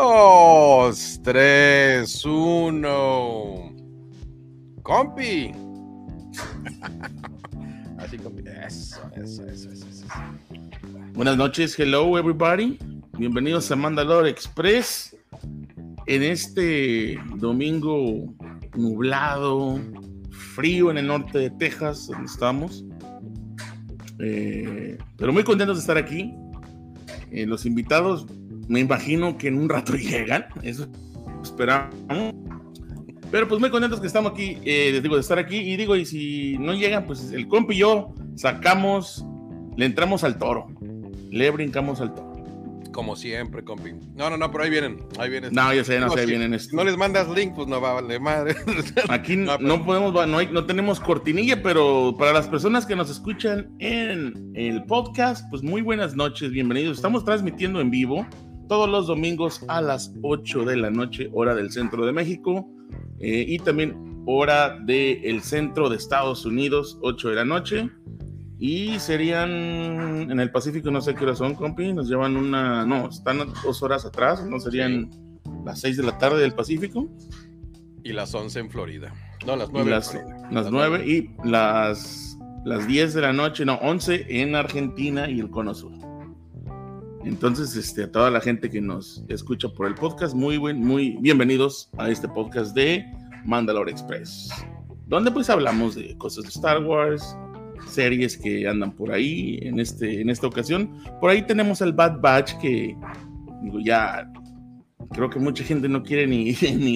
2, 3, 1. Compi. Así, compi. Eso. Buenas noches, hello everybody. Bienvenidos a Mandalore Express. En este domingo nublado, frío en el norte de Texas, donde estamos. Pero muy contentos de estar aquí. Los invitados, me imagino que en un rato llegan, eso esperamos. Pero pues muy contentos que estamos aquí, de estar aquí. Y si no llegan, pues el compi y yo le entramos al toro, le brincamos al toro. Como siempre, compi. No, pero ahí vienen. No, yo sé, vienen. Si no les mandas link, pues no va a valer madre. Aquí no tenemos cortinilla, pero para las personas que nos escuchan en el podcast, pues muy buenas noches, bienvenidos. Estamos transmitiendo en vivo todos los domingos a las 8 de la noche, hora del centro de México, y también hora del centro de Estados Unidos, 8 de la noche. Y serían en el Pacífico, no sé qué hora son, compi, nos llevan están 2 horas atrás, ¿no? Serían las 6 de la tarde del Pacífico. Y las 11 en Florida. No, las 9 las 9 y las 10 de la noche, 11 en Argentina y el Cono Sur. Entonces, a toda la gente que nos escucha por el podcast, muy bienvenidos a este podcast de Mandalore Express, donde pues hablamos de cosas de Star Wars, series que andan por ahí en esta ocasión. Por ahí tenemos el Bad Batch, que ya creo que mucha gente no quiere ni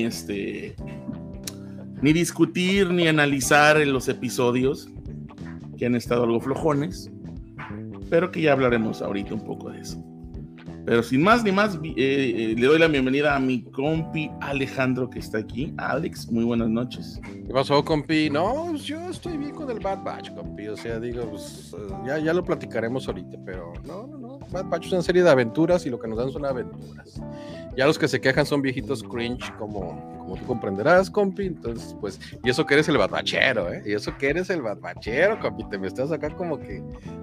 discutir ni analizar en los episodios, que han estado algo flojones, pero que ya hablaremos ahorita un poco de eso. Pero sin más ni más, le doy la bienvenida a mi compi Alejandro, que está aquí. Alex, muy buenas noches. ¿Qué pasó, compi? No, yo estoy bien con el Bad Batch, compi. O sea, pues ya lo platicaremos ahorita, pero no. Bad Batch es una serie de aventuras y lo que nos dan son aventuras. Ya los que se quejan son viejitos cringe, como tú comprenderás, compi. Entonces, pues, y eso que eres el Bad Batchero, ¿eh? Y eso que eres el Bad Batchero, compi. Te me estás acá como que...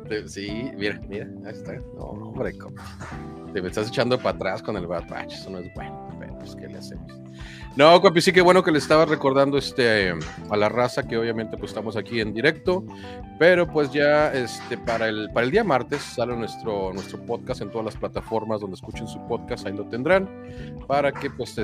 sí, mira, ahí está. No, hombre, compi. Te me estás echando para atrás con el Bad Batch, eso no es bueno, pero pues ¿qué le hacemos? No, compi, sí que bueno que le estaba recordando a la raza que obviamente pues estamos aquí en directo, pero pues ya para el día martes sale nuestro podcast en todas las plataformas donde escuchen su podcast, ahí lo tendrán, para que pues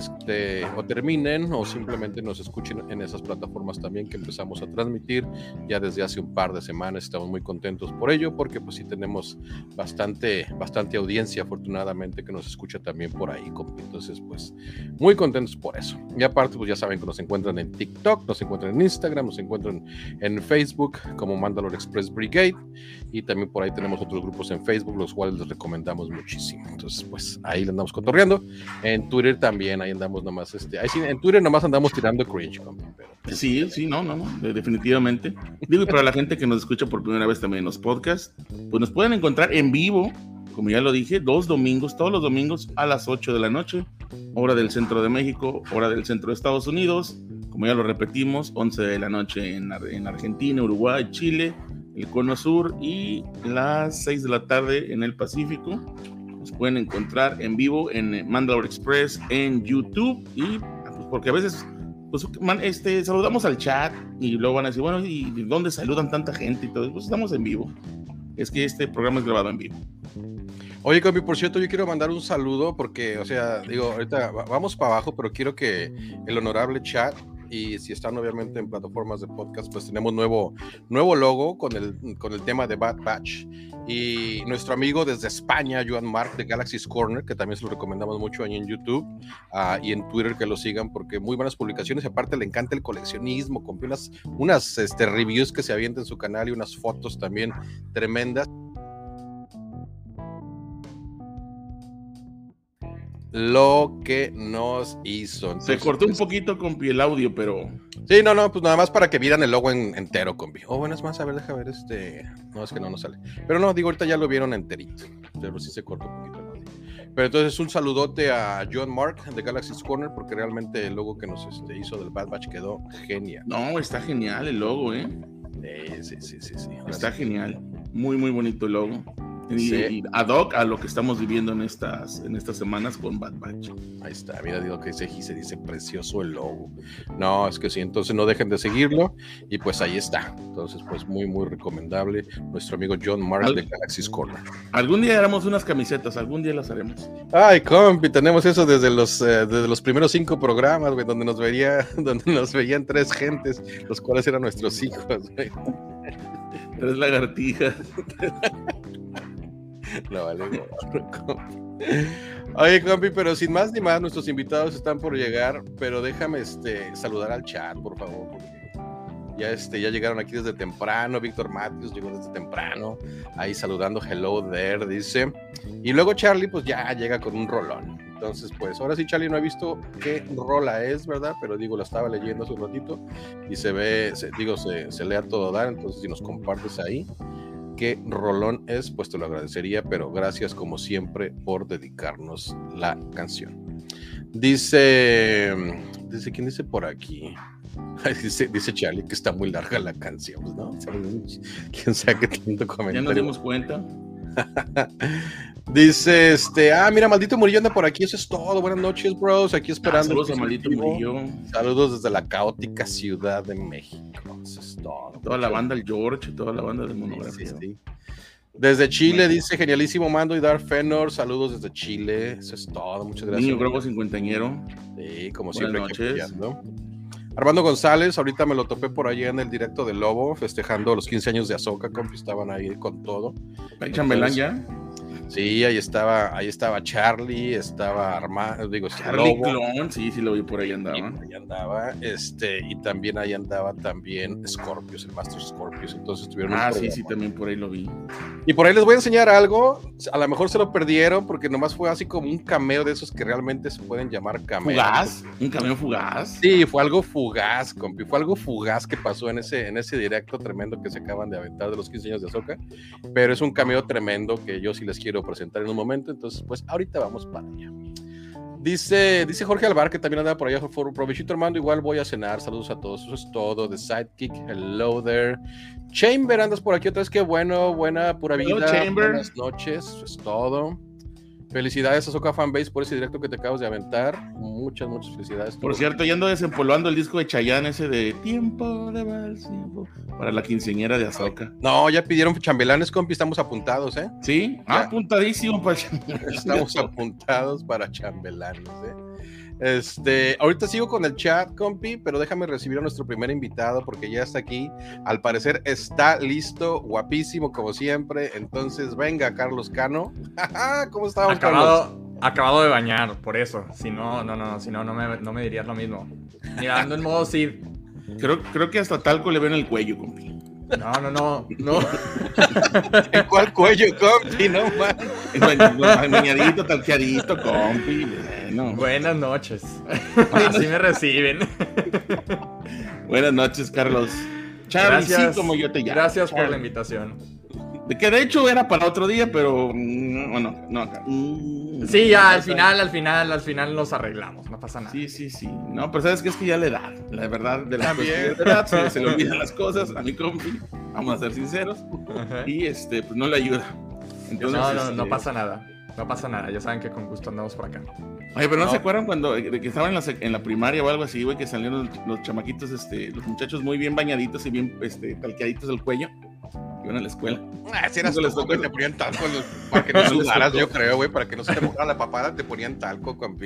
o terminen o simplemente nos escuchen en esas plataformas también que empezamos a transmitir ya desde hace un par de semanas. Estamos muy contentos por ello, porque pues sí tenemos bastante audiencia, afortunadamente, que nos escucha también por ahí, compi. Entonces pues muy contentos por eso. Y aparte, pues ya saben que nos encuentran en TikTok, nos encuentran en Instagram, nos encuentran en Facebook como Mandalore Express Brigade, y también por ahí tenemos otros grupos en Facebook, los cuales les recomendamos muchísimo. Entonces, pues ahí le andamos cotorreando. En Twitter también, ahí andamos nomás, ahí sí, en Twitter nomás andamos tirando cringe, compi, pero... Sí, no, definitivamente. Y para la gente que nos escucha por primera vez también en los podcasts, pues nos pueden encontrar en vivo, como ya lo dije, todos los domingos a las 8 de la noche, hora del centro de México, hora del centro de Estados Unidos, como ya lo repetimos, 11 de la noche en Argentina, Uruguay, Chile, el Cono Sur, y las 6 de la tarde en el Pacífico. Nos pueden encontrar en vivo en Mandalore Express en YouTube, y pues porque a veces pues saludamos al chat y luego van a decir, bueno, ¿y dónde saludan tanta gente? Y todo, pues estamos en vivo. Es que este programa es grabado en vivo. Oye, compi, por cierto, yo quiero mandar un saludo porque, o sea, ahorita vamos para abajo, pero quiero que el honorable chat, y si están obviamente en plataformas de podcast, pues tenemos nuevo logo con el tema de Bad Batch, y nuestro amigo desde España, Joan Marc de Galaxy's Corner, que también se lo recomendamos mucho ahí en YouTube y en Twitter, que lo sigan porque muy buenas publicaciones, y aparte le encanta el coleccionismo, compi, unas reviews que se avienta en su canal y unas fotos también tremendas. Lo que nos hizo. Entonces, se cortó un poquito, compi, el audio, pero... Sí, no, pues nada más para que vieran el logo entero, compi. Bueno, es más, a ver, deja ver No, es que no sale. Pero no, ahorita ya lo vieron enterito. Pero sí se cortó un poquito el audio. Pero entonces un saludote a Joan Marc de Galaxy's Corner, porque realmente el logo que nos hizo del Bad Batch quedó genial. No, está genial el logo, Sí. Está genial. Muy bonito el logo. Y ad hoc a lo que estamos viviendo en estas semanas con Bad Batch. Ahí está, mira, digo que se dice precioso el logo. No, es que sí, entonces no dejen de seguirlo y pues ahí está. Entonces, pues muy, muy recomendable. Nuestro amigo John Mark de Galaxy's Corner. Algún día haremos unas camisetas, algún día las haremos. Ay, compi, tenemos eso desde los primeros 5 programas, güey, donde nos veían 3 gentes, los cuales eran nuestros hijos, güey. 3 lagartijas. No vale. Oye, compi, pero sin más ni más, nuestros invitados están por llegar, pero déjame saludar al chat, por favor, porque ya llegaron aquí desde temprano. Víctor Matthews llegó desde temprano, ahí saludando, hello there, dice. Y luego Charlie, pues ya llega con un rolón. Entonces, pues ahora sí, Charlie, no he visto qué rola es, ¿verdad? Pero digo, la estaba leyendo hace un ratito y se lee a todo dar. Entonces, si nos compartes ahí qué rolón es, pues te lo agradecería, pero gracias como siempre por dedicarnos la canción. Dice, ¿quién dice por aquí? Dice Charlie que está muy larga la canción, ¿no? ¿Quién sabe qué tanto comentario? Ya nos dimos cuenta. Dice, mira, Maldito Murillo anda por aquí, eso es todo. Buenas noches, bros, aquí esperando. Saludos a Maldito Murillo. Saludos desde la caótica Ciudad de México, eso es todo. Toda la banda, el George, toda la banda de Monografía. Sí. Desde Chile, dice genialísimo Mando y Darth Fenor, saludos desde Chile, eso es todo, muchas gracias. Niño Grobo cincuentañero. Sí, como buenas siempre. Noches. Armando González, ahorita me lo topé por allá en el directo de Lobo, festejando los 15 años de Ahsoka, compi, estaban ahí con todo. ¿Hay chambelán ya? Sí, ahí estaba Charlie, estaba Armando, Charlie Lobo. Clon, sí, lo vi, por ahí andaba. Y también ahí andaba Scorpius, el Master Scorpius, entonces tuvieron sí, también por ahí lo vi. Y por ahí les voy a enseñar algo, a lo mejor se lo perdieron porque nomás fue así como un cameo de esos que realmente se pueden llamar cameo. ¿Fugaz? ¿Un cameo fugaz? Sí, fue algo fugaz, compi, fue algo fugaz que pasó en ese directo tremendo que se acaban de aventar de los 15 años de Ahsoka, pero es un cameo tremendo que yo sí les quiero presentar en un momento, entonces pues ahorita vamos para allá. Dice Jorge Alvar, que también anda por allá, provechito Armando, igual voy a cenar, saludos a todos, eso es todo. The Sidekick, hello there. Chamber, andas por aquí otra vez, qué bueno, buena, pura vida, buenas noches, eso es todo. Felicidades a Ahsoka Fanbase por ese directo que te acabas de aventar, muchas felicidades. Por cierto, ya ando desempolvando el disco de Chayanne, ese de Tiempo de Vals, para la quinceañera de Ahsoka. No, ya pidieron chambelanes, compi, estamos apuntados, ¿eh? Sí, apuntadísimo para chambelanes. Estamos apuntados para chambelanes, ahorita sigo con el chat, compi, pero déjame recibir a nuestro primer invitado porque ya está aquí, al parecer está listo, guapísimo como siempre, entonces venga, Carlos Cano. ¿Cómo estamos, Carlos? Acabado de bañar, por eso, si no me dirías lo mismo. Mira, ando en modo Sid. Creo que hasta talco le ven el cuello, compi. No. ¿En cuál cuello, compi? No, man. Bañadito, talqueadito, compi. Bueno. Buenas noches. Así me reciben. Buenas noches, Carlos. Charlie, sí, como yo te llamo. Gracias por la invitación. De que de hecho era para otro día, pero bueno, no acá. Sí, ya al final nos arreglamos, no pasa nada. Sí. No, pero sabes que es que ya la edad, la verdad de la edad, se le olvidan las cosas a mi compi, vamos a ser sinceros. Ajá. Y pues no le ayuda. Entonces, no pasa nada. No pasa nada, ya saben que con gusto andamos por acá. Oye, pero ¿no se acuerdan cuando de que estaban en la primaria o algo así, güey, que salieron los chamaquitos, los muchachos muy bien bañaditos y bien talqueaditos del cuello? Iban a la escuela. Si eras tú, güey, te ponían talco para que no sudaras, yo creo, güey, para que no se te mojara la papada, te ponían talco, compi.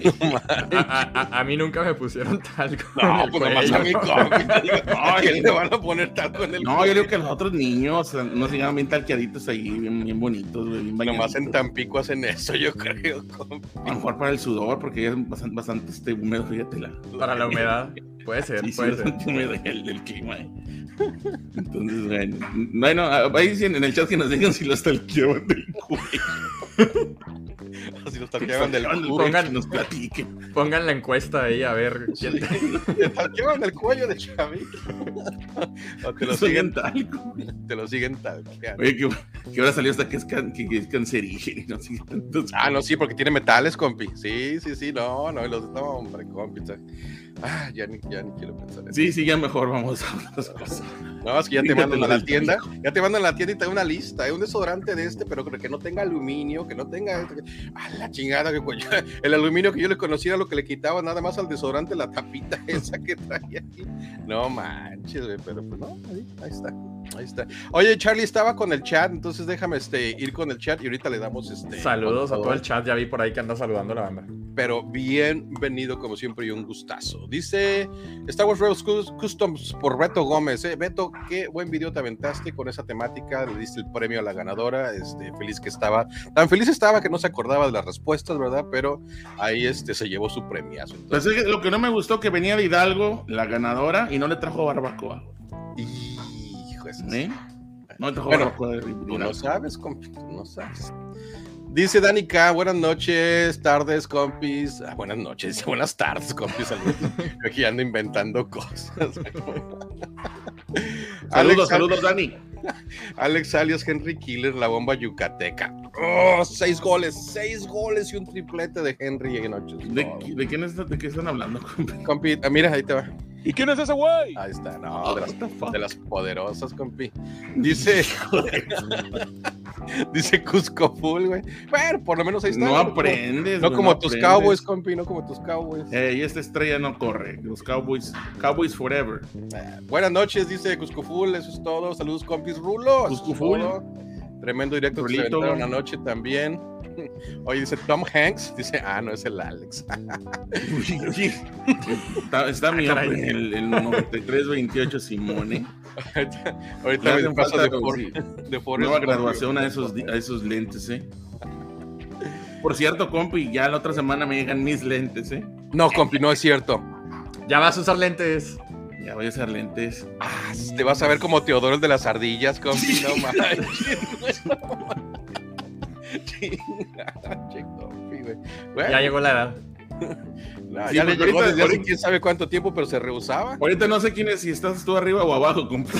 A mí nunca me pusieron talco. No, pues nomás a mí, compi. No, que le van a poner talco en el cuello. Yo digo que los otros niños no se llaman bien talqueaditos ahí, bien bonitos, güey, bien bañaditos. Nomás en Tampico hacen eso, yo creo, compi. A lo mejor para el sudor, porque ya es bastante húmedo, fíjate. Para la humedad. Puede ser, puede ser. Húmedo el clima, Entonces, bueno, ahí dicen en el chat que nos digan si los talqueaban del cuello. Si los talqueaban del cuello, nos platiquen. Pongan la encuesta ahí a ver quién te talqueaban el cuello de Chavito. O te lo siguen talco. Te lo siguen talqueando. Oye, que ahora salió hasta que es cancerígeno. No, sí, porque tiene metales, compi. Sí, no, hombre, compi. Ya ni quiero pensar en eso. Sí, ya mejor vamos a otras cosas. No, es que ya te mandan a la tienda, y te dan una lista, un desodorante de pero que no tenga aluminio, que no tenga, la chingada, que pues, el aluminio que yo le conocía era lo que le quitaba nada más al desodorante, la tapita esa que traía aquí. No manches, güey, pero pues no, ahí está. Oye, Charlie estaba con el chat, entonces déjame ir con el chat y ahorita le damos saludos a todo el chat, ya vi por ahí que anda saludando a la banda. Pero bienvenido como siempre y un gustazo. Dice Star Wars Rebels Customs por Beto Gómez. Beto, qué buen video te aventaste con esa temática, le diste el premio a la ganadora, feliz que estaba, tan feliz estaba que no se acordaba de las respuestas, ¿verdad? Pero ahí se llevó su premiazo. Entonces, pues lo que no me gustó que venía de Hidalgo, la ganadora, y no le trajo barbacoa. Hijo, ¿eh? No le trajo barbacoa de tú no sabes, compi, tú no sabes. Dice Dani K, buenas noches, tardes, compis. Buenas noches, buenas tardes, compis. Aquí ando inventando cosas. Saludos, Dani. Alex alias Henry Killer, la bomba yucateca. 6 goles y un triplete de Henry en noches. ¿De qué están hablando, compi? Mira, ahí te va. ¿Y quién es ese güey? Ahí está, no, de las poderosas, compi. Dice Cusco Full, güey. Bueno, por lo menos ahí está. No aprendes. No como tus Cowboys, compi, no como tus Cowboys. Y esta estrella no corre. Los Cowboys forever. Buenas noches, dice Cusco Full, eso es todo. Saludos, compis. Rulo. Cusco Full. Tremendo directo que se aventaron anoche también. Oye, dice Tom Hanks, dice, no, es el Alex. está mi hombre, el 9328 Simone. Ahorita me paso de nueva graduación a esos lentes, Por cierto, compi, ya la otra semana me llegan mis lentes, No, compi, no es cierto. Ya vas a usar lentes. Ya voy a usar lentes. Te vas a ver como Teodoro el de las ardillas, compi, no manches. Bueno, ya llegó la edad. Ya le llegó desde hace quién sabe cuánto tiempo, pero se rehusaba. Ahorita no sé quién es, si estás tú arriba o abajo, compi.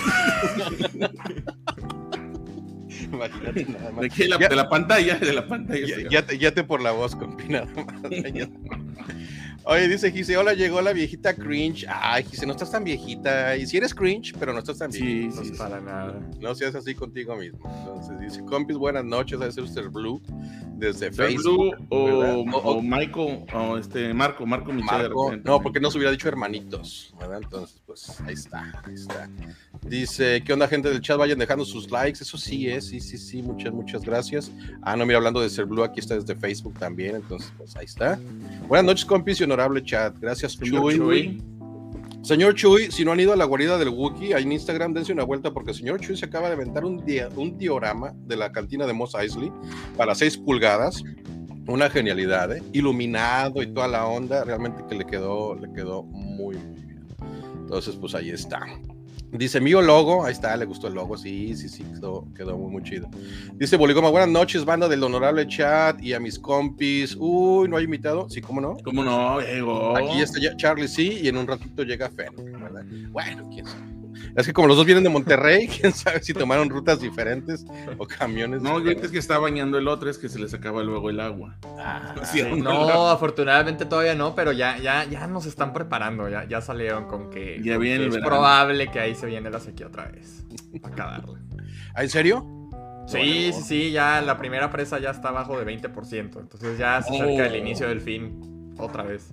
Imagínate nada más. De la pantalla. Ya te por la voz, compi, nada más. Oye, dice Gise, hola, llegó la viejita cringe. Ay, Gise, no estás tan viejita. Y si eres cringe, pero no estás tan viejita. Sí, para nada. No seas así contigo mismo. Entonces dice, compis, buenas noches, a ser Blue desde Facebook. Blue o Michael, o Marco Michel. No, porque no se hubiera dicho hermanitos, ¿verdad? Entonces, pues, ahí está. Dice, ¿qué onda, gente del chat? Vayan dejando sus likes. Eso sí, sí. Muchas gracias. No, mira, hablando de ser Blue, aquí está desde Facebook también. Entonces, pues, ahí está. Buenas noches, compis, y honorable chat. Gracias, Chuy. Señor Chuy, si no han ido a la guarida del Wookiee, ahí en Instagram, dense una vuelta porque el señor Chuy se acaba de aventar un diorama de la cantina de Mos Eisley para 6 pulgadas. Una genialidad, iluminado y toda la onda, realmente que le quedó muy bien. Entonces, pues ahí está. Dice mío logo, ahí está, le gustó el logo, sí, quedó muy chido. Dice Boligoma, buenas noches, banda del honorable chat y a mis compis. Uy, ¿no hay invitado? Sí, ¿cómo no? ¿Cómo no? Llegó. Aquí está ya Charlie, sí, y en un ratito llega Fen, ¿verdad? Bueno, quién sabe. Es que como los dos vienen de Monterrey, quién sabe si tomaron rutas diferentes o camiones. No, yo es que está bañando el otro, es que se les acaba luego el agua. No, afortunadamente todavía no, pero ya nos están preparando, ya salieron con que ya viene es probable que ahí se viene la sequía otra vez. Para acabarla. ¿En serio? Sí, ya la primera presa ya está abajo de 20%, entonces ya se acerca el inicio del fin otra vez.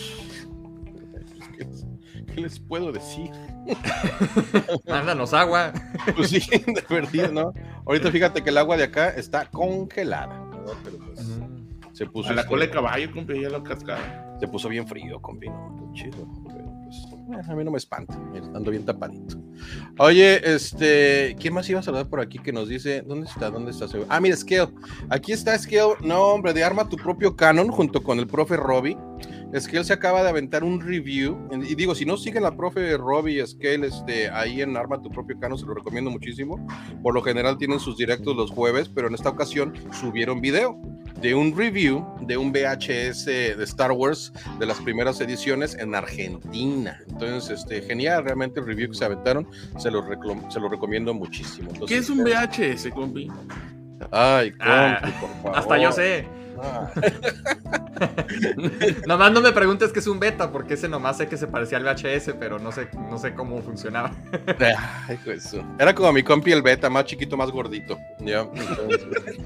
¿Qué les puedo decir? Mándanos agua. Pues sí, de verdad, ¿no? Ahorita fíjate que el agua de acá está congelada, ¿no? Pero pues se puso a la cola de caballo, compi, ya la cascada. Se puso bien frío, compi, no, chido. Pero pues, a mí no me espanta, ando bien tapadito. Oye, ¿quién más iba a saludar por aquí que nos dice? ¿Dónde está? Mira, Scale. Aquí está Scale, no, hombre, de Arma tu propio canon junto con el profe Robbie. Scale se acaba de aventar un review, y digo, si no siguen la profe Robbie y Scale ahí en Arma tu propio canon, se lo recomiendo muchísimo. Por lo general tienen sus directos los jueves, pero en esta ocasión subieron video de un review de un VHS de Star Wars de las primeras ediciones en Argentina. Entonces, genial, realmente el review que se aventaron, se lo recomiendo muchísimo. Entonces, ¿qué es un VHS, compi? Ay, compi, por favor. Hasta yo sé. Nomás no me preguntes qué es un beta, porque ese nomás sé que se parecía al VHS, pero no sé cómo funcionaba. Ay, pues, era como mi compi el beta, más chiquito, más gordito. ¿Ya? Entonces...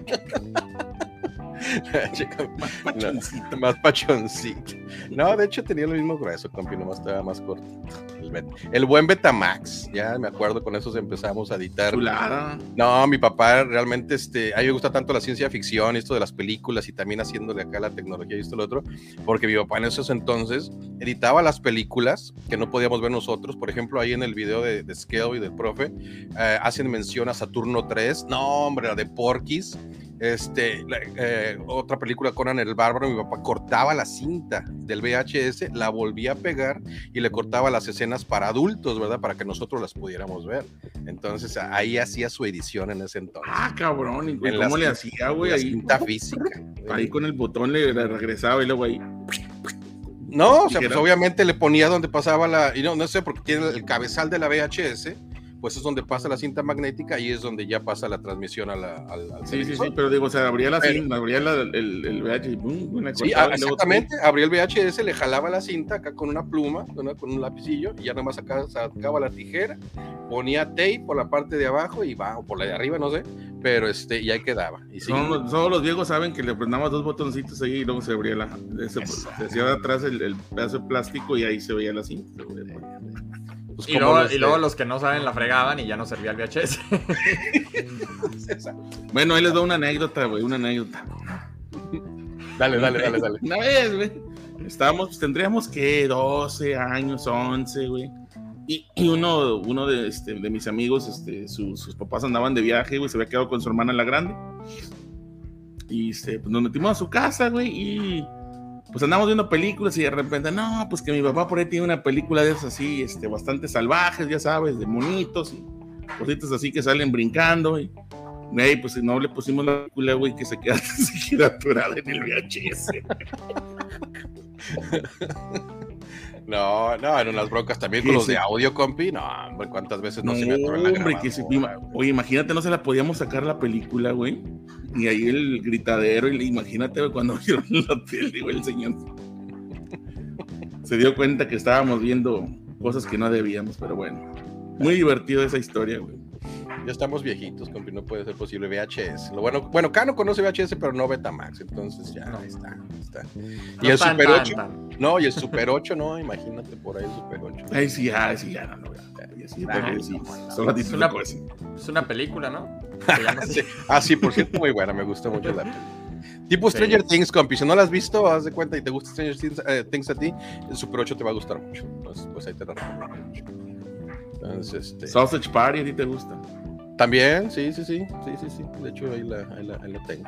más pachoncito. No, de hecho tenía el mismo grueso, compi, nomás estaba más cortito. El buen Betamax, ya me acuerdo, con esos empezamos a editar. Chulada. No, mi papá realmente, a mí me gusta tanto la ciencia ficción, esto de las películas y también haciéndole acá la tecnología y esto y lo otro, porque mi papá en esos entonces editaba las películas que no podíamos ver nosotros. Por ejemplo, ahí en el video de Scale y del profe, hacen mención a Saturno 3, no, hombre, la de Porky's. Otra película, Conan el Bárbaro. Mi papá cortaba la cinta del VHS, la volvía a pegar y le cortaba las escenas para adultos, ¿verdad? Para que nosotros las pudiéramos ver. Entonces ahí hacía su edición en ese entonces. Ah, cabrón, ¿y cómo le hacía, güey? La ahí cinta física. Ahí con el botón le regresaba y luego ahí. No, o sea, pues obviamente le ponía donde pasaba y no sé, porque tiene el cabezal de la VHS, pues es donde pasa la cinta magnética y es donde ya pasa la transmisión al sí, pero digo, o sea, abría la cinta, abría el VHS y ¡pum! Sí, exactamente, abría el VHS, le jalaba la cinta acá con una pluma, con un lapicillo, y ya nada más sacaba la tijera, ponía tape por la parte de abajo y va, o por la de arriba, no sé, pero y ahí quedaba. Y solo los viejos saben que le prendamos 2 botoncitos ahí y luego se abría se hacía de atrás el pedazo de plástico y ahí se veía la cinta. Pues y luego los que no saben la fregaban y ya no servía el VHS. Bueno, ahí les doy una anécdota, güey, una anécdota. Dale. Una vez, güey, tendríamos que 12 años, 11, güey. Y uno de mis amigos, sus papás andaban de viaje, güey, se había quedado con su hermana la grande. Y pues nos metimos a su casa, güey, y pues andamos viendo películas y de repente, no, pues que mi papá por ahí tiene una película de esas así, bastante salvajes, ya sabes, de monitos y cositas así que salen brincando, y ahí pues no le pusimos la película, güey, que se queda atorada en el VHS. No, en unas broncas también con los de audio, compi. No, hombre, ¿cuántas veces no se me atoró en la grabadora? Oye, imagínate, no se la podíamos sacar la película, güey. Y ahí el gritadero, y imagínate, güey, cuando vieron la tele, güey, el señor se dio cuenta que estábamos viendo cosas que no debíamos, pero bueno. Muy divertido esa historia, güey. Ya estamos viejitos, compi, no puede ser posible VHS. Bueno, Cano conoce VHS, pero no Betamax, entonces ya ahí está. Y el Super 8, no, y el Super 8, no, imagínate por ahí el Super 8. Ay, sí, ya no. Es una película, ¿no? Sí, por cierto, muy buena, me gusta mucho la película. Tipo Stranger Things, compi, si no la has visto, haz de cuenta y te gusta Stranger Things a ti, el Super 8 te va a gustar mucho. Entonces, pues ahí te lo recomiendo mucho. Entonces, Sausage Party, ¿a ti te gusta? También, sí. De hecho, ahí la tengo.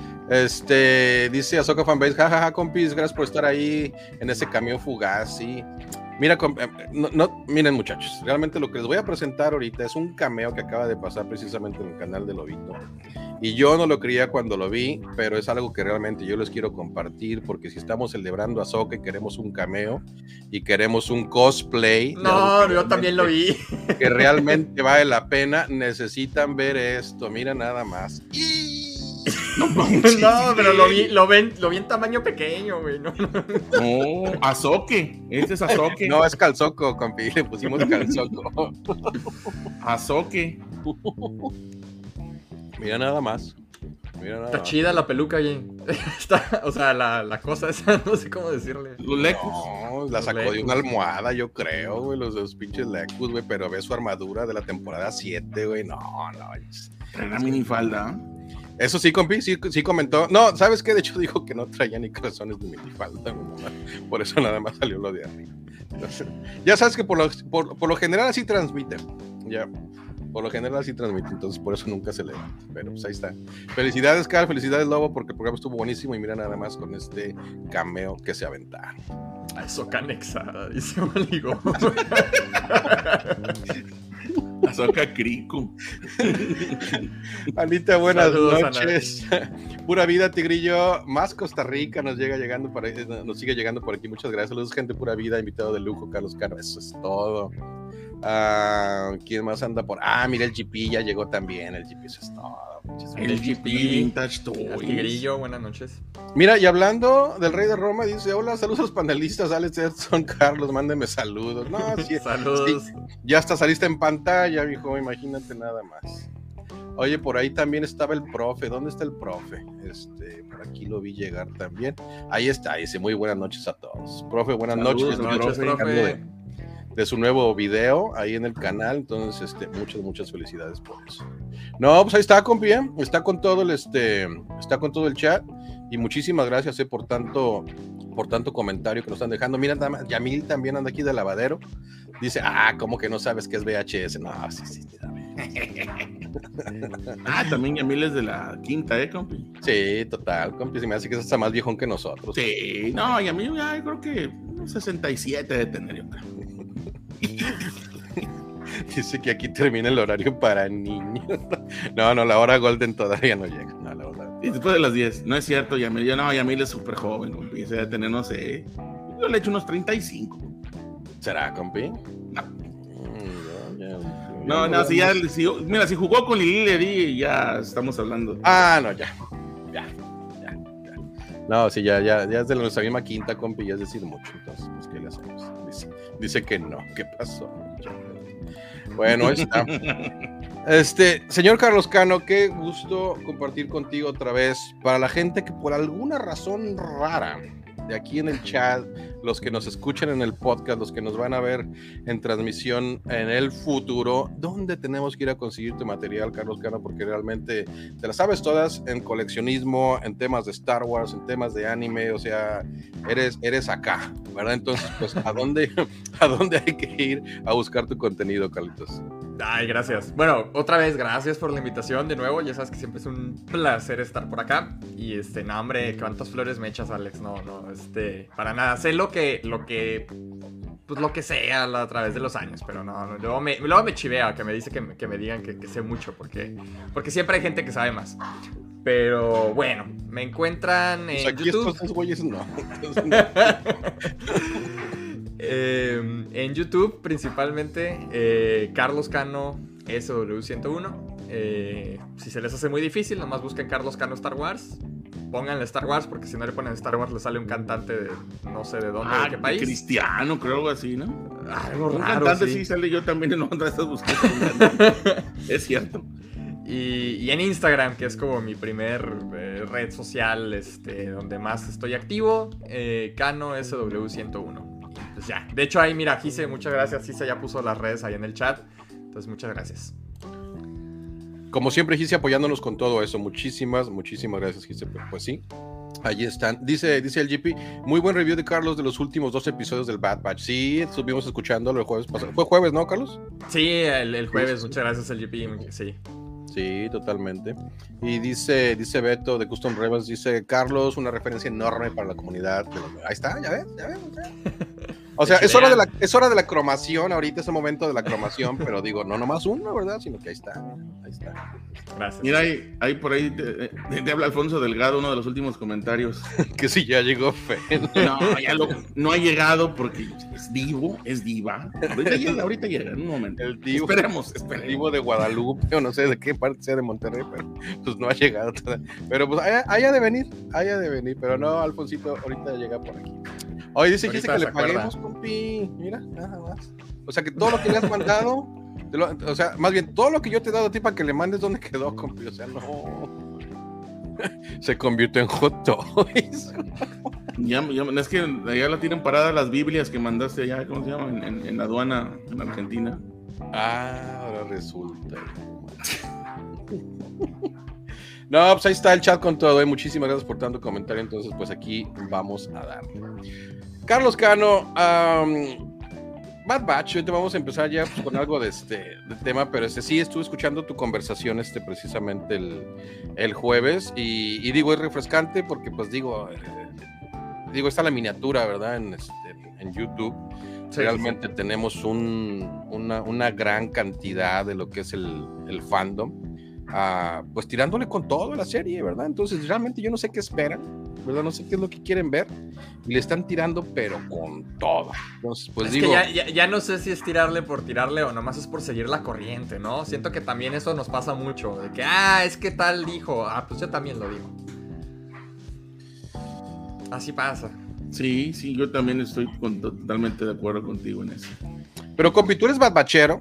Dice Azoka Fanbase, jajaja, compis, gracias por estar ahí en ese cameo fugaz, sí. Mira, miren, muchachos, realmente lo que les voy a presentar ahorita es un cameo que acaba de pasar precisamente en el canal de Lobito. Y yo no lo creía cuando lo vi, pero es algo que realmente yo les quiero compartir, porque si estamos celebrando a Ahsoka y queremos un cameo y queremos un cosplay. No, yo también lo vi. Que realmente vale la pena, necesitan ver esto, mira nada más. No, pero lo vi en tamaño pequeño, güey. No, Ahsoka. Este es Ahsoka. No, es Calzoco, compi. Le pusimos Calzoco. Ahsoka. Mira nada más. Está chida la peluca, güey. O sea, la cosa esa, no sé cómo decirle. Los lecus. No, la sacó de una almohada, yo creo, güey. Los pinches lecus, güey. Pero ve su armadura de la temporada 7, güey. No. Trae la minifalda. Eso sí, compi, sí comentó. No, ¿sabes qué? De hecho dijo que no traía ni calzones ni minifalda. Por eso nada más salió lo de arriba. Entonces, ya sabes que por lo general así transmite. Ya. Por lo general así transmite, entonces por eso nunca se levanta. Pero pues ahí está. Felicidades, Carl, felicidades, Lobo, porque el programa estuvo buenísimo y mira nada más con este cameo que se aventaron. Ahsoka anexada, dice Maligo. Ahsoka Crico. Anita, buenas Saludos, noches. Pura vida, Tigrillo. Más Costa Rica nos sigue llegando por aquí. Muchas gracias. Saludos, gente, pura vida. Invitado de lujo, Carlos Caro. Eso es todo. ¿Quién más anda por? Mira, el GP ya llegó también. El GP, eso es todo. El GP Vintage Toys. El Tigrillo, buenas noches. Mira, y hablando del Rey de Roma, dice: hola, saludos a los panelistas, Alex, Edson, Carlos, mándeme saludos. No, sí, Saludos. sí, ya hasta saliste en pantalla, viejo, imagínate nada más. Oye, por ahí también estaba el profe. ¿Dónde está el profe? Por aquí lo vi llegar también. Ahí está, dice: muy buenas noches a todos. Profe, buenas noches. Buenas noches, profe. De su nuevo video ahí en el canal, entonces muchas felicidades por eso. No, pues ahí está, compi, está con todo el chat, y muchísimas gracias por tanto comentario que nos están dejando. Mira, Yamil también anda aquí de lavadero, dice: ¿cómo que no sabes qué es VHS? No, sí. También Yamil es de la quinta, compi. Sí, total, compi, se me hace que es hasta más viejón que nosotros. Sí, no, Yamil ya creo que 67 de tener, yo creo. Dice que aquí termina el horario para niños. No, la hora golden todavía no llega. No, la hora. Y después de las 10, no es cierto, Yamil. Yamil es súper joven, compi. Se debe tener, no sé, yo le echo unos 35. ¿Será, compi? No. Si jugó con Lili Ledi, ya estamos hablando. No, ya. No, sí, ya es de nuestra misma quinta, compi, ya es decir mucho. Entonces, pues, ¿qué le hacemos? Dice que no. ¿Qué pasó? Bueno, está. Señor Carlos Cano, qué gusto compartir contigo otra vez. Para la gente que por alguna razón rara de aquí en el chat, los que nos escuchan en el podcast, los que nos van a ver en transmisión en el futuro, ¿dónde tenemos que ir a conseguir tu material, Carlos Cano? Porque realmente te las sabes todas en coleccionismo, en temas de Star Wars, en temas de anime, o sea, eres acá, ¿verdad? Entonces, pues, ¿a dónde hay que ir a buscar tu contenido, Carlitos? Ay, gracias. Bueno, otra vez, gracias por la invitación de nuevo. Ya sabes que siempre es un placer estar por acá. Y no, hombre, cuántas flores me echas, Alex. No, para nada. Sé lo que sea a través de los años, pero no. Luego me chivea que me dice que me digan que sé mucho, porque siempre hay gente que sabe más. Pero bueno, me encuentran en aquí YouTube. Estos güeyes no. En YouTube principalmente Carlos Cano SW101. Si se les hace muy difícil, nomás busquen Carlos Cano Star Wars, pónganle Star Wars, porque si no le ponen Star Wars le sale un cantante de no sé de dónde, de qué país. Cristiano, creo, algo así, ¿no? Algo un raro, cantante sí sale yo también en otras buscando. Es cierto. Y en Instagram, que es como mi primer red social donde más estoy activo, Cano SW101. Pues ya, de hecho ahí mira, Gise, muchas gracias. Gise ya puso las redes ahí en el chat, entonces muchas gracias. Como siempre, Gise apoyándonos con todo eso. Muchísimas gracias, Gise. Pues sí, allí están. Dice el GP: muy buen review de Carlos de los últimos 2 episodios del Bad Batch. Sí, estuvimos escuchándolo el jueves pasado. ¿Fue jueves, no, Carlos? Sí, el jueves. Muchas gracias, el GP. Sí, totalmente. Y dice Beto de Custom Rebels, dice: Carlos, una referencia enorme para la comunidad. Ahí está, ya ves. O sea, es hora de la cromación, ahorita es el momento de la cromación, pero digo, no nomás uno, ¿verdad? Sino que ahí está. Gracias. Mira, hay por ahí, te habla Alfonso Delgado, uno de los últimos comentarios. Que sí, ya llegó Fe. No ha llegado porque es diva. Ahorita llega, en un momento. El divo, esperemos. El divo de Guadalupe, o no sé de qué parte sea de Monterrey, pero pues no ha llegado todavía. Pero pues haya de venir, pero no, Alfonsito, ahorita llega por aquí. Hoy dice que le paguemos, compi. Mira, nada más. O sea, que todo lo que le has mandado, o sea, más bien, todo lo que yo te he dado a ti para que le mandes, ¿dónde quedó, compi? O sea, no. Se convirtió en hot toys. Es que allá la tienen parada las Biblias que mandaste allá, ¿cómo se llama? En la aduana, en Argentina. Ahora resulta. No, pues ahí está el chat con todo, Muchísimas gracias por tanto comentario. Entonces, pues aquí vamos a darle. Carlos Cano, Bad Batch, hoy te vamos a empezar ya pues, con algo de tema, pero sí estuve escuchando tu conversación precisamente el jueves y digo, es refrescante porque pues digo, está la miniatura, ¿verdad? En YouTube. Sí, realmente sí. Tenemos una gran cantidad de lo que es el fandom, pues tirándole con todo a la serie, ¿verdad? Entonces realmente yo no sé qué esperan, ¿verdad? No sé qué es lo que quieren ver, y le están tirando, pero con todo. Entonces, pues es digo... que ya no sé si es tirarle por tirarle o nomás es por seguir la corriente, ¿no? Siento que también eso nos pasa mucho, de que, es que tal dijo, pues yo también lo digo. Así pasa. Sí, yo también estoy totalmente de acuerdo contigo en eso. Pero, compi, tú eres badbachero,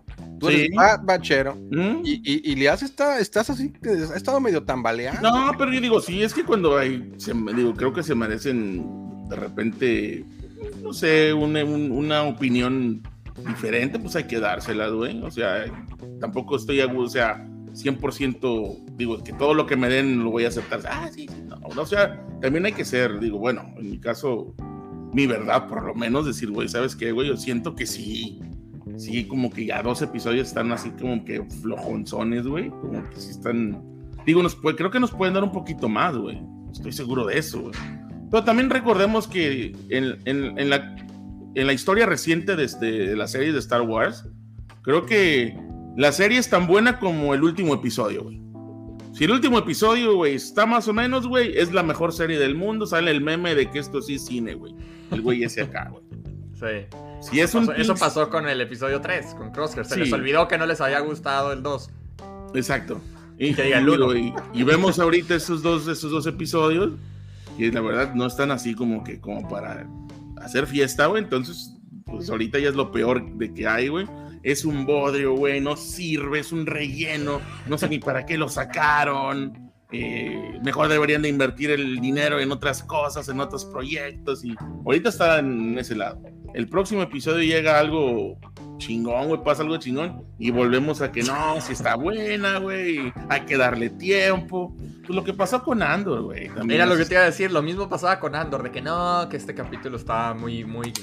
¿Mm? y le estás así, ha estado medio tambaleando. No, pero yo digo, sí, es que cuando creo que se merecen de repente, no sé, una opinión diferente, pues hay que dársela, güey. O sea, tampoco estoy, o sea, 100%, digo, que todo lo que me den lo voy a aceptar. Sí, no, o sea, también hay que ser, digo, bueno, en mi caso, mi verdad, por lo menos, decir, güey, ¿sabes qué, güey? Yo siento que sí, como que ya 2 episodios están así como que flojonzones, güey, como que sí están, digo, creo que nos pueden dar un poquito más, güey, estoy seguro de eso, güey. Pero también recordemos que en la historia reciente de la serie de Star Wars, creo que la serie es tan buena como el último episodio, güey. Si el último episodio, güey, está más o menos, güey, es la mejor serie del mundo, sale el meme de que esto sí es cine, güey. El güey ese acá, güey. Sí. Si eso pasó con el episodio 3, con Crosshair. Se les olvidó que no les había gustado el 2. Exacto. Y que diga el 1. Y vemos ahorita esos dos episodios, y la verdad no están así como para hacer fiesta, güey. Entonces, pues ahorita ya es lo peor de que hay, güey. Es un bodrio, güey, no sirve, es un relleno, no sé ni para qué lo sacaron. Mejor deberían de invertir el dinero en otras cosas, en otros proyectos, y ahorita está en ese lado. El próximo episodio llega algo chingón, güey, pasa algo chingón, y volvemos a que no, si está buena, güey, hay que darle tiempo. Pues lo que pasó con Andor, güey. Era lo que te iba a decir, lo mismo pasaba con Andor, de que no, que este capítulo estaba muy,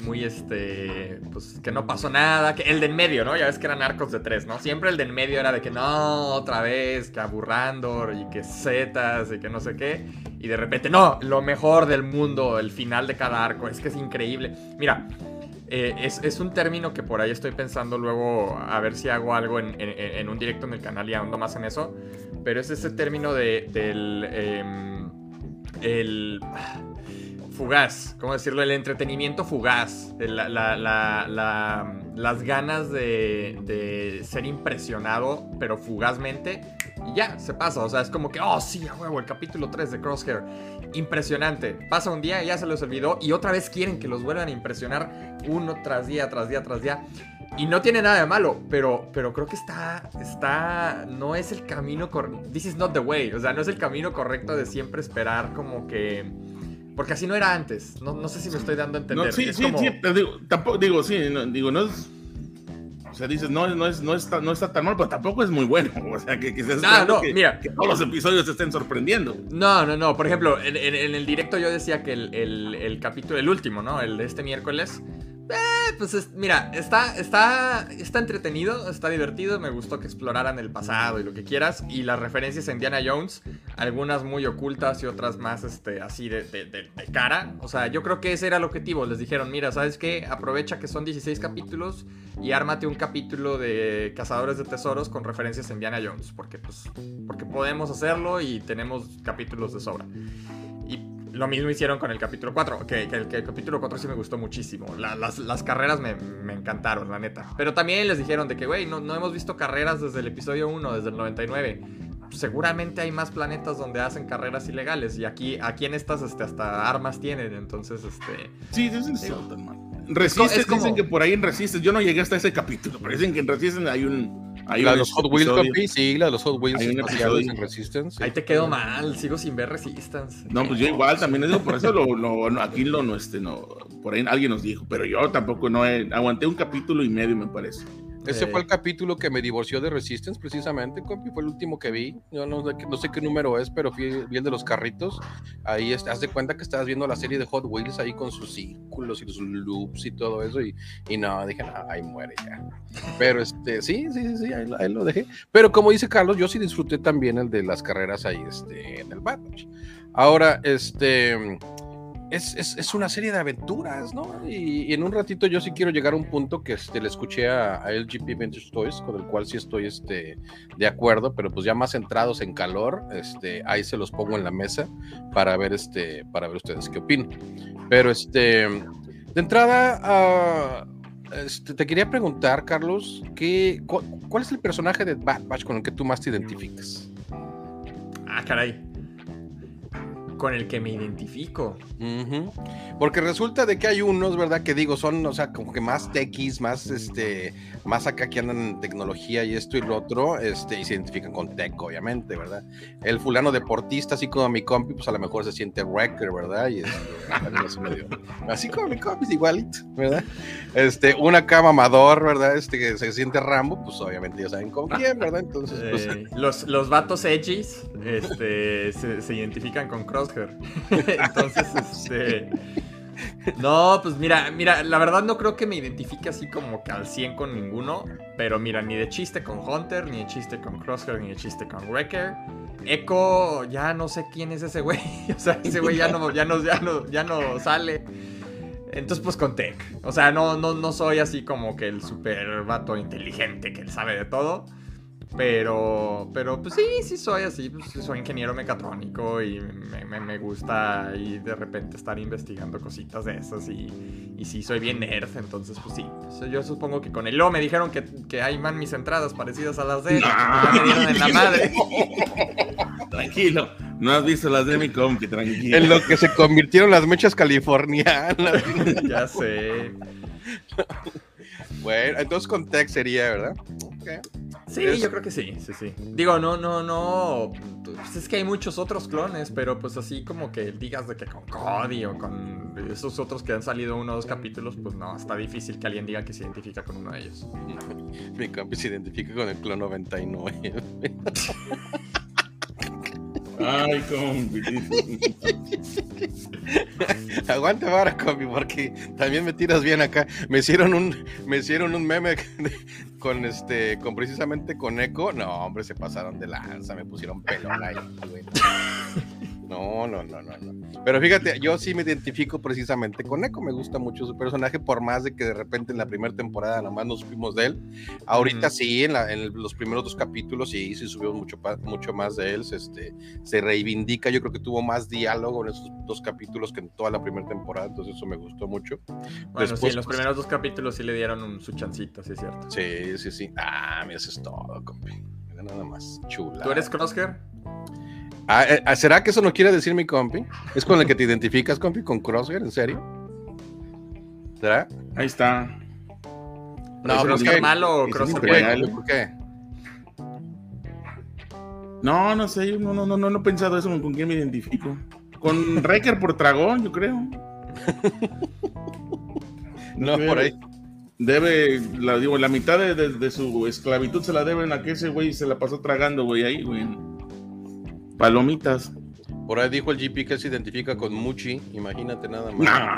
pues que no pasó nada, que el de en medio, ¿no? Ya ves que eran arcos de 3, ¿no? Siempre el de en medio era de que no, otra vez, que aburrandor, y que zetas, y que no sé qué, y de repente, no, lo mejor del mundo, el final de cada arco, es que es increíble. Mira, es un término que por ahí estoy pensando luego a ver si hago algo en un directo en el canal y ando más en eso, pero es ese término el fugaz, ¿cómo decirlo? El entretenimiento fugaz, las ganas de ser impresionado, pero fugazmente, y ya, se pasa. O sea, es como que, sí, a huevo, el capítulo 3 de Crosshair, impresionante. Pasa un día y ya se les olvidó, y otra vez quieren que los vuelvan a impresionar uno tras día, tras día, tras día. Y no tiene nada de malo, pero creo que no es el camino correcto. This is not the way. O sea, no es el camino correcto de siempre esperar como que... Porque así no era antes. No sé si me estoy dando a entender. No, sí, pero tampoco, no es... O sea, dices, no está tan mal, pero tampoco es muy bueno. O sea, que mira, que todos los episodios te estén sorprendiendo. No. Por ejemplo, en el directo yo decía que el capítulo, el último, ¿no? El de este miércoles... pues mira, está entretenido, está divertido. Me gustó que exploraran el pasado y lo que quieras. Y las referencias a Indiana Jones, algunas muy ocultas y otras más así de cara. O sea, yo creo que ese era el objetivo. Les dijeron, mira, ¿sabes qué? Aprovecha que son 16 capítulos y ármate un capítulo de Cazadores de Tesoros con referencias a Indiana Jones. Porque podemos hacerlo y tenemos capítulos de sobra. Y lo mismo hicieron con el capítulo 4, que el capítulo 4 sí me gustó muchísimo. Las carreras me encantaron, la neta. Pero también les dijeron de que, güey, no hemos visto carreras desde el episodio 1, desde el 99. Seguramente hay más planetas donde hacen carreras ilegales. Y aquí en estas hasta armas tienen, entonces, Sí, eso es tan mal. Resistance, dicen que por ahí en Resistance, yo no llegué hasta ese capítulo, pero dicen que en Resistance hay la de los Hot Wheels, papi, sí, la de los Hot Wheels espaciales en Resistance. Sí. Ahí te quedo mal, sigo sin ver Resistance. No, pues yo igual también, por eso aquí por ahí alguien nos dijo, pero yo tampoco aguanté un capítulo y medio, me parece. Ese fue el capítulo que me divorció de Resistance, precisamente, compi, fue el último que vi. Yo no sé qué número es, pero vi el de los carritos. Ahí haz de cuenta que estabas viendo la serie de Hot Wheels ahí con sus círculos y sus loops y todo eso, y no, dije, ahí muere ya. Pero sí, ahí lo dejé. Pero como dice Carlos, yo sí disfruté también el de las carreras ahí, en el Bad Batch. Ahora, es una serie de aventuras, ¿no? Y en un ratito yo sí quiero llegar a un punto que le escuché a LGP Vintage Toys, con el cual sí estoy de acuerdo, pero pues ya más centrados en calor, ahí se los pongo en la mesa para ver ustedes qué opinan. Pero de entrada, te quería preguntar, Carlos, ¿cuál es el personaje de Bad Batch con el que tú más te identificas? Ah, caray. Con el que me identifico. Uh-huh. Porque resulta de que hay unos, ¿verdad? Que digo, son, o sea, como que más techies, más acá que andan en tecnología y esto y lo otro, y se identifican con tech, obviamente, ¿verdad? El fulano deportista, así como mi compi, pues a lo mejor se siente wrecker, ¿verdad? Y así como mi compi, igualito, ¿verdad? Un acá mamador, ¿verdad? Que se siente Rambo, pues obviamente ya saben con quién, ¿verdad? Entonces, pues... los vatos edgys, se identifican con Crosshair. Entonces, no, pues mira, la verdad no creo que me identifique así como que al 100 con ninguno, pero mira, ni de chiste con Hunter, ni de chiste con Crosshair, ni de chiste con Wrecker. Echo, ya no sé quién es ese güey, o sea, ese güey ya no sale. Entonces, pues con Tech, o sea, no soy así como que el super vato inteligente que él sabe de todo. Pero pues sí soy así, pues soy ingeniero mecatrónico y me gusta y de repente estar investigando cositas de esas y sí soy bien nerd, entonces pues sí, yo supongo que con él. Luego me dijeron que hay mis entradas parecidas a las de él, ya me dieron en la madre. Tranquilo, no has visto las de mi compi, tranquilo. En lo que se convirtieron las mechas californianas. Ya sé. Bueno, entonces con Tech sería, ¿verdad? Okay. Sí, yo creo que sí. Digo, no. Pues es que hay muchos otros clones, pero pues así como que digas de que con Cody o con esos otros que han salido 1 o 2 capítulos, pues no, está difícil que alguien diga que se identifica con uno de ellos. Mi compi se identifica con el clon 99. Ay, compi. Aguante vara, compi, porque también me tiras bien acá. Me hicieron un meme con precisamente con Echo. No, hombre, se pasaron de lanza, me pusieron pelón ahí, güey. No. Pero fíjate, yo sí me identifico precisamente con Echo. Me gusta mucho su personaje, por más de que de repente en la primera temporada nomás nos supimos de él. Ahorita sí, en los primeros 2 capítulos sí subimos mucho más de él. Se reivindica. Yo creo que tuvo más diálogo en esos 2 capítulos que en toda la primera temporada. Entonces eso me gustó mucho. Bueno, después, sí, en los primeros 2 capítulos sí le dieron su chancito, sí es cierto. Sí. Mira, eso es todo, compi. Mira, nada más chula. ¿Tú eres Crosshair? ¿Será que eso no quiere decir mi compi? ¿Es con el que te identificas, compi, con Crosshair? ¿En serio? ¿Será? Ahí está. No, ¿Crosshair malo o Crosshair? ¿Por qué? No sé, yo no he pensado eso con quién me identifico. Con Wrecker por dragón, yo creo. No, por ahí. La mitad de su esclavitud se la deben a que ese güey se la pasó tragando, güey, ahí, güey. Palomitas. Por ahí dijo el GP que se identifica con Muchi, imagínate nada más.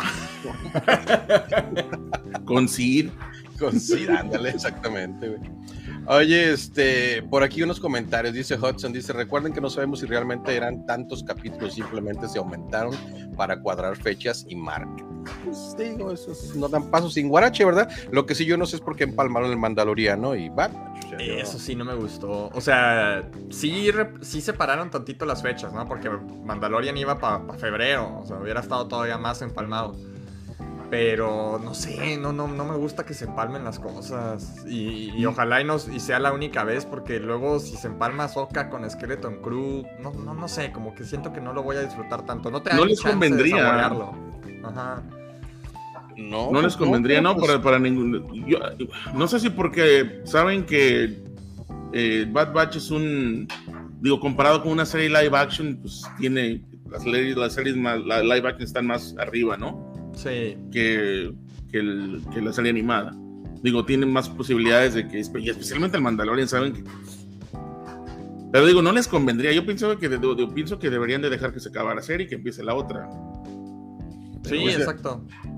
No. Con Sid. Con Sid, ándale, exactamente, güey. Oye, por aquí unos comentarios, dice Hudson, recuerden que no sabemos si realmente eran tantos capítulos, simplemente se aumentaron para cuadrar fechas y marketing. Pues digo, esos no dan paso sin guarache, ¿verdad? Lo que sí yo no sé es por qué empalmaron el Mandaloriano y Bad Batch. O sea, eso sí no me gustó. O sea, sí separaron tantito las fechas, ¿no? Porque Mandalorian iba para febrero, o sea, hubiera estado todavía más empalmado. Pero no sé, no me gusta que se empalmen las cosas. Y ojalá y sea la única vez, porque luego si se empalma Ahsoka con Skeleton Crew, no sé, como que siento que no lo voy a disfrutar tanto. No les convendría. De saborearlo. Ajá. No les convendría, no, pues... para ningún. Yo, no sé si porque saben que Bad Batch es comparado con una serie live action, pues tiene las series más, la live action están más arriba, ¿no? Sí. Que la serie animada. Tienen más posibilidades de que, y especialmente el Mandalorian, saben que. Pero no les convendría. Yo pienso que deberían de dejar que se acabe la serie y que empiece la otra. Sí, exacto.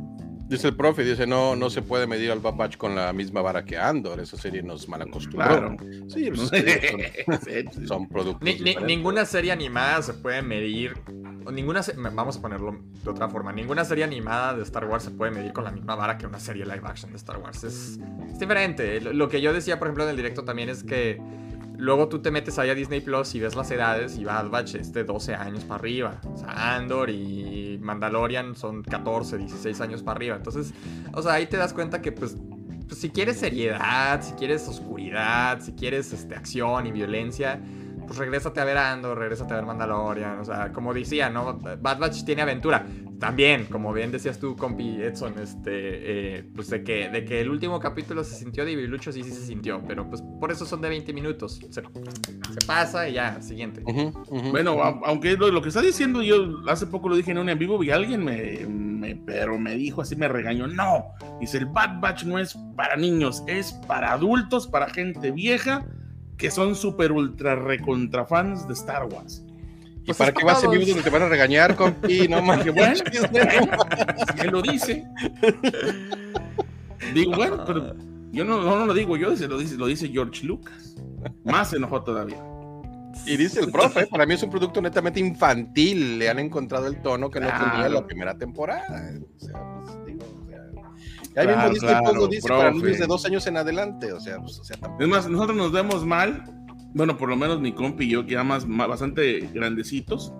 Dice el profe, dice, no se puede medir al Bad Batch con la misma vara que Andor, esa serie nos malacostumbró. Claro. Sí, pues, son productos ninguna serie animada se puede medir, vamos a ponerlo de otra forma, ninguna serie animada de Star Wars se puede medir con la misma vara que una serie live action de Star Wars, es diferente. Lo que yo decía, por ejemplo, en el directo también es que luego tú te metes ahí a Disney Plus y ves las edades y Bad Batch es de 12 años para arriba. O sea, Andor y Mandalorian son 14, 16 años para arriba. Entonces, o sea, ahí te das cuenta que pues si quieres seriedad, si quieres oscuridad, si quieres acción y violencia, pues regrésate a ver Andor, regrésate a ver Mandalorian. O sea, como decía, ¿no? Bad Batch tiene aventura. También, como bien decías tú, compi Edson, pues de que el último capítulo se sintió debilucho, sí se sintió, pero pues por eso son de 20 minutos. Se pasa y ya, siguiente. Bueno, aunque lo que está diciendo, yo hace poco lo dije en un en vivo y alguien pero me dijo así, me regañó. No, dice, el Bad Batch no es para niños, es para adultos, para gente vieja que son súper ultra recontra fans de Star Wars. ¿Y para qué vas en vivo donde te van a regañar, compi? No más que bueno, si él lo dice. Digo, bueno, pero yo no lo digo yo, lo dice George Lucas. Más enojó todavía. Y dice el profe, para mí es un producto netamente infantil. Le han encontrado el tono que no tenía en la primera temporada. O sea, pues, digo, ahí mismo dice, lo dice para niños de 2 años en adelante. O sea, tampoco. Es más, nosotros nos vemos mal. Bueno, por lo menos mi compi y yo, que ya bastante grandecitos,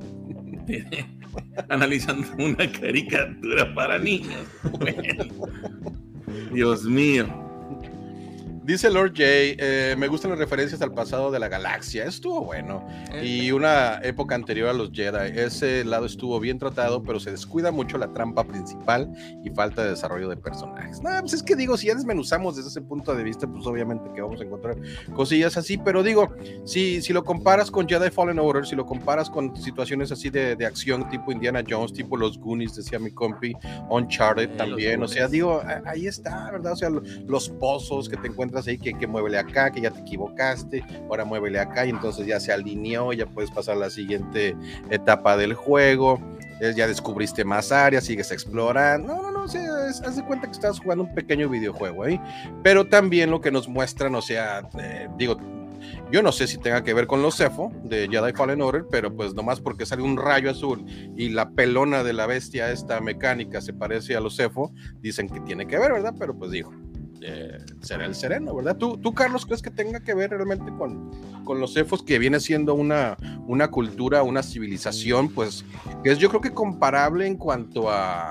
analizando una caricatura para niños. Bueno, Dios mío. Dice Lord J, me gustan las referencias al pasado de la galaxia, estuvo bueno. Y una época anterior a los Jedi, ese lado estuvo bien tratado, pero se descuida mucho la trampa principal y falta de desarrollo de personajes. No, pues es que digo, si ya desmenuzamos desde ese punto de vista, pues obviamente que vamos a encontrar cosillas así, pero digo, si lo comparas con Jedi Fallen Order, si lo comparas con situaciones así de acción tipo Indiana Jones, tipo los Goonies, decía mi compi, Uncharted también, o sea, digo, ahí está, ¿verdad? O sea, los pozos que te encuentras ahí, que muévele acá, que ya te equivocaste, ahora muévele acá y entonces ya se alineó, ya puedes pasar a la siguiente etapa del juego, ya descubriste más áreas, sigues explorando, no, o sea, haz de cuenta que estás jugando un pequeño videojuego ahí, pero también lo que nos muestran, o sea, digo, yo no sé si tenga que ver con los Zepho de Jedi Fallen Order, pero pues nomás porque sale un rayo azul y la pelona de la bestia esta mecánica se parece a los Zepho, dicen que tiene que ver, ¿verdad? Pero pues digo, será el sereno, ¿verdad? ¿Tú, Carlos, crees que tenga que ver realmente con los Zephos, que viene siendo una cultura, una civilización, pues, que es yo creo que comparable en cuanto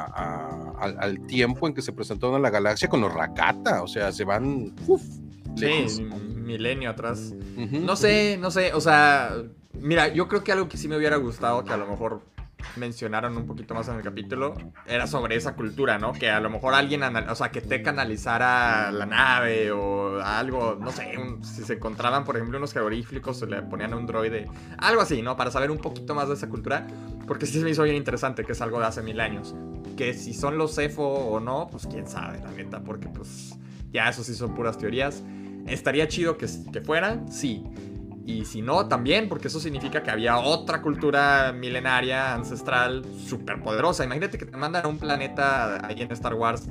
al tiempo en que se presentaron en la galaxia con los Rakata, o sea, se van sí, milenio atrás. No sé, o sea, mira, yo creo que algo que sí me hubiera gustado que a lo mejor mencionaron un poquito más en el capítulo era sobre esa cultura, ¿no? Que a lo mejor alguien, o sea, que Tech analizara la nave o algo, no sé, si se encontraban, por ejemplo, unos jeroglíficos, se le ponían a un droide, algo así, ¿no? Para saber un poquito más de esa cultura, porque sí se me hizo bien interesante, que es algo de hace 1000 años. Que si son los Zepho o no, pues quién sabe, la neta, porque pues ya eso sí son puras teorías. Estaría chido que fueran, sí. Y si no, también, porque eso significa que había otra cultura milenaria, ancestral, súper poderosa. Imagínate que te mandan a un planeta ahí en Star Wars,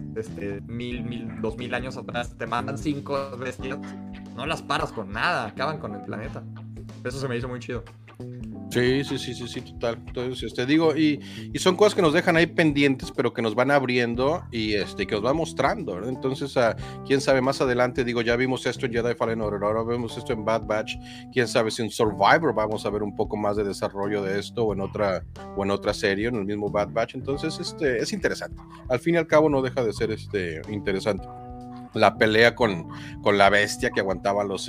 2000 años atrás, te mandan 5 bestias, no las paras con nada, acaban con el planeta. Eso se me hizo muy chido. Sí, total. Entonces, digo, y son cosas que nos dejan ahí pendientes, pero que nos van abriendo y que nos van mostrando, ¿verdad? Entonces, quién sabe, más adelante, digo, ya vimos esto en Jedi Fallen Order, ahora vemos esto en Bad Batch, quién sabe si en Survivor vamos a ver un poco más de desarrollo de esto o en otra serie, en el mismo Bad Batch. Entonces, es interesante. Al fin y al cabo no deja de ser interesante. La pelea con la bestia que aguantaba los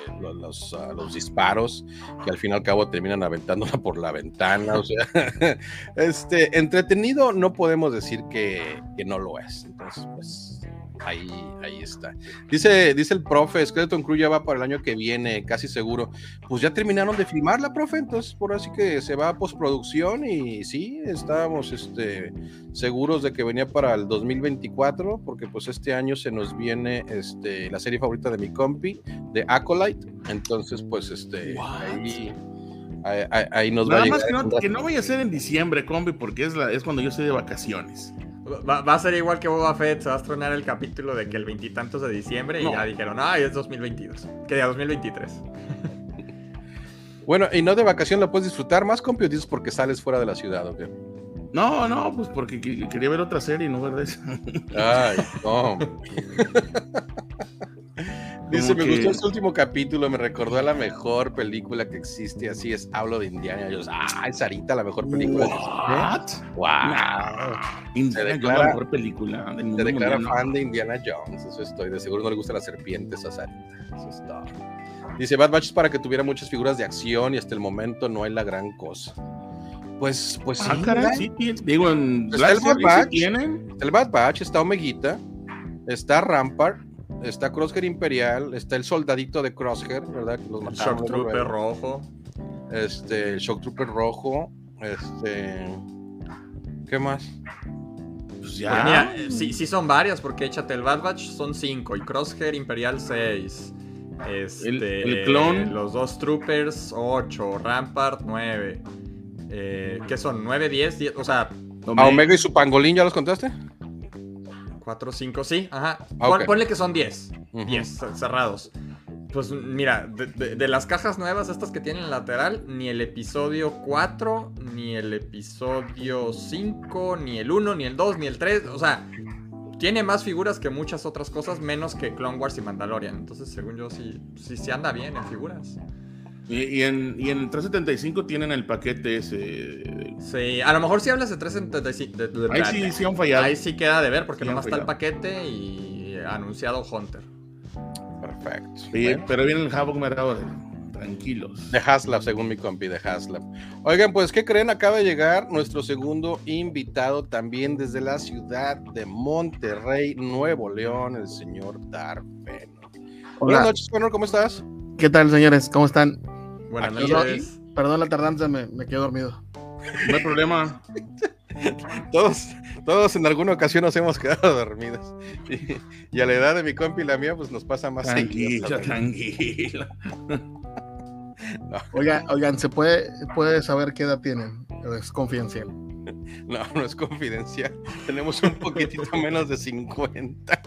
disparos, que al fin y al cabo terminan aventándola por la ventana, o sea, entretenido no podemos decir que no lo es. Entonces, pues, ahí está. Dice el profe, Skeleton Crew ya va para el año que viene, casi seguro. Pues ya terminaron de filmarla, profe, entonces por así que se va a postproducción y sí, estábamos seguros de que venía para el 2024, porque pues este año se nos viene la serie favorita de mi compi, de Acolyte, entonces pues ahí nos va a llegar. Nada más que no vaya a ser en diciembre, compi, porque es cuando yo estoy de vacaciones. Va a ser igual que Boba Fett, se va a estrenar el capítulo de que el 20 y tantos de diciembre y ya dijeron, es 2022, que de 2023. Bueno, y no de vacación lo puedes disfrutar más, compi, dices porque sales fuera de la ciudad, ¿o qué? No, pues porque quería ver otra serie y no ver de esa. Ay, no. Dice, me gustó este último capítulo, me recordó a la mejor película que existe, así es, hablo de Indiana Jones. Es Sarita, la mejor película que existe. Wow. Indiana Jones, la mejor película del mundo. Se declara fan de Indiana Jones, eso estoy, de seguro no le gustan las serpientes a Sarita, eso es todo. Dice, Bad Batch es para que tuviera muchas figuras de acción y hasta el momento no hay la gran cosa. Pues sí. Caray, sí, digo, en está el Bad Batch, tienen. El Bad Batch, está Omeguita, está Rampart, está Crosshair Imperial, está el soldadito de Crosshair, ¿verdad? Que los mataron, Shock Trooper rojo. El Shock Trooper rojo, ¿qué más? Pues ya. Pues mira, sí son varias, porque échate el Bad Batch son 5 y Crosshair Imperial 6. El clon. Los 2 Troopers 8, Rampart 9. ¿Qué son? 9, 10, o sea... Omega y su pangolín, ¿ya los contaste? 4, 5, sí, ajá. Okay. Ponle que son 10. 10 cerrados. Pues mira, de las cajas nuevas, estas que tienen lateral, ni el episodio 4, ni el episodio 5, ni el 1, ni el 2, ni el 3, o sea... Tiene más figuras que muchas otras cosas, menos que Clone Wars y Mandalorian. Entonces, según yo, sí anda bien en figuras. Y en el 375 tienen el paquete ese. Sí, a lo mejor si hablas de 375. Ahí sí han fallado. Ahí sí queda de ver, porque nomás está el paquete y anunciado Hunter. Perfecto. Sí, bueno. Pero viene el Havoc Merado. Tranquilos. De Haslab, según mi compi, de Haslab. Oigan, pues, ¿qué creen? Acaba de llegar nuestro segundo invitado, también desde la ciudad de Monterrey, Nuevo León, el señor Darth Fenor. Buenas noches, Fenor, ¿cómo estás? ¿Qué tal, señores? ¿Cómo están? Buenas noches. Perdón la tardanza, me quedé dormido. No hay problema. Todos en alguna ocasión nos hemos quedado dormidos. Y a la edad de mi compi y la mía, pues nos pasa más seguido. Tranquila. No. Oigan, ¿se puede saber qué edad tienen? ¿Es confidencial? No es confidencial. Tenemos un poquitito menos de 50.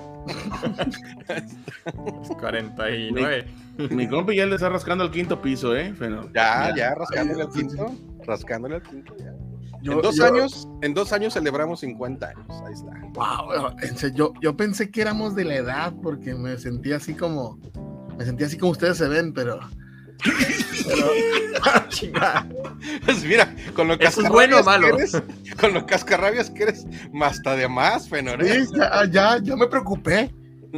49. Mi compi ya le está rascando al quinto piso, Fenor. Ya, rascándole al quinto. Rascándole al quinto, ya. En 2 años celebramos 50 años. Ahí está. Wow, yo pensé que éramos de la edad porque me sentía así como ustedes se ven, pero pues mira, con lo eso es bueno o malo. Con lo cascarrabias que eres, hasta de más, Fenor. Sí, ya me preocupé.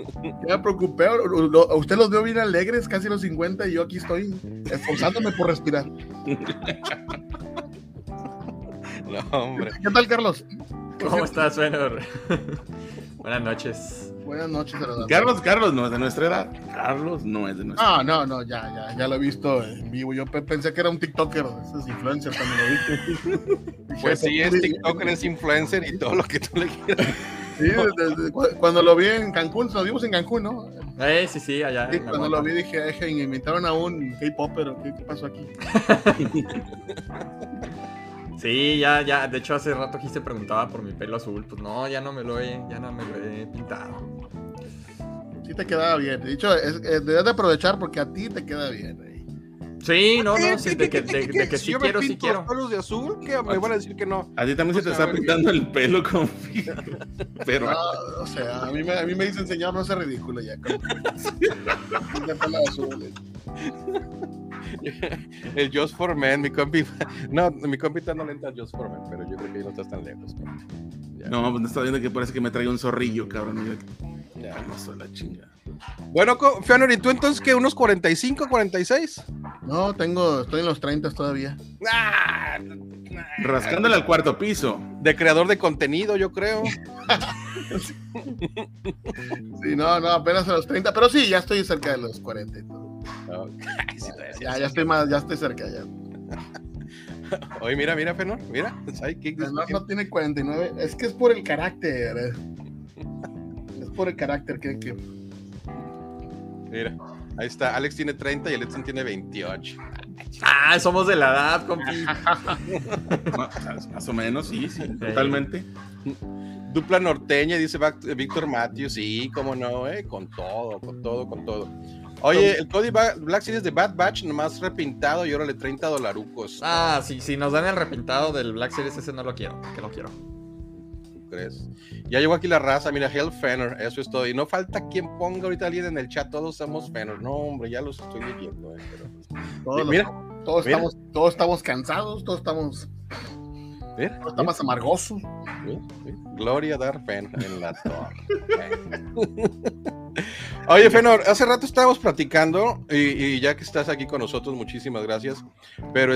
Usted los veo bien alegres, casi los 50, y yo aquí estoy esforzándome por respirar. No, hombre. ¿Qué tal, Carlos? ¿Cómo estás, Fenor? Buenas noches. Buenas noches, Carlos no es de nuestra edad. Carlos no es de nuestra edad. No, ya lo he visto en vivo. Yo pensé que era un TikToker, esos influencers también lo vi. Pues sí, es TikToker, es influencer y todo lo que tú le quieras. Sí, cuando lo vi en Cancún, nos vimos en Cancún, ¿no? Sí, allá. Sí, cuando lo vi dije, me invitaron a un K-Popper, ¿qué pasó aquí? Sí, ya, de hecho hace rato aquí se preguntaba por mi pelo azul, pues no, ya no me lo he pintado. Sí te quedaba bien, de hecho, debes de aprovechar porque a ti te queda bien, Sí, sí, de que sí quiero, sí quiero. ¿Los de azul? ¿Qué? Me van a decir que no. A ti también se te está pintando el pelo con... Pero... No, o sea, a mí me dicen, señor, no sea ridículo ya. El Just for Men, mi compi. No, mi compita no le entra Just for Men, pero yo creo que no estás tan lejos. No, pues no está viendo que parece que me traiga un zorrillo, cabrón. Ya, no soy la chinga. Bueno, Fenor, ¿y tú entonces qué? ¿Unos 45, 46? No, estoy en los 30 todavía. Rascándole al cuarto piso. De creador de contenido, yo creo. Sí, no, apenas a los 30, pero sí, ya estoy cerca de los 40 y todo. Okay. Ya estoy cerca ya. Oye, mira, Fenor, mira. No tiene 49, es que es por el carácter. Es por el carácter que... Mira, ahí está, Alex tiene 30 y el Edson tiene 28. Somos de la edad, compi. Más o menos, sí, totalmente. Dupla norteña, dice Víctor Matthews. Sí, cómo no, con todo. Oye, el Cody Black Series de Bad Batch, nomás repintado y órale, $30. Ah, sí, si nos dan el repintado del Black Series, ese no lo quiero, que lo quiero. ¿Tú crees? Ya llegó aquí la raza, mira, Hell Fenner, eso es todo. Y no falta quien ponga ahorita alguien en el chat, todos somos Fenner. No, hombre, ya los estoy leyendo. Todos estamos cansados, todos estamos amargosos. Gloria Darth Fenner en la torre. Oye, Fenor, hace rato estábamos platicando y ya que estás aquí con nosotros, muchísimas gracias. Pero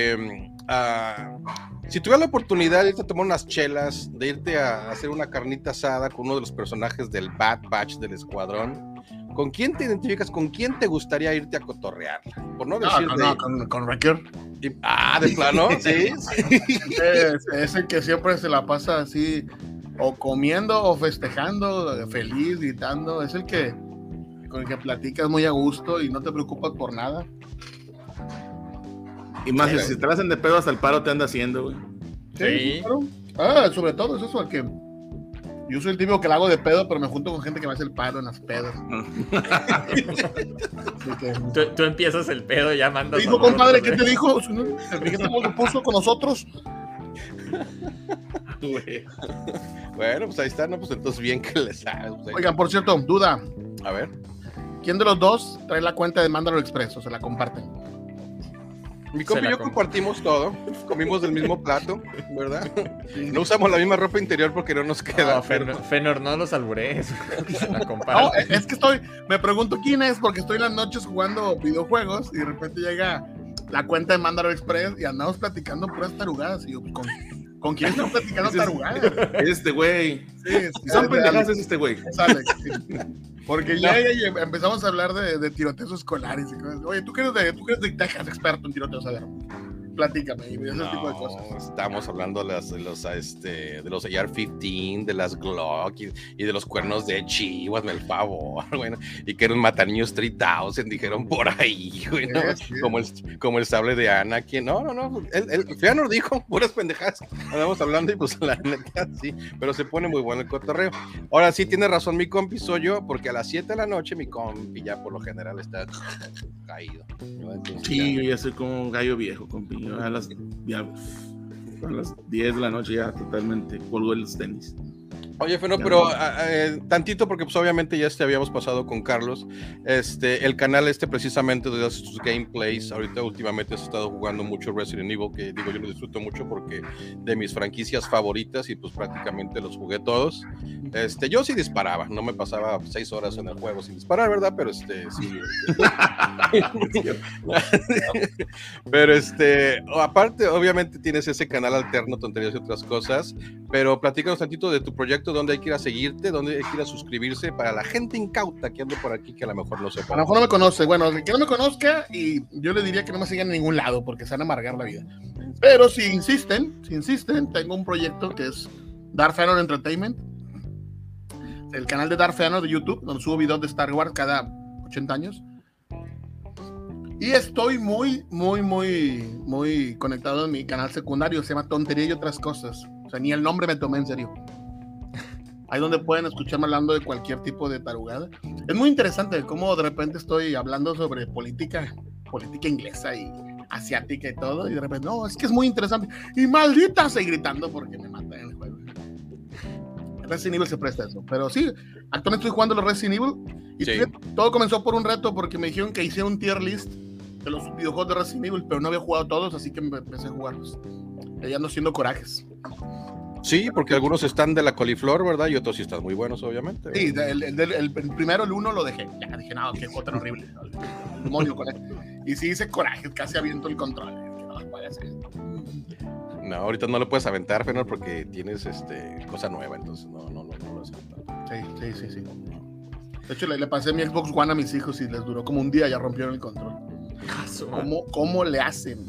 si tuvieras la oportunidad de irte a tomar unas chelas, de irte a hacer una carnita asada con uno de los personajes del Bad Batch del escuadrón, ¿con quién te identificas? ¿Con quién te gustaría irte a cotorrear? Por no decir con Wrecker. ¿de plano? Sí. Es el que siempre se la pasa así, o comiendo o festejando, feliz, gritando. Es el que con el que platicas muy a gusto y no te preocupas por nada. Y más, si te la hacen de pedo hasta el paro te anda haciendo, güey. Sí. Claro. Sobre todo es eso, el que yo soy el típico que la hago de pedo, pero me junto con gente que me hace el paro en las pedas. Tú empiezas el pedo y ya mandas. Dijo, compadre, ¿qué te dijo? ¿Qué te puso con nosotros? Bueno, pues ahí está, ¿no? Pues entonces bien que les sabes. Pues oigan, por cierto, duda. A ver. ¿Quién de los dos trae la cuenta de Mandalore Express o se la comparten? Mi compa y yo compartimos todo, comimos del mismo plato, ¿verdad? No usamos la misma ropa interior porque no nos queda. No, Fenor, no los alburees. No, es que me pregunto quién es, porque estoy en las noches jugando videojuegos y de repente llega la cuenta de Mandalore Express y andamos platicando puras tarugadas. Y yo, ¿con quién están platicando tarugadas? Este güey. Sí, son pendejadas, es este güey. Alex, sí. Porque ya empezamos a hablar de tiroteos escolares y cosas. Oye, tú que eres de Texas, experto en tiroteos, a ver, platícame y ese tipo de cosas. Estamos hablando de los AR-15, de las Glock y de los cuernos de Chihuahua, hazme el favor, bueno, y que era un Mataniños 3000, dijeron por ahí, güey, ¿no? Sí. Como el sable de Anakin. No, el Feanor dijo puras pendejadas. Andamos hablando y pues la neta, sí, pero se pone muy bueno el cotorreo. Ahora sí tiene razón mi compi, soy yo, porque a las 7 de la noche mi compi ya por lo general está caído. Sí, yo ya soy como un gallo viejo, compi. A las 10 de la noche ya totalmente colgo los tenis. Oye, Feno, pero tantito porque pues obviamente ya habíamos pasado con Carlos, el canal precisamente de sus gameplays, ahorita últimamente has estado jugando mucho Resident Evil, que digo yo lo disfruto mucho porque de mis franquicias favoritas y pues prácticamente los jugué todos. Yo sí disparaba, no me pasaba 6 horas en el juego sin disparar, ¿verdad? Pero sí. Pero aparte obviamente tienes ese canal alterno, tonterías y otras cosas, pero platícanos tantito de tu proyecto, dónde hay que ir a seguirte, dónde hay que ir a suscribirse para la gente incauta que ande por aquí que a lo mejor no sepa. A lo mejor no me conoce, bueno, que no me conozca y yo le diría que no me sigan en ningún lado porque se van a amargar la vida. Pero si insisten, tengo un proyecto que es Darth Feanor Entertainment, el canal de Darth Feanor de YouTube, donde subo videos de Star Wars cada 80 años. Y estoy muy conectado en mi canal secundario, se llama Tontería y Otras Cosas. O sea, ni el nombre me tomé en serio. Ahí donde pueden escucharme hablando de cualquier tipo de tarugada. Es muy interesante cómo de repente estoy hablando sobre política inglesa y asiática y todo, y de repente, no, es que es muy interesante. Y maldita, estoy gritando porque me matan en el juego. Resident Evil se presta eso. Pero sí, actualmente estoy jugando los Resident Evil y sí. Todo comenzó por un reto porque me dijeron que hice un tier list de los videojuegos de Resident Evil, pero no había jugado todos, así que empecé a jugarlos. Ya ando haciendo corajes. Sí, porque algunos están de la coliflor, ¿verdad? Y otros sí están muy buenos, obviamente. Sí, el primero, el 1 lo dejé. Ya dije, no, qué juego tan horrible. El demonio con él. Y sí hice corajes, casi aviento el control. Que no lo puede hacer. No, ahorita no lo puedes aventar, Fenor, porque tienes cosa nueva, entonces no lo has aventado. Sí. De hecho, le pasé mi Xbox One a mis hijos y les duró como un día, ya rompieron el control. ¿Cómo le hacen?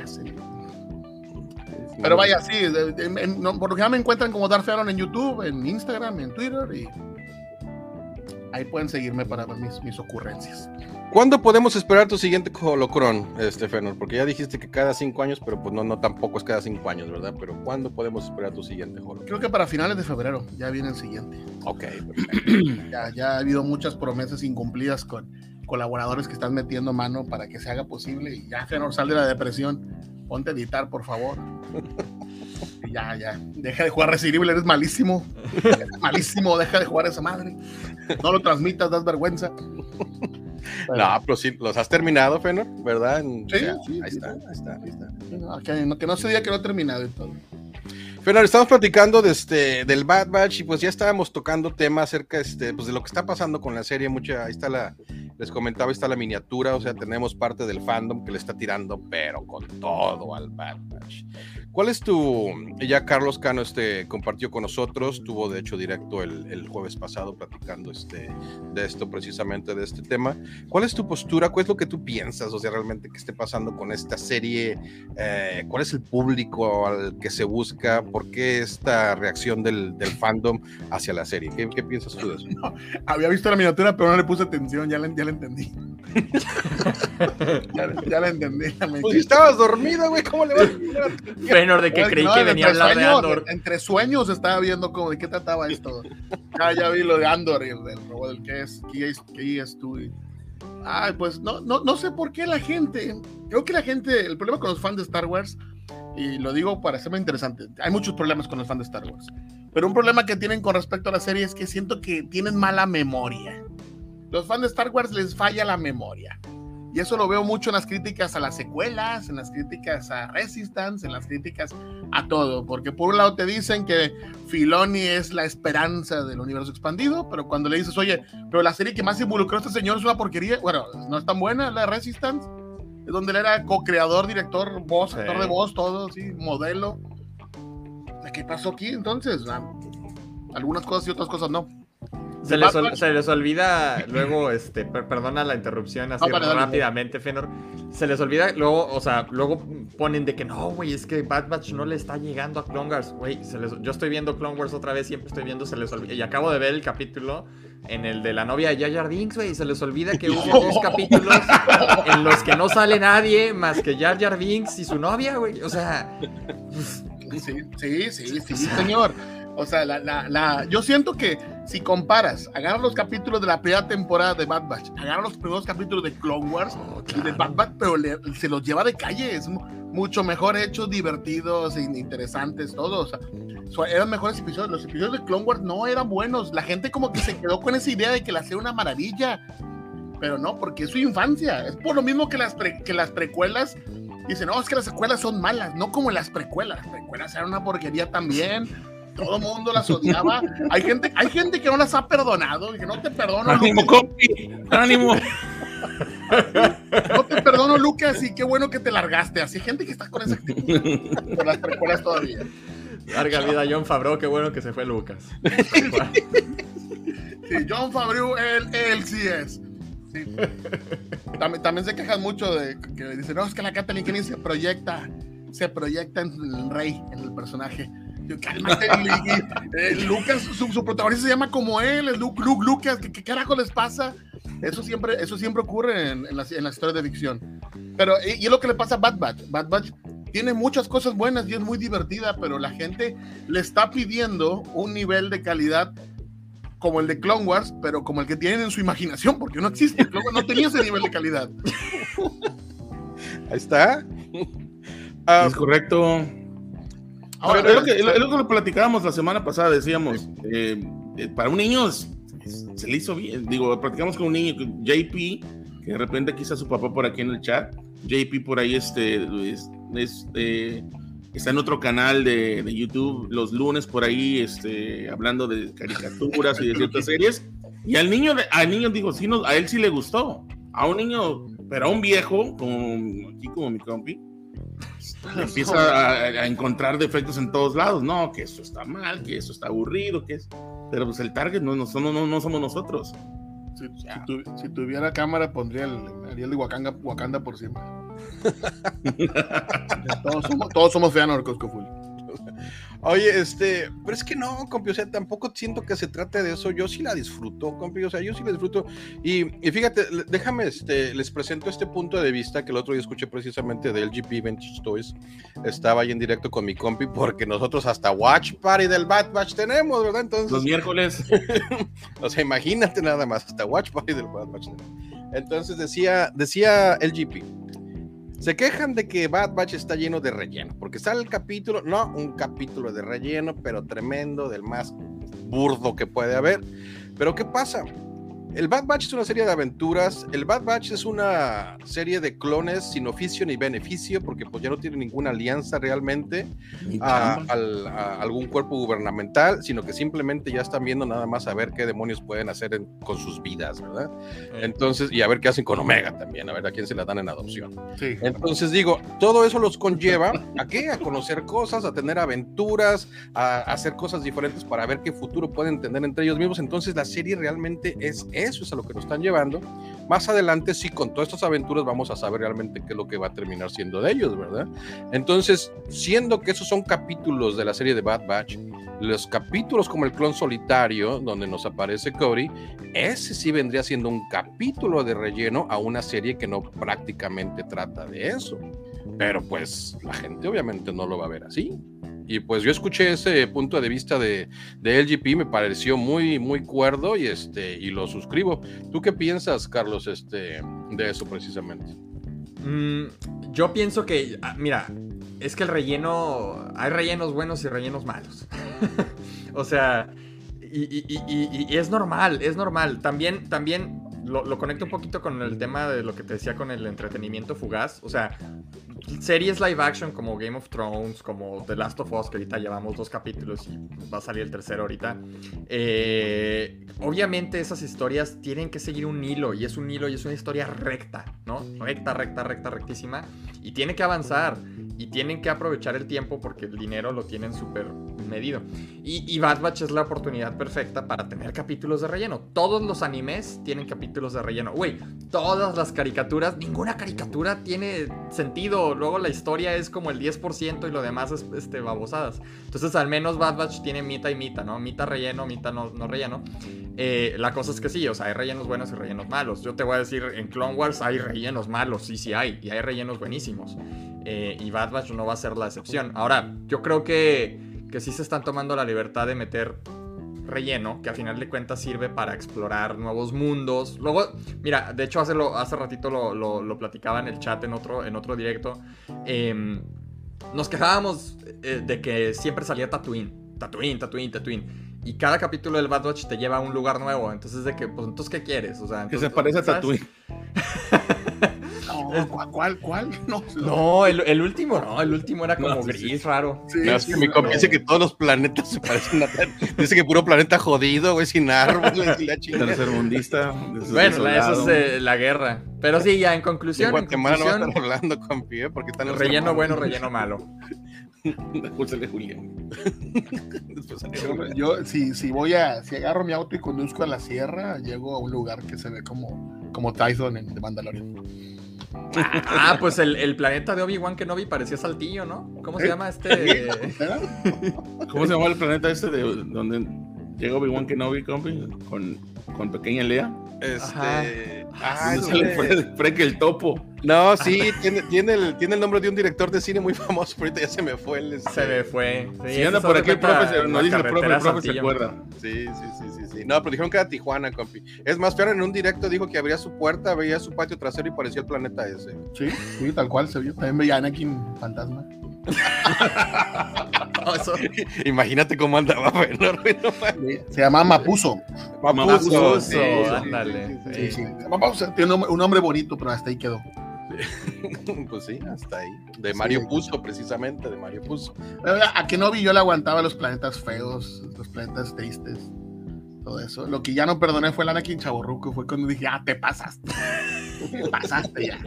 Pero vaya, sí, por lo que me encuentran como Darth Feanor en YouTube, en Instagram, en Twitter y ahí pueden seguirme para ver mis ocurrencias. ¿Cuándo podemos esperar tu siguiente holocron, Fenor? Porque ya dijiste que cada 5 años, pero pues no tampoco es cada 5 años, ¿verdad? Pero ¿cuándo podemos esperar tu siguiente holocron? Creo que para finales de febrero ya viene el siguiente. Ok, perfecto. Ya ha habido muchas promesas incumplidas con colaboradores que están metiendo mano para que se haga posible, y ya, Fenor, sal de la depresión, ponte a editar, por favor. Y ya, deja de jugar Resident Evil, eres malísimo. Malísimo, deja de jugar esa madre. No lo transmitas, das vergüenza. Pero, no, pero sí, los has terminado, Fenor, ¿verdad? Sí, o sea, sí, ahí sí. está. Que no se diga que no he terminado y todo. Fenor, estamos platicando del Bad Batch y pues ya estábamos tocando temas acerca pues de lo que está pasando con la serie. Ahí está les comentaba, está la miniatura, o sea, tenemos parte del fandom que le está tirando, pero con todo al Bad Batch. ¿Cuál es ya Carlos Cano compartió con nosotros, tuvo de hecho directo el jueves pasado platicando de esto, precisamente de este tema? ¿Cuál es tu postura? ¿Cuál es lo que tú piensas, o sea, realmente que esté pasando con esta serie? ¿Cuál es el público al que se busca? ¿Por qué esta reacción del fandom hacia la serie? ¿Qué piensas tú de eso? No, había visto la miniatura, pero no le puse atención, ya la entendí. ya la entendí. Pues si estabas dormido, güey, ¿cómo le vas a poner atención? Fenor, de que creí que venía a hablar de Andor. Entre sueños estaba viendo como de qué trataba esto. Ya vi lo de Andor y el robot del que es tú. Pues no sé por qué la gente. Creo que el problema con los fans de Star Wars, y lo digo para ser muy interesante, hay muchos problemas con los fans de Star Wars, pero un problema que tienen con respecto a la serie es que siento que tienen mala memoria. Los fans de Star Wars les falla la memoria. Y eso lo veo mucho en las críticas a las secuelas, en las críticas a Resistance, en las críticas a todo. Porque por un lado te dicen que Filoni es la esperanza del universo expandido, pero cuando le dices, oye, pero la serie que más involucró a este señor es una porquería, bueno, no es tan buena la Resistance, es donde él era co-creador, director, voz, actor de voz, todo, sí, modelo. ¿Qué pasó aquí entonces? Algunas cosas y otras cosas no. Se les olvida luego, perdona la interrupción así rápidamente, Fenor. Se les olvida luego, o sea, luego ponen de que no, güey, es que Bad Batch no le está llegando a Clone Wars, güey. Yo estoy viendo Clone Wars otra vez, siempre estoy viendo, se les olvida. Y acabo de ver el capítulo en el de la novia de Jar Jar Binks, güey. Se les olvida que hubo 2 capítulos en los que no sale nadie más que Jar Jar Binks y su novia, güey. O sea, sí, señor. O sea, yo siento que si comparas, agarra los capítulos de la primera temporada de Bad Batch, agarra los primeros capítulos de Clone Wars y de Bad Batch, pero se los lleva de calle, es mucho mejor hechos, divertidos, interesantes, todos. O sea, eran mejores episodios. Los episodios de Clone Wars no eran buenos. La gente como que se quedó con esa idea de que la hacía una maravilla, pero no, porque es su infancia. Es por lo mismo que las precuelas dicen, no, es que las secuelas son malas, no como las precuelas. Las precuelas eran una porquería también. Todo el mundo las odiaba. Hay gente que no las ha perdonado y que no te perdono. ¡Ánimo, compi! ¡Ánimo! No te perdono, Lucas, y qué bueno que te largaste. Así hay gente que está con esa actitud por las precuelas todavía. Larga vida Jon Favreau, qué bueno que se fue Lucas. Sí, Jon Favreau, él sí es. Sí. También se quejan mucho de que dicen, no, es que la Kathleen Kennedy se proyecta en el rey, en el personaje. Yo, cálmate, Lucas, su protagonista se llama como él, es Lucas, ¿qué carajo les pasa? Eso siempre ocurre en las historias de ficción. Pero, y es lo que le pasa a Bad Batch. Bad Batch tiene muchas cosas buenas y es muy divertida, pero la gente le está pidiendo un nivel de calidad como el de Clone Wars, pero como el que tienen en su imaginación, porque no existe. Clone Wars no tenía ese nivel de calidad. Ahí está. Es correcto. Ahora, es lo que lo platicábamos la semana pasada, decíamos, para un niño se le hizo bien. Digo, platicamos con un niño, JP, que de repente quizá su papá por aquí en el chat, JP por ahí está en otro canal de YouTube los lunes por ahí, hablando de caricaturas y de ciertas series, y al niño digo, sí, a él sí le gustó, a un niño, pero a un viejo, como mi compi, empieza a encontrar defectos en todos lados, no, que eso está mal, que eso está aburrido, pero pues el target no somos nosotros. Si tuviera cámara pondría el de Wakanda por siempre. Todos somos Feanor Coscoful. Oye, pero es que no, compi, o sea, tampoco siento que se trate de eso. Yo sí la disfruto, compi, o sea, yo sí la disfruto. Y fíjate, déjame, les presento este punto de vista que el otro día escuché precisamente de LGP Vintage Toys. Estaba ahí en directo con mi compi, porque nosotros hasta Watch Party del Bad Batch tenemos, ¿verdad? Entonces, Los miércoles. o sea, imagínate nada más, hasta Watch Party del Bad Batch tenemos. Entonces decía LGP. Se quejan de que Bad Batch está lleno de relleno, porque sale el capítulo, no un capítulo de relleno, pero tremendo, del más burdo que puede haber. Pero ¿qué pasa? El Bad Batch es una serie de aventuras, el Bad Batch es una serie de clones sin oficio ni beneficio, porque pues ya no tiene ninguna alianza realmente a algún cuerpo gubernamental, sino que simplemente ya están viendo nada más a ver qué demonios pueden hacer con sus vidas, ¿verdad? Entonces, y a ver qué hacen con Omega también, a ver a quién se la dan en adopción. Sí. Entonces digo, todo eso los conlleva ¿a qué? A conocer cosas, a tener aventuras, a hacer cosas diferentes para ver qué futuro pueden tener entre ellos mismos. Entonces la serie realmente eso es a lo que nos están llevando. Más adelante sí, con todas estas aventuras vamos a saber realmente qué es lo que va a terminar siendo de ellos, ¿verdad? Entonces, siendo que esos son capítulos de la serie de Bad Batch, los capítulos como el clon solitario, donde nos aparece Cody, ese sí vendría siendo un capítulo de relleno a una serie que no prácticamente trata de eso. Pero pues la gente obviamente no lo va a ver así. Y pues yo escuché ese punto de vista de LGP, me pareció muy, muy cuerdo y lo suscribo. ¿Tú qué piensas, Carlos, de eso precisamente? Yo pienso que, mira, es que el relleno, hay rellenos buenos y rellenos malos. O sea, y es normal, es normal. También lo conecto un poquito con el tema de lo que te decía con el entretenimiento fugaz. O sea, series live action como Game of Thrones, como The Last of Us, que ahorita llevamos 2 capítulos y va a salir el tercero ahorita. Obviamente esas historias tienen que seguir un hilo, y es un hilo y es una historia recta, ¿no? Rectísima. Y tiene que avanzar, y tienen que aprovechar el tiempo porque el dinero lo tienen súper medido. Y Bad Batch es la oportunidad perfecta para tener capítulos de relleno. Todos los animes tienen capítulos de relleno. Güey, todas las caricaturas, ninguna caricatura tiene sentido. Luego la historia es como el 10% y lo demás es babosadas. Entonces al menos Bad Batch tiene mitad y mitad, ¿no? Mitad relleno, mitad no relleno. La cosa es que sí, o sea, hay rellenos buenos y rellenos malos. Yo te voy a decir, en Clone Wars hay rellenos malos, sí hay, y hay rellenos buenísimos. Y Bad Batch no va a ser la excepción. Ahora, yo creo que sí se están tomando la libertad de meter relleno, que a final de cuentas sirve para explorar nuevos mundos. Luego, mira, de hecho hace ratito lo platicaba en el chat en otro directo. Nos quejábamos de que siempre salía Tatooine. Y cada capítulo del Bad Batch te lleva a un lugar nuevo. Entonces de que, pues, entonces, ¿qué quieres? O sea, entonces, que se parece a Tatooine. ¿Cuál? No, el último no, el último era como gris, raro. Sí, es que mi compa dice que todos los planetas se parecen a dice que puro planeta jodido, güey, sin árboles y la chingada. Tercermundista. Bueno, eso es la guerra. Pero sí, ya en conclusión. En Guatemala no van a estar hablando, compi, porque están los relleno hermanos. bueno, relleno malo. Después sale Julián. Yo si agarro mi auto y conduzco a la sierra, llego a un lugar que se ve como Tyson en The Mandalorian. Pues el planeta de Obi-Wan Kenobi parecía Saltillo, ¿no? ¿Cómo se llama ¿Cómo se llama el planeta de donde llega Obi-Wan Kenobi, compi? Con pequeña Lea. Frank el Topo. No, sí, tiene el nombre de un director de cine muy famoso, pero ahorita ya se me fue. Se me fue. Sí, anda por aquí el profe, nos dice el profe se acuerda. Sí. No, pero dijeron que era Tijuana, compi. Es más, Fiona en un directo dijo que abría su puerta, veía su patio trasero y parecía el planeta ese. Sí, tal cual se vio. También veía Anakin fantasma. Imagínate cómo andaba, bueno, se llama Mapuzo. Mapuzo, ándale. Sí. Mapuzo tiene un nombre bonito, pero hasta ahí quedó. Pues sí, hasta ahí. De Mario Puzo, precisamente, de Mario Puzo. A Kenobi yo le aguantaba los planetas feos, los planetas tristes, todo eso. Lo que ya no perdoné fue el Anakin chavorruco. Fue cuando dije, te pasaste. Te pasaste ya.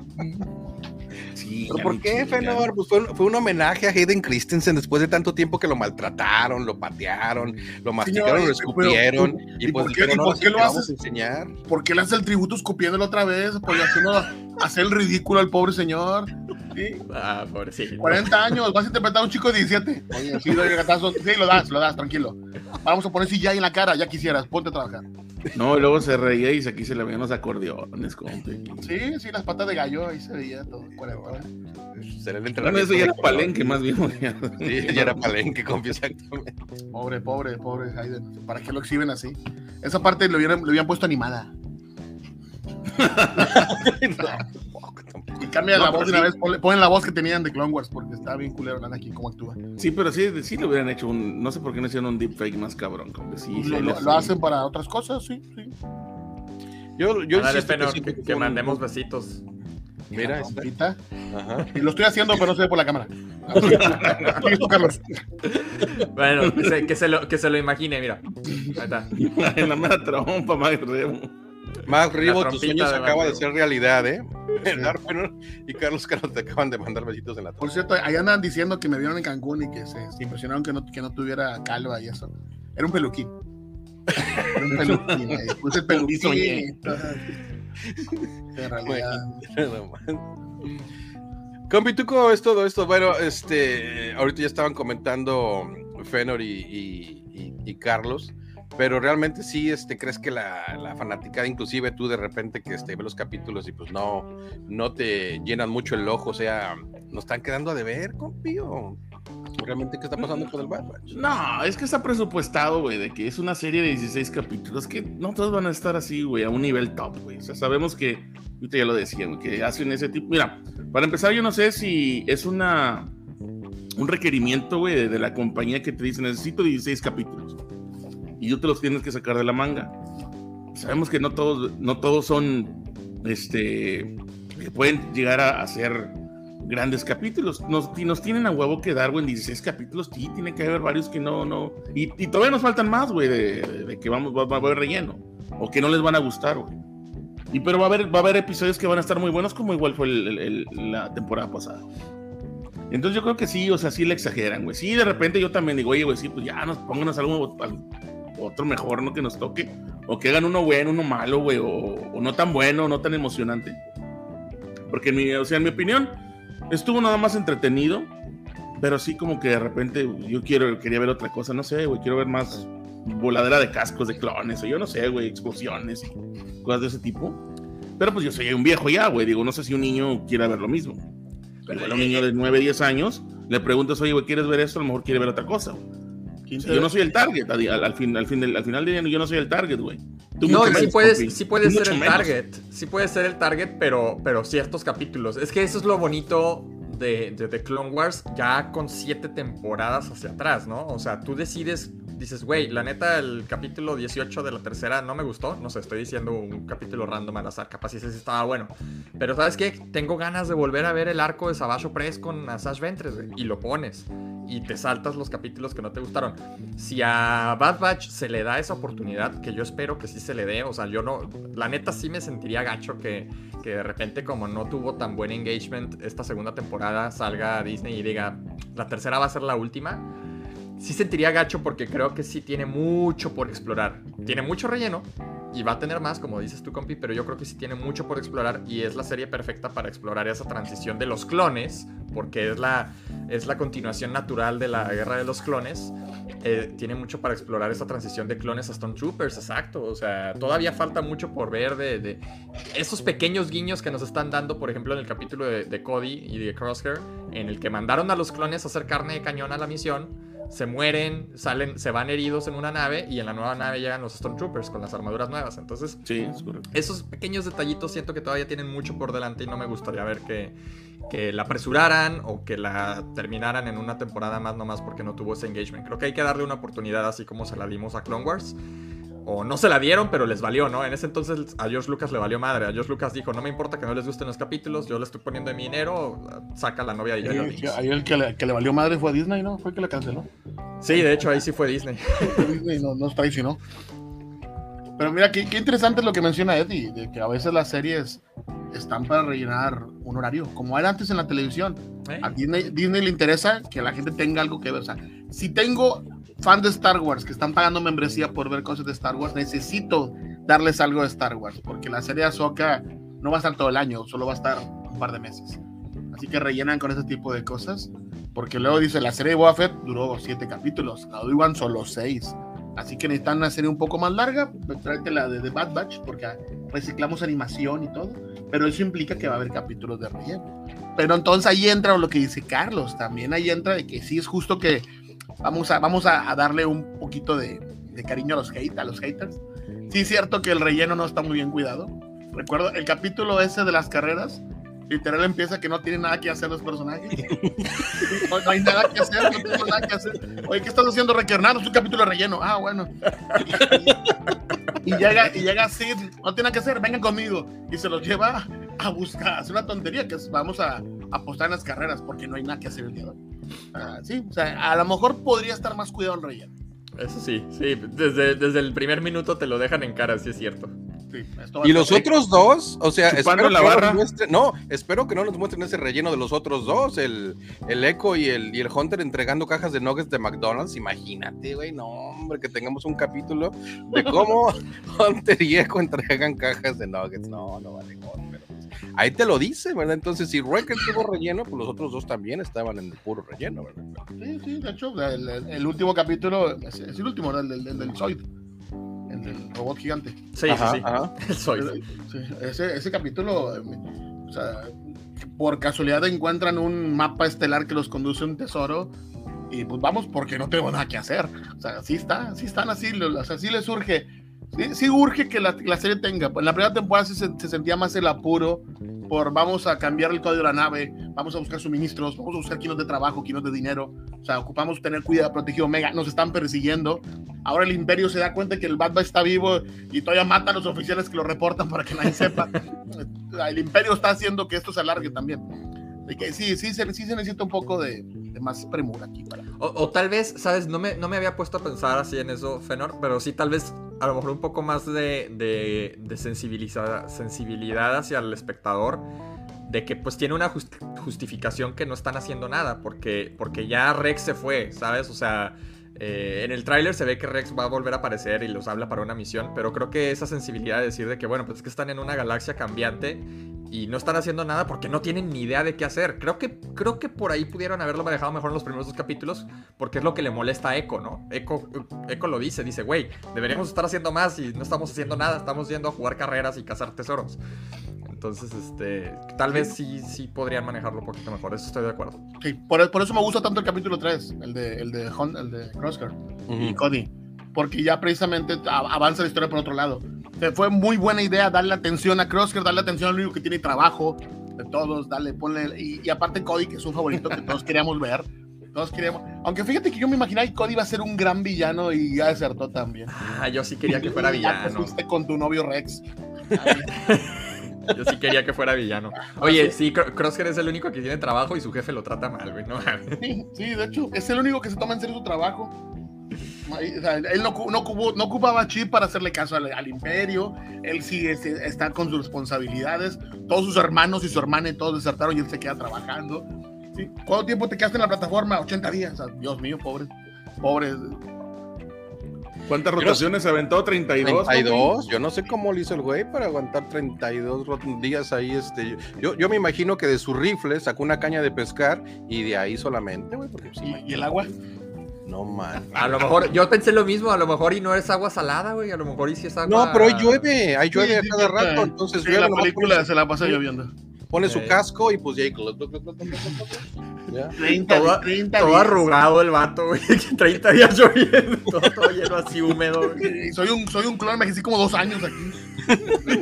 Sí, ¿pero por qué, Fenor? Pues fue un homenaje a Hayden Christensen después de tanto tiempo que lo maltrataron, lo patearon, lo masticaron, lo escupieron. ¿Y por qué lo haces? Enseñar? ¿Por qué le haces el tributo escupiéndolo otra vez? Pues haciendo hacer el ridículo al pobre señor. ¿Sí? Pobrecito. 40 años, vas a interpretar a un chico de 17. Oye, sí, doy gatazos. Sí, lo das, tranquilo. Vamos a poner CGI en la cara, ya quisieras, ponte a trabajar. No, y luego se reía y aquí se le veían los acordeones, compi. Sí, las patas de gallo, ahí se veía todo. 40. Será el Bueno, entrenamiento. eso ya era palenque, más bien. Sí, ya era palenque, compi, exactamente. Pobre Hayden. ¿Para qué lo exhiben así? Esa parte le habían puesto animada. Y cambia la voz de una vez, ponen la voz que tenían de Clone Wars, porque está bien culero Anakin cómo actúa. Sí, pero sí le hubieran hecho no sé por qué no hicieron un deepfake más cabrón. Sí, lo hacen para otras cosas, sí. Yo Dale, insisto Fenor, sí que mandemos besitos. Mira, ahorita. Ajá. Y lo estoy haciendo, pero no se ve por la cámara. Listo, Carlos. Bueno, que se lo imagine, mira. Ahí está. En la mera trompa, Mag Rebo. Mag Ribo, La tus trompita sueños de acaban Mag de Ribo. ser realidad, ¿eh? Fenor y Carlos te acaban de mandar besitos en la Por cierto, ahí andan diciendo que me vieron en Cancún y que se impresionaron que no tuviera calva y eso. Era un peluquín. Puse el peluquín. En realidad. Compi, ¿tú cómo ves todo esto? Bueno, ahorita ya estaban comentando Fenor y Carlos, pero realmente sí, ¿crees que la fanaticada, inclusive tú de repente que ves los capítulos y pues no te llenan mucho el ojo, o sea, nos están quedando a deber, compi, o realmente qué está pasando con el Bad Batch? No, es que está presupuestado, güey, de que es una serie de 16 capítulos, que no todos van a estar así, güey, a un nivel top, güey. O sea, sabemos que, ahorita ya lo decían, güey, que hacen ese tipo. Mira, para empezar, yo no sé si es un requerimiento, güey, de la compañía que te dice, necesito 16 capítulos. Y tú te los tienes que sacar de la manga. Sabemos que no todos son, que pueden llegar a ser grandes capítulos. Nos tienen a huevo que dar, güey, en 16 capítulos. Sí, tiene que haber varios que no. Y todavía nos faltan más, güey, de que va a haber relleno. O que no les van a gustar, güey. Pero va a haber episodios que van a estar muy buenos, como igual fue la temporada pasada. Entonces yo creo que sí, o sea, sí le exageran, güey. Sí, de repente yo también digo, oye, güey, sí, pues ya pónganos otro mejor, ¿no? Que nos toque. O que hagan uno bueno, uno malo, güey. O no tan bueno, no tan emocionante. Porque en mi opinión, estuvo nada más entretenido, pero sí como que de repente yo quería ver otra cosa, no sé, güey, quiero ver más voladera de cascos de clones, o yo no sé, güey, explosiones y cosas de ese tipo. Pero pues yo soy un viejo ya, güey, digo, no sé si un niño quiera ver lo mismo. Pero igual un niño de 9, 10 años, le preguntas, oye, güey, ¿quieres ver esto? A lo mejor quiere ver otra cosa, güey. O sea, yo no soy el target, al final del día yo no soy el target, güey. No, sí puede ser el target. Sí puede ser el target, pero ciertos capítulos. Es que eso es lo bonito de Clone Wars, ya con 7 temporadas hacia atrás, ¿no? O sea, tú dices, güey, la neta, el capítulo 18 de la tercera no me gustó. No sé, estoy diciendo un capítulo random al azar, capaz ese sí estaba bueno. Pero ¿sabes qué? Tengo ganas de volver a ver el arco de Savage Opress con Asajj Ventress, güey, y lo pones. Y te saltas los capítulos que no te gustaron. Si a Bad Batch se le da esa oportunidad, que yo espero que sí se le dé, o sea, yo no, la neta sí me sentiría gacho que de repente, como no tuvo tan buen engagement esta segunda temporada, salga a Disney y diga, la tercera va a ser la última. Sí sentiría gacho, porque creo que sí tiene mucho por explorar. Tiene mucho relleno y va a tener más, como dices tú, compi, pero yo creo que sí tiene mucho por explorar y es la serie perfecta para explorar esa transición de los clones, porque es la continuación natural de la guerra de los clones. Tiene mucho para explorar esa transición de clones a Stormtroopers, exacto. O sea, todavía falta mucho por ver de esos pequeños guiños que nos están dando, por ejemplo, en el capítulo de Cody y de Crosshair, en el que mandaron a los clones a hacer carne de cañón a la misión. Se mueren, se van heridos en una nave y en la nueva nave llegan los Stormtroopers con las armaduras nuevas. Entonces, sí, es correcto. Esos pequeños detallitos siento que todavía tienen mucho por delante y no me gustaría ver que la apresuraran o que la terminaran en una temporada más nomás porque no tuvo ese engagement. Creo que hay que darle una oportunidad así como se la dimos a Clone Wars. O no se la dieron, pero les valió, ¿no? En ese entonces a George Lucas le valió madre. A George Lucas dijo, no me importa que no les gusten los capítulos, yo le estoy poniendo de mi dinero, saca la novia de Jar Jar Binks. Ahí el que le valió madre fue a Disney, ¿no? Fue el que la canceló. Sí, de hecho ahí sí fue Disney. Disney nos traicionó. Pero mira, qué interesante es lo que menciona Eddie, de que a veces las series están para rellenar un horario, como era antes en la televisión. A Disney le interesa que la gente tenga algo que ver. O sea, si tengo fans de Star Wars que están pagando membresía por ver cosas de Star Wars, necesito darles algo de Star Wars, porque la serie de Ahsoka no va a estar todo el año, solo va a estar un par de meses. Así que rellenan con ese tipo de cosas, porque luego dice, la serie de Boba Fett duró 7 capítulos, la Obi-Wan solo 6. Así que necesitan una serie un poco más larga, tráete la de The Bad Batch, porque reciclamos animación y todo, pero eso implica que va a haber capítulos de relleno. Pero entonces ahí entra lo que dice Carlos, también ahí entra de que sí es justo que vamos a darle un poquito de cariño a los haters. Sí es cierto que el relleno no está muy bien cuidado. Recuerdo el capítulo ese de las carreras, literal empieza que no tiene nada que hacer los personajes. No hay nada que hacer, no tenemos nada que hacer. Oye, ¿qué estás haciendo, Requernando? Es un capítulo de relleno. Ah, bueno. Y llega Sid, no tiene nada que hacer, vengan conmigo. Y se los lleva a buscar, a hacer una tontería, que es, vamos a apostar en las carreras, porque no hay nada que hacer el día de hoy. Sí, o sea, a lo mejor podría estar más cuidado el relleno. Eso sí, desde el primer minuto te lo dejan en cara, sí es cierto. Sí, y los otros dos, o sea, espero que no nos muestren ese relleno de los otros dos, el Echo y el Hunter entregando cajas de nuggets de McDonald's. Imagínate, güey, no, hombre, que tengamos un capítulo de cómo Hunter y Echo entregan cajas de nuggets. No vale, pero ahí te lo dice, ¿verdad? Entonces, si Wrecker tuvo relleno, pues los otros dos también estaban en el puro relleno, ¿verdad? Sí, de hecho, el último capítulo es el último, ¿no? el del Zoid. El del robot gigante. Sí. El Zoid. Sí, ese capítulo, o sea, por casualidad encuentran un mapa estelar que los conduce a un tesoro y pues vamos porque no tenemos nada que hacer. O sea, sí están así, o sea, sí les urge. Sí urge que la serie tenga. En la primera temporada se sentía más el apuro por vamos a cambiar el código de la nave, vamos a buscar suministros, vamos a buscar quinos de trabajo, quinos de dinero. O sea, ocupamos tener cuidado, protegido Omega, nos están persiguiendo. Ahora el Imperio se da cuenta que el Bad Batch está vivo y todavía mata a los oficiales que lo reportan para que nadie sepa. El Imperio está haciendo que esto se alargue también. Así que sí se necesita un poco de más premura aquí. O tal vez, ¿sabes? No me había puesto a pensar así en eso, Fenor, pero sí tal vez a lo mejor un poco más de sensibilidad hacia el espectador, de que pues tiene una justificación que no están haciendo nada, porque ya Rex se fue, ¿sabes? O sea, en el tráiler se ve que Rex va a volver a aparecer y los habla para una misión, pero creo que esa sensibilidad de decir de que, bueno, pues es que están en una galaxia cambiante y no están haciendo nada porque no tienen ni idea de qué hacer. Creo que por ahí pudieron haberlo manejado mejor en los primeros 2 capítulos, porque es lo que le molesta a Echo, ¿no? Echo lo dice, güey, deberíamos estar haciendo más y no estamos haciendo nada, estamos yendo a jugar carreras y cazar tesoros. Entonces, tal vez sí podrían manejarlo un poquito mejor, eso estoy de acuerdo. Sí, por eso me gusta tanto el capítulo 3, el de Crosshair y Cody, porque ya precisamente avanza la historia por otro lado. Fue muy buena idea darle atención a Crosshair, darle atención al único que tiene trabajo de todos, ponle, y aparte Cody, que es un favorito que todos queríamos ver. Aunque fíjate que yo me imaginaba que Cody iba a ser un gran villano y ya desertó también. Yo sí quería que fuera villano. Ya te fuiste con tu novio Rex. Yo sí quería que fuera villano. Oye, sí, Crosshair es el único que tiene trabajo y su jefe lo trata mal, güey, ¿no? Sí, de hecho, es el único que se toma en serio su trabajo. O sea, él no ocupaba chip para hacerle caso al Imperio. Él sí está con sus responsabilidades. Todos sus hermanos y su hermana y todos desertaron y él se queda trabajando. ¿Sí? ¿Cuánto tiempo te quedaste en la plataforma? 80 días. O sea, Dios mío, pobre. ¿Cuántas rotaciones se aventó? 32. 32. Yo no sé cómo lo hizo el güey para aguantar 32 días ahí. Yo me imagino que de su rifle sacó una caña de pescar y de ahí solamente, güey. ¿Y el agua? No, man. A lo mejor, yo pensé lo mismo, a lo mejor y no es agua salada, güey, a lo mejor y si es agua... No, pero ahí llueve a cada rato, entonces sí, la película se la pasa lloviendo. Pone su casco y pues ya. 30 todo arrugado el vato, güey, 30 días lloviendo, todo lleno así húmedo. Soy un clon, me quedé como 2 años aquí.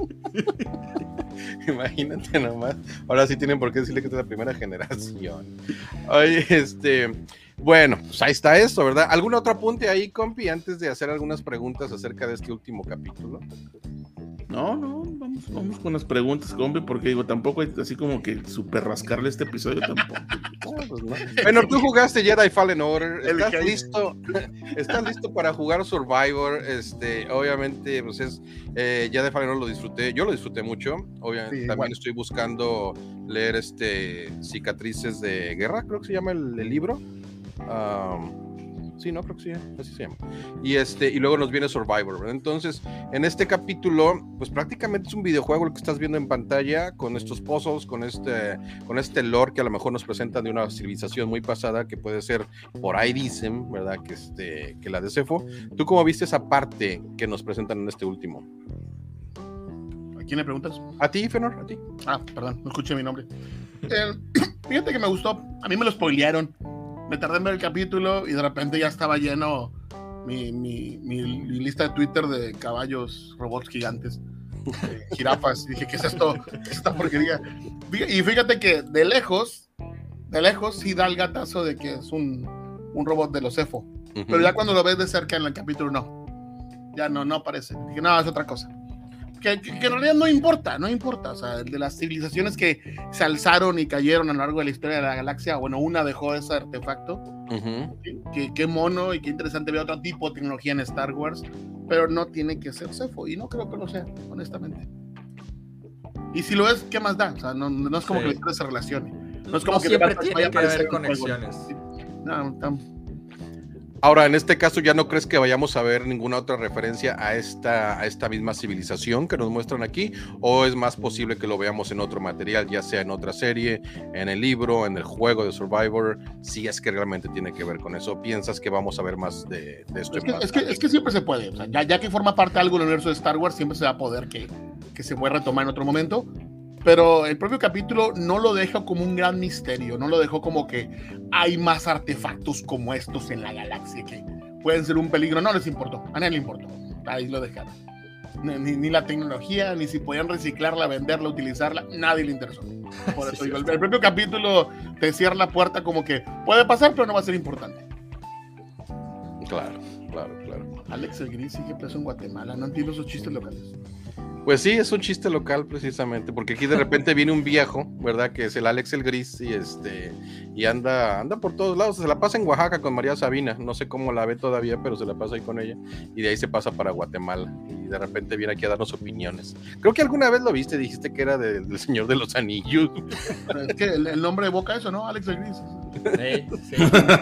Imagínate nomás. Ahora sí tienen por qué decirle que es la primera generación. Oye, bueno, pues ahí está esto, ¿verdad? ¿Algún otro apunte ahí, compi, antes de hacer algunas preguntas acerca de este último capítulo? No, vamos con las preguntas, compi, porque digo, tampoco hay así como que super rascarle este episodio tampoco. Pues no. Bueno, tú jugaste Jedi Fallen Order, ¿estás listo para jugar Survivor? Obviamente, pues Jedi Fallen Order lo disfruté, yo lo disfruté mucho, obviamente sí, también estoy buscando leer Cicatrices de Guerra, creo que se llama el libro. Sí, no, creo que sí, así se llama. Y luego nos viene Survivor, ¿verdad? Entonces, en este capítulo, pues prácticamente es un videojuego el que estás viendo en pantalla, con estos puzzles, con este lore que a lo mejor nos presenta de una civilización muy pasada, que puede ser, por ahí dicen, ¿verdad? Que la de Cefo. ¿Tú cómo viste esa parte que nos presentan en este último? ¿A quién le preguntas? ¿A ti, Fenor? ¿A ti? Ah, perdón, no escuché mi nombre. Fíjate que me gustó, a mí me lo spoilearon. Me tardé en ver el capítulo y de repente ya estaba lleno mi lista de Twitter de caballos, robots gigantes, jirafas. Y dije, ¿qué es esto? ¿Qué es esta porquería? Y fíjate que de lejos sí da el gatazo de que es un robot de los Cefo. Pero ya cuando lo ves de cerca en el capítulo, no. Ya no aparece. Dije, no, es otra cosa. Que en realidad no importa, o sea, de las civilizaciones que se alzaron y cayeron a lo largo de la historia de la galaxia, bueno, una dejó ese artefacto, qué mono y qué interesante ver otro tipo de tecnología en Star Wars, pero no tiene que ser Cefo, y no creo que lo sea, honestamente. Y si lo es, ¿qué más da? O sea, no es como que la historia se relacione. No es como que siempre tiene que haber conexiones. No. Ahora, en este caso, ¿ya no crees que vayamos a ver ninguna otra referencia a esta misma civilización que nos muestran aquí? ¿O es más posible que lo veamos en otro material, ya sea en otra serie, en el libro, en el juego de Survivor? Si es que realmente tiene que ver con eso. ¿Piensas que vamos a ver más de esto? Es que siempre se puede. O sea, ya que forma parte de algo del universo de Star Wars, siempre se va a poder que se pueda retomar en otro momento. Pero el propio capítulo no lo deja como un gran misterio, no lo dejó como que hay más artefactos como estos en la galaxia que pueden ser un peligro. No les importó, a nadie le importó, ahí lo dejaron. Ni la tecnología, ni si podían reciclarla, venderla, utilizarla, nadie le interesó. Por eso digo, el propio capítulo te cierra la puerta como que puede pasar, pero no va a ser importante. Claro. Alex el Gris sigue preso en Guatemala, no entiendo esos chistes locales. Pues sí, es un chiste local precisamente, porque aquí de repente viene un viejo, ¿verdad? Que es el Alex el Gris y anda por todos lados, se la pasa en Oaxaca con María Sabina, no sé cómo la ve todavía, pero se la pasa ahí con ella, y de ahí se pasa para Guatemala, y de repente viene aquí a darnos opiniones. Creo que alguna vez lo viste, dijiste que era del Señor de los Anillos. Es que el nombre evoca eso, ¿no? Alex el Gris. Sí.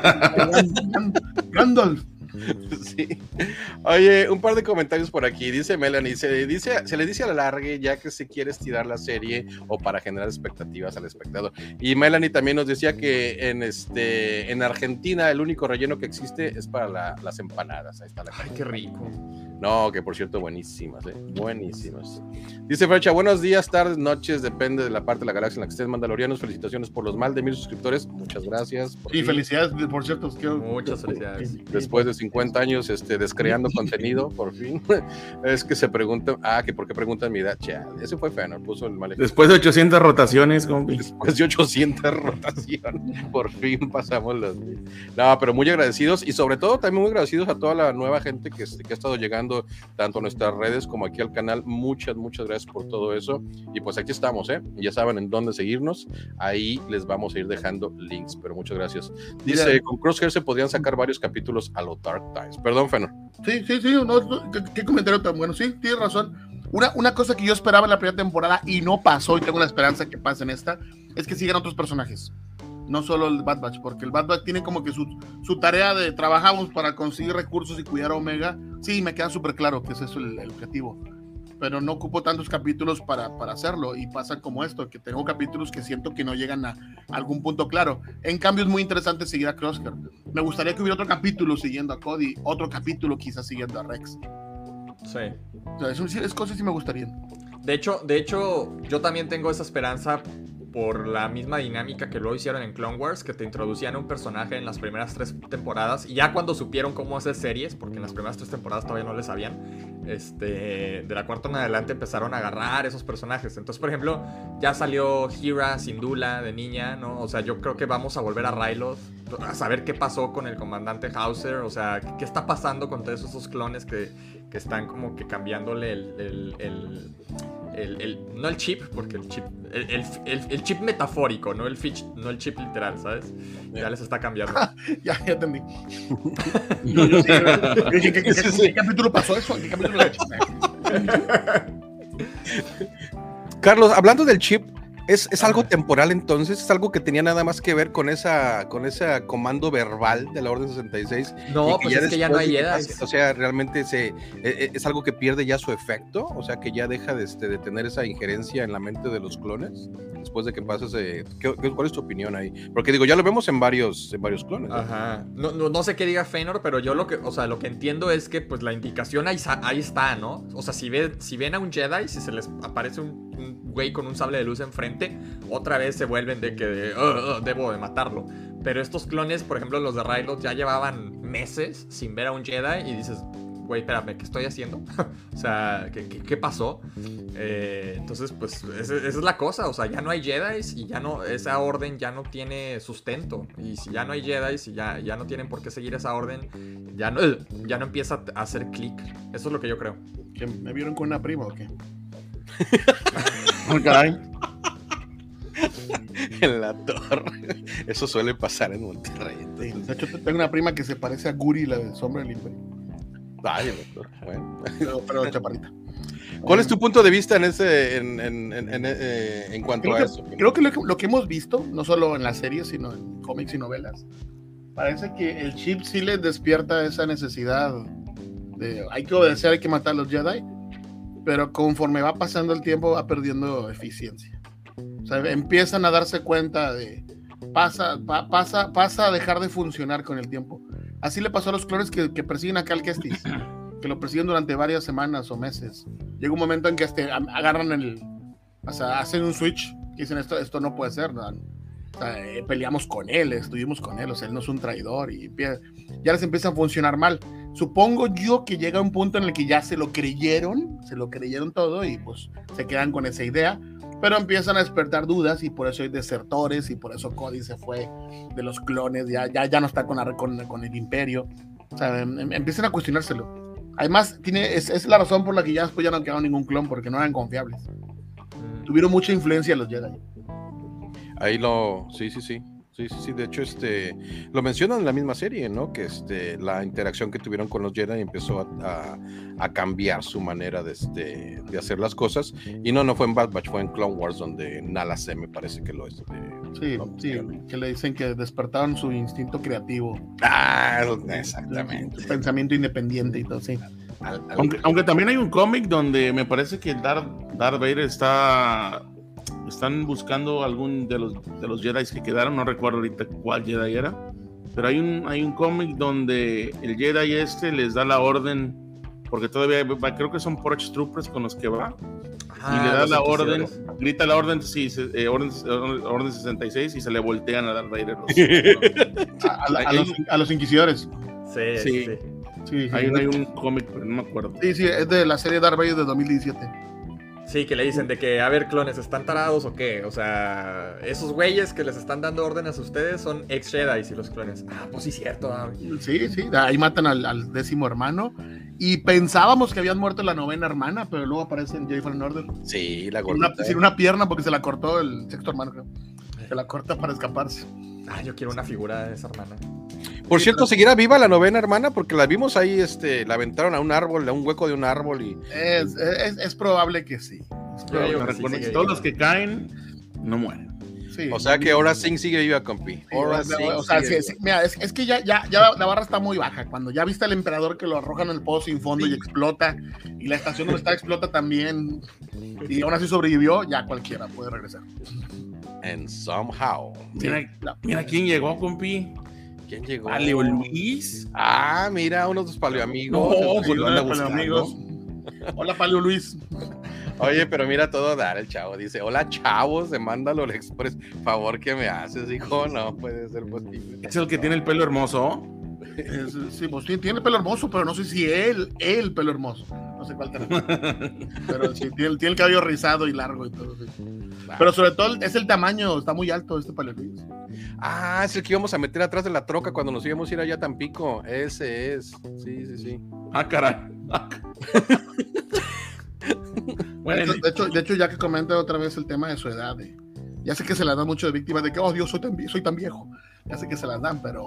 Gandalf. Sí. Oye, un par de comentarios por aquí. Dice Melanie, se le dice a la largue ya que se quiere estirar la serie o para generar expectativas al espectador. Y Melanie también nos decía que en Argentina el único relleno que existe es para las empanadas. Ahí está la Ay, qué rico. No, que por cierto, buenísimas, buenísimas. Dice Frecha, buenos días, tardes, noches, depende de la parte de la galaxia en la que estés, mandalorianos, felicitaciones por los más de 1000 suscriptores, muchas gracias. Y felicidades, por cierto. Muchas felicidades. Después de 50 años descreando contenido, por fin. Es que se preguntan, que por qué preguntan mi edad, chale, ese fue Fenor, puso el mal ejemplo. Después de 800 rotaciones, compi. Después de 800 rotaciones, por fin pasamos los 1000. No, pero muy agradecidos, y sobre todo también muy agradecidos a toda la nueva gente que ha estado llegando tanto a nuestras redes como aquí al canal. Muchas gracias por todo eso, y pues aquí estamos, ya saben en dónde seguirnos, ahí les vamos a ir dejando links, pero muchas gracias. Dice, mira, con Crosshair se podrían sacar varios capítulos a lo Dark Times. Perdón, Fenor. Sí, no, ¿qué comentario tan bueno? Sí, tienes razón. Una cosa que yo esperaba en la primera temporada y no pasó, y tengo la esperanza que pase en esta, es que sigan otros personajes, no solo el Bad Batch, porque el Bad Batch tiene como que su tarea de trabajamos para conseguir recursos y cuidar a Omega. Sí, me queda súper claro que ese es el objetivo, pero no ocupo tantos capítulos para hacerlo, y pasa como esto, que tengo capítulos que siento que no llegan a algún punto claro. En cambio es muy interesante seguir a Crosshair. Me gustaría que hubiera otro capítulo siguiendo a Cody, otro capítulo quizás siguiendo a Rex. Sí. O sea, es cosas sí me gustarían. De hecho, yo también tengo esa esperanza por la misma dinámica que luego hicieron en Clone Wars, que te introducían a un personaje en las primeras 3 temporadas, y ya cuando supieron cómo hacer series, porque en las primeras 3 temporadas todavía no le sabían, de la 4ª en adelante empezaron a agarrar esos personajes. Entonces, por ejemplo, ya salió Hera Syndulla de niña, ¿no? O sea, yo creo que vamos a volver a Ryloth, a saber qué pasó con el comandante Hauser, o sea, qué está pasando con todos esos clones que están como que cambiándole no el chip, porque el chip metafórico, no el chip literal, ¿sabes? Ya les está cambiando. ya entendí. ¿Qué capítulo pasó eso? ¿Qué capítulo de chip? Carlos, hablando del chip, ¿Es algo temporal entonces? ¿Es algo que tenía nada más que ver con ese comando verbal de la Orden 66? No, pues es que ya no hay Jedi. O sea, realmente es algo que pierde ya su efecto, o sea, que ya deja de tener esa injerencia en la mente de los clones, después de que pase ¿cuál es tu opinión ahí? Porque digo, ya lo vemos en varios clones. Ajá. No sé qué diga Feanor, pero yo lo que entiendo es que pues la indicación ahí está, ¿no? O sea, si ven a un Jedi, si se les aparece un güey con un sable de luz enfrente, otra vez se vuelven de que debo de matarlo. Pero estos clones, por ejemplo los de Ryloth, ya llevaban meses sin ver a un Jedi y dices, güey, espérame, ¿qué estoy haciendo? O sea, ¿qué pasó? Entonces, pues, esa es la cosa. O sea, ya no hay Jedis y esa orden ya no tiene sustento. Y si ya no hay Jedis y ya no tienen por qué seguir esa orden, ya no empieza a hacer clic. Eso es lo que yo creo. ¿Que me vieron con una prima o qué? Caray. En la torre. Eso suele pasar en Monterrey. Sí, de hecho, tengo una prima que se parece a Guri, la de Sombra del Imperio. Vaya, doctor. Bueno. Pero chaparrita. ¿Cuál es tu punto de vista en cuanto a eso? Creo que lo que hemos visto, no solo en las series, sino en cómics y novelas, parece que el chip sí les despierta esa necesidad de hay que obedecer, hay que matar a los Jedi, pero conforme va pasando el tiempo va perdiendo eficiencia. O sea, empiezan a darse cuenta de pasa a dejar de funcionar con el tiempo. Así le pasó a los clones que persiguen a Cal Kestis, que lo persiguen durante varias semanas o meses. Llega un momento en que agarran hacen un switch, que dicen esto no puede ser, ¿no? O sea, peleamos con él, estuvimos con él, o sea, él no es un traidor, y ya les empieza a funcionar mal. Supongo yo que llega un punto en el que ya se lo creyeron todo, y pues se quedan con esa idea, pero empiezan a despertar dudas, y por eso hay desertores, y por eso Cody se fue de los clones, ya no está con el Imperio. O sea, empiezan a cuestionárselo. Además, es la razón por la que ya después ya no quedaron ningún clon, porque no eran confiables. Tuvieron mucha influencia los Jedi. Ahí sí, de hecho, lo mencionan en la misma serie, ¿no? Que la interacción que tuvieron con los Jedi empezó a cambiar su manera de hacer las cosas, y no fue en Bad Batch, fue en Clone Wars, donde Nala Se me parece que lo es. Sí, que le dicen que despertaron su instinto creativo. Exactamente. Su pensamiento independiente y todo, sí. Aunque también hay un cómic donde me parece que Darth Vader están buscando algún de los Jedi que quedaron, no recuerdo ahorita cuál Jedi era, pero hay un cómic donde el Jedi les da la orden, porque todavía creo que son Purge Troopers con los que va, y le da la orden, grita la orden, sí, orden 66, y se le voltean a Darth Vader a los inquisidores. Sí. Hay un cómic, pero no me acuerdo. Sí, es de la serie Darth Vader de 2017. Sí, que le dicen de que, a ver, clones, ¿están tarados o qué? O sea, esos güeyes que les están dando órdenes a ustedes son ex Jedi y los clones. Pues sí, cierto. Sí, ahí matan al 10º hermano. Y pensábamos que habían muerto la 9ª hermana, pero luego aparece en Jedi Fallen Order. Sí, la gordita. Sin una pierna, porque se la cortó el 6º hermano, creo. Se la corta para escaparse. Yo quiero una figura de esa hermana. Por cierto, ¿seguirá viva la 9ª hermana? Porque la vimos ahí, la aventaron a un árbol, a un hueco de un árbol y... Es probable que sí. Todos los que caen no mueren. Sí. O sea que ahora Singh sigue viva, compi. Mira, es que ya la barra está muy baja. Cuando ya viste al emperador que lo arrojan en el pozo sin fondo y explota, y la estación donde está explota también, y aún así sobrevivió, ya cualquiera puede regresar. And somehow. Mira quién llegó, compi. ¿Quién llegó? Paleo Luis. Mira, uno de tus paleoamigos. Amigos. Hola, Paleo Luis. Oye, pero mira todo dar el chavo. Dice, hola chavos de Mandalor Express. Favor que me haces, hijo. No puede ser posible. Es el que tiene el pelo hermoso. Sí, pues tiene el pelo hermoso, pero no sé si el pelo hermoso. No sé cuál te pero sí, tiene el cabello rizado y largo y todo. Sí. Pero sobre todo es el tamaño, está muy alto este Paleo Luis. Es el que íbamos a meter atrás de la troca cuando nos íbamos a ir allá a Tampico. Ese es. Sí. Caray. Bueno, de hecho, ya que comenta otra vez el tema de su edad, ya sé que se la dan mucho de víctimas de que, Dios, soy tan viejo. Ya sé que se las dan, pero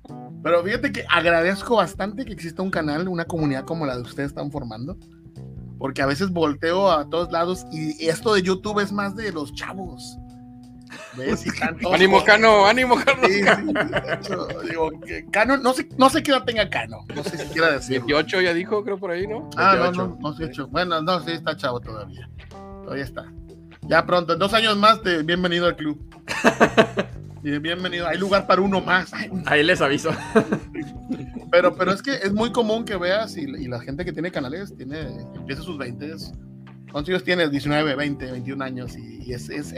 fíjate que agradezco bastante que exista un canal, una comunidad como la de ustedes están formando, porque a veces volteo a todos lados y esto de YouTube es más de los chavos. ¿Ves? Y ánimo, Cano, ánimo, Cano. Sí, de hecho, digo, Cano, no sé qué edad tenga Cano, no sé si quiera decir. 28 ya dijo, creo por ahí, ¿no? No, 18. Bueno, no, sí, está chavo todavía. Todavía está. Ya pronto, en 2 años más, bienvenido al club. Bienvenido, hay lugar para uno más. Ahí les aviso. Pero es que es muy común que veas y la gente que tiene canales empieza sus 20s. ¿Cuántos años tienes? 19, 20, 21 años y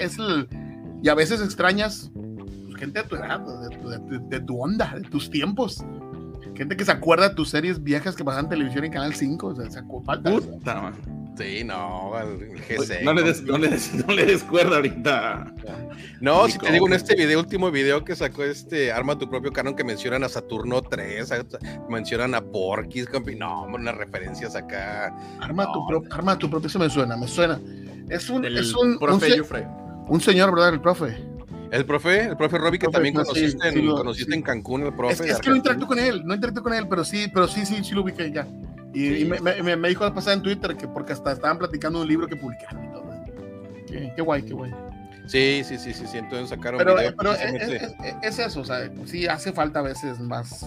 y a veces extrañas pues, gente de tu edad, de tu onda, de tus tiempos. Gente que se acuerda de tus series viejas que pasaban en televisión en Canal 5. O sea, falta. Puta, man. Sí, no, el GC. No le descuerda ahorita. No, si te digo, en este último video que sacó Arma tu propio canon, que mencionan a Saturno 3, mencionan a Porky's, no, unas referencias acá. Arma tu propio, eso me suena. Es un profe Jufre. Un señor, ¿verdad? El profe. El profe Robbie, que también conociste en Cancún, el profe. Es que no interactúo con él, pero sí lo ubiqué ya. Y me dijo la pasada en Twitter que porque hasta estaban platicando un libro que publicaron y todo. Qué guay. Sí, entonces sacaron pero, video. Pero es eso, o sea, sí hace falta a veces más.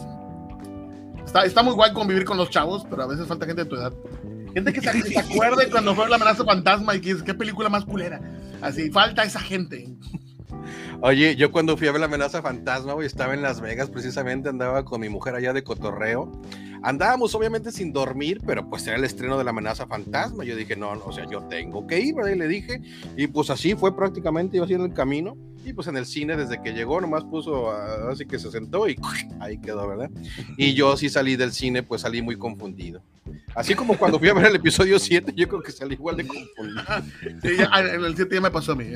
Está muy guay convivir con los chavos, pero a veces falta gente de tu edad. Gente que se acuerde cuando fue La amenaza fantasma y que dice, qué película más culera. Así, falta esa gente. Oye, yo cuando fui a ver La amenaza fantasma, güey, estaba en Las Vegas, precisamente andaba con mi mujer allá de cotorreo. Andábamos obviamente sin dormir, pero pues era el estreno de La amenaza fantasma. Yo dije, no, o sea, yo tengo que ir, ¿verdad? Y le dije, y pues así fue prácticamente, yo así en el camino. Y pues en el cine, desde que llegó, nomás puso, así que se sentó y ahí quedó, ¿verdad? Y yo sí salí del cine, pues salí muy confundido. Así como cuando fui a ver el episodio 7, yo creo que salí igual de confundido. Sí, en el 7 ya me pasó a mí.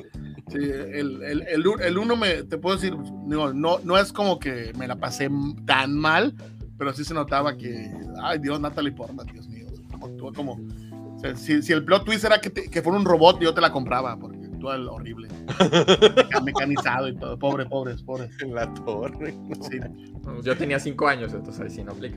El 1 te puedo decir, no es como que me la pasé tan mal, pero sí se notaba que, ay Dios, Natalie Portman, Dios mío, como o sea, si el plot twist era que fuera un robot, yo te la compraba, porque tú eres horrible. Mecanizado y todo, pobre. En la torre. Sí. Yo tenía 5 años, entonces ahí sí no aplica.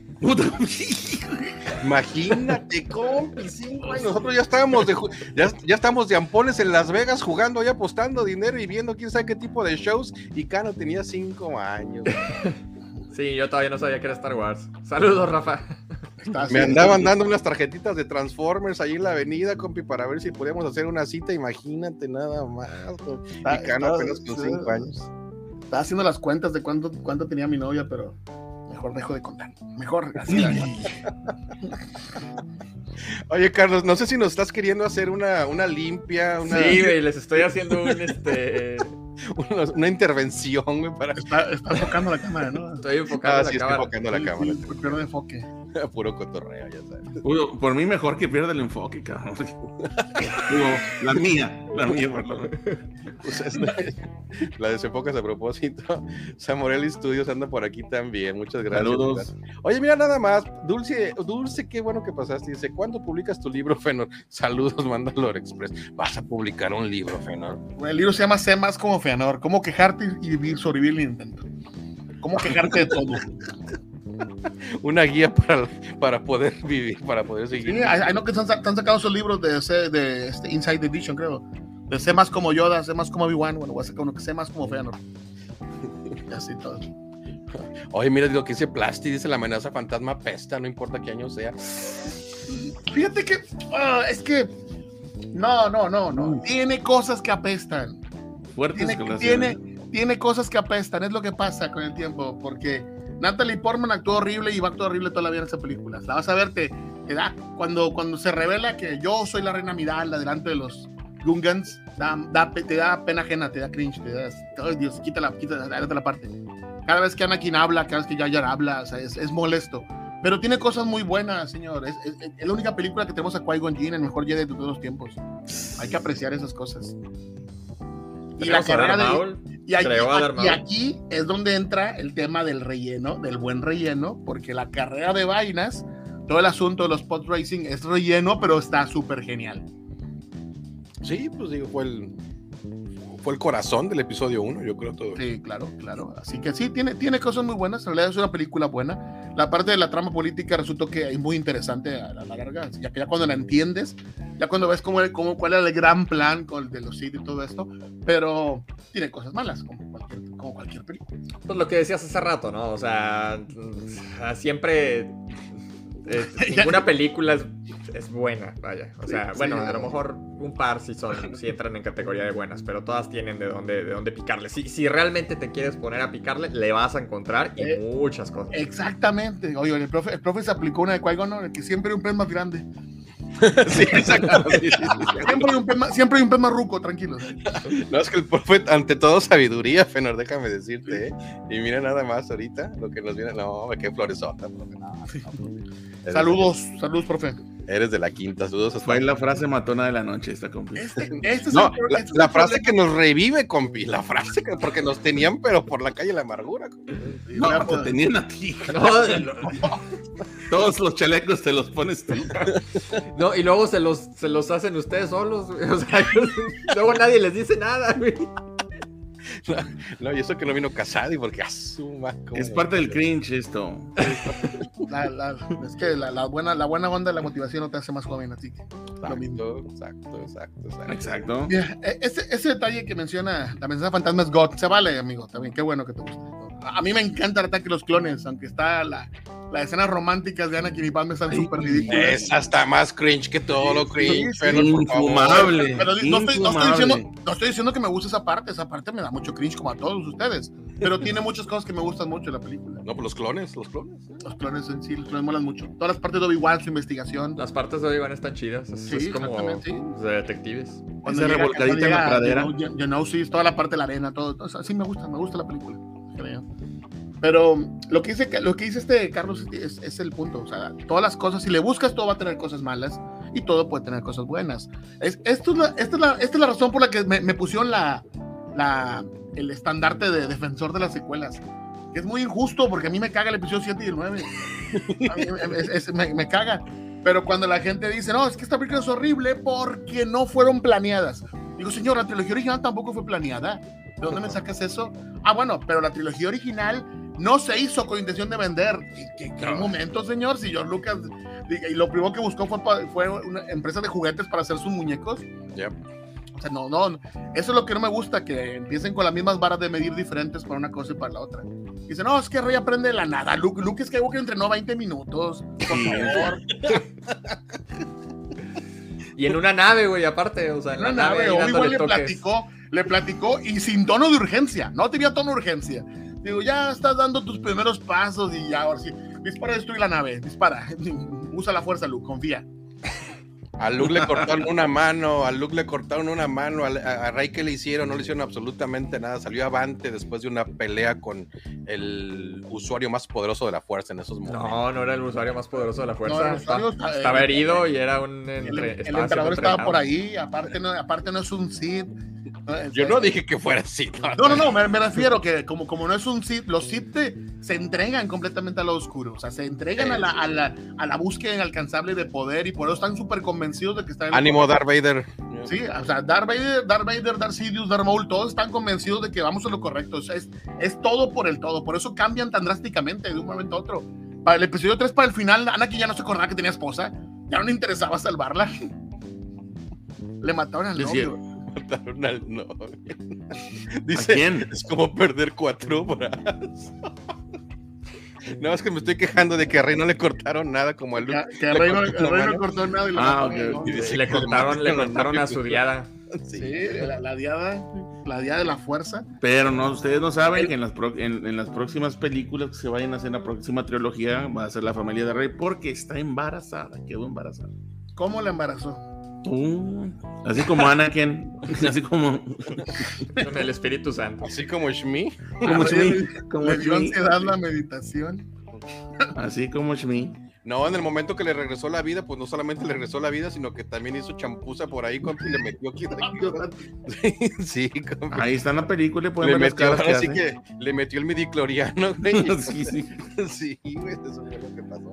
Imagínate, compi, 5 años. Nosotros ya estábamos ya estamos de ampones en Las Vegas jugando y apostando dinero y viendo quién sabe qué tipo de shows. Y Cano tenía 5 años. Sí, yo todavía no sabía que era Star Wars. Saludos, Rafa. Me andaban dando unas tarjetitas de Transformers ahí en la avenida, compi, para ver si podíamos hacer una cita. Imagínate nada más. Y Cano apenas con 5 años. Estaba haciendo las cuentas de cuánto tenía mi novia, pero mejor dejo de contar. Mejor así. Oye, Carlos, no sé si nos estás queriendo hacer una limpia. Sí, güey, les estoy haciendo una intervención, güey, para. Está enfocando la cámara, ¿no? Estoy enfocando la cámara. Estoy enfocando la cámara. Pierde enfoque. Puro cotorreo, ya sabes. Por mí mejor que pierda el enfoque, cabrón. La mía, perdón. Pues la desenfocas a propósito. Samorelli Studios anda por aquí también. Muchas gracias. Saludos. Oye, mira, nada más. Dulce, qué bueno que pasaste. Dice, ¿cuándo publicas tu libro, Fenor? Saludos, manda Lore Express. Vas a publicar un libro, Fenor. El libro se llama Sé más como Feanor. ¿Cómo quejarte y sobrevivir el intento? ¿Cómo quejarte de todo? Una guía para poder vivir, para poder seguir. Sí, hay no que están sacando esos libros de Inside Edition, creo. De Sé más como Yoda, Sé más como Obi-Wan. Bueno, voy a sacar uno que Sé más como Feanor. Y así todo. Oye, mira lo que dice Plasti, dice La amenaza fantasma pesta, no importa qué año sea. Fíjate que es que no. Tiene cosas que apestan. Fuertes tiene cosas que apestan, es lo que pasa con el tiempo, porque Natalie Portman actuó horrible y va a actuar horrible toda la vida en esa película. La vas a ver, te da, cuando se revela que yo soy la reina Amidala delante de los Gungans, te da pena ajena, te da cringe, te da, oh Dios, quítala la parte. Cada vez que Anakin habla, cada vez que Jar Jar habla, o sea, es molesto. Pero tiene cosas muy buenas, señor. Es la única película que tenemos a Qui-Gon Jinn, el mejor Jedi de todos los tiempos. Hay que apreciar esas cosas. Y la carrera y aquí es donde entra el tema del relleno, del buen relleno, porque la carrera de vainas, todo el asunto de los pod racing es relleno, pero está súper genial. Sí, pues digo, fue fue el corazón del episodio 1, yo creo todo. Sí, claro. Así que sí, tiene cosas muy buenas. En realidad es una película buena. La parte de la trama política resultó que es muy interesante a la larga. Ya cuando la entiendes, ya cuando ves cuál era el gran plan de los Sith y todo esto, pero tiene cosas malas, como cualquier película. Pues lo que decías hace rato, ¿no? O sea, siempre ninguna película es buena, vaya. O sea, sí, bueno, a lo mejor un par sí entran en categoría de buenas, pero todas tienen de dónde picarle. Si realmente te quieres poner a picarle, le vas a encontrar y muchas cosas. Exactamente. Oye, el profe se aplicó una de Qui-Gon, ¿no? El que siempre hay un pez más grande. Sí, exacto. Sí. Siempre hay un pez más ruco, tranquilo. No, es que el profe, ante todo, sabiduría, Fenor, déjame decirte, ¿eh? Y mira nada más ahorita lo que nos viene. No, qué floresota, profe. No. Saludos, profe. Eres de la quinta, saludos. Fue la frase matona de la noche esta, compi. No, la frase que nos revive, compi. La frase porque nos tenían, pero por la calle la amargura. Compi. No, te tenían a ti. Todos los chalecos te los pones tú. No, y luego se los hacen ustedes solos, güey. O sea, luego nadie les dice nada, güey. No, y eso que no vino Casadi, porque asuma. Es parte del cringe esto. Es que la buena onda, la motivación no te hace más joven, así que lo mismo. Exacto. Mira, ese detalle que menciona la mensaje fantasma es God, se vale, amigo, también, qué bueno que te guste. A mí me encanta el ataque de los clones, aunque está las escenas románticas de Anakin y Padme están súper ridículas. Es hasta más cringe que todo lo cringe. Sí, pero infumable. Pero no estoy diciendo que me guste esa parte me da mucho cringe como a todos ustedes, pero tiene muchas cosas que me gustan mucho de la película. No, pues los clones. Los clones en sí, los clones molan mucho. Todas las partes de Obi-Wan, su investigación. Las partes de Obi-Wan están chidas. Es como de detectives. Esa revolcadita en la pradera. Sí, toda la parte de la arena, todo. Sí, me gusta la película. Creo. Pero lo que dice Carlos es el punto. O sea, todas las cosas, si le buscas, todo va a tener cosas malas y todo puede tener cosas buenas. Esta es la razón por la que me pusieron el estandarte de defensor de las secuelas. Que es muy injusto porque a mí me caga el episodio 7 y el 9. A mí me caga. Pero cuando la gente dice, no, es que esta película es horrible porque no fueron planeadas. Digo, señor, la trilogía original tampoco fue planeada. ¿De dónde me sacas eso? Ah, bueno, pero la trilogía original no se hizo con intención de vender. ¿Qué momento, señor? Si George Lucas y lo primero que buscó fue una empresa de juguetes para hacer sus muñecos. Yep. O sea, no, eso es lo que no me gusta, que empiecen con las mismas varas de medir diferentes para una cosa y para la otra. Dice, no, es que Rey aprende de la nada. Luke Skywalker entrenó 20 minutos. Por favor. Y en una nave, güey, aparte, o sea, en una la nave igual le platicó y sin tono de urgencia, no tenía tono de urgencia. Digo, ya estás dando tus primeros pasos y ya, ahora sí, dispara, destruye la nave, dispara, usa la fuerza, Luke, confía. A Luke le cortaron una mano, a Rey que le hicieron, no le hicieron absolutamente nada, salió avante después de una pelea con el usuario más poderoso de la fuerza en esos momentos. No era el usuario más poderoso de la fuerza, estaba herido y era el emperador estaba por ahí, aparte no es un Sith. Yo no dije que fuera Sith. No, me refiero que como no es un Sith, los Sith se entregan completamente a lo oscuro, o sea, se entregan a la búsqueda inalcanzable de poder y por eso están súper convencidos de que están en ánimo Darth Vader. Sí, o sea, Darth Vader, Darth Sidious, Darth Maul, todos están convencidos de que vamos a lo correcto, o sea, es todo por el todo, por eso cambian tan drásticamente de un momento a otro. Para el episodio 3, para el final, Anakin ya no se acordaba que tenía esposa, ya no le interesaba salvarla. Le mataron al novio. Mataron al novio. Dice, ¿a quién? Es como perder 4 brazos. No, es que me estoy quejando de que a Rey no le cortaron nada como a Luke. Que a Rey no cortó nada. Y le cortaron a su diada. Sí, la diada de la fuerza. Pero no, ustedes no saben que en las próximas películas que se vayan a hacer en la próxima trilogía va a ser la familia de Rey porque está embarazada, quedó embarazada. ¿Cómo la embarazó? Así como Anakin, así como con el Espíritu Santo, así como Shmi, le dio ansiedad la meditación, así como Shmi. No, en el momento que le regresó la vida, pues no solamente le regresó la vida, sino que también hizo champuza por ahí, compi, y le metió aquí. Sí, compi. Ahí está en la película y pueden ver las caras que hace. Le metió el midichloriano, güey. Sí. Sí, güey, eso fue lo que pasó.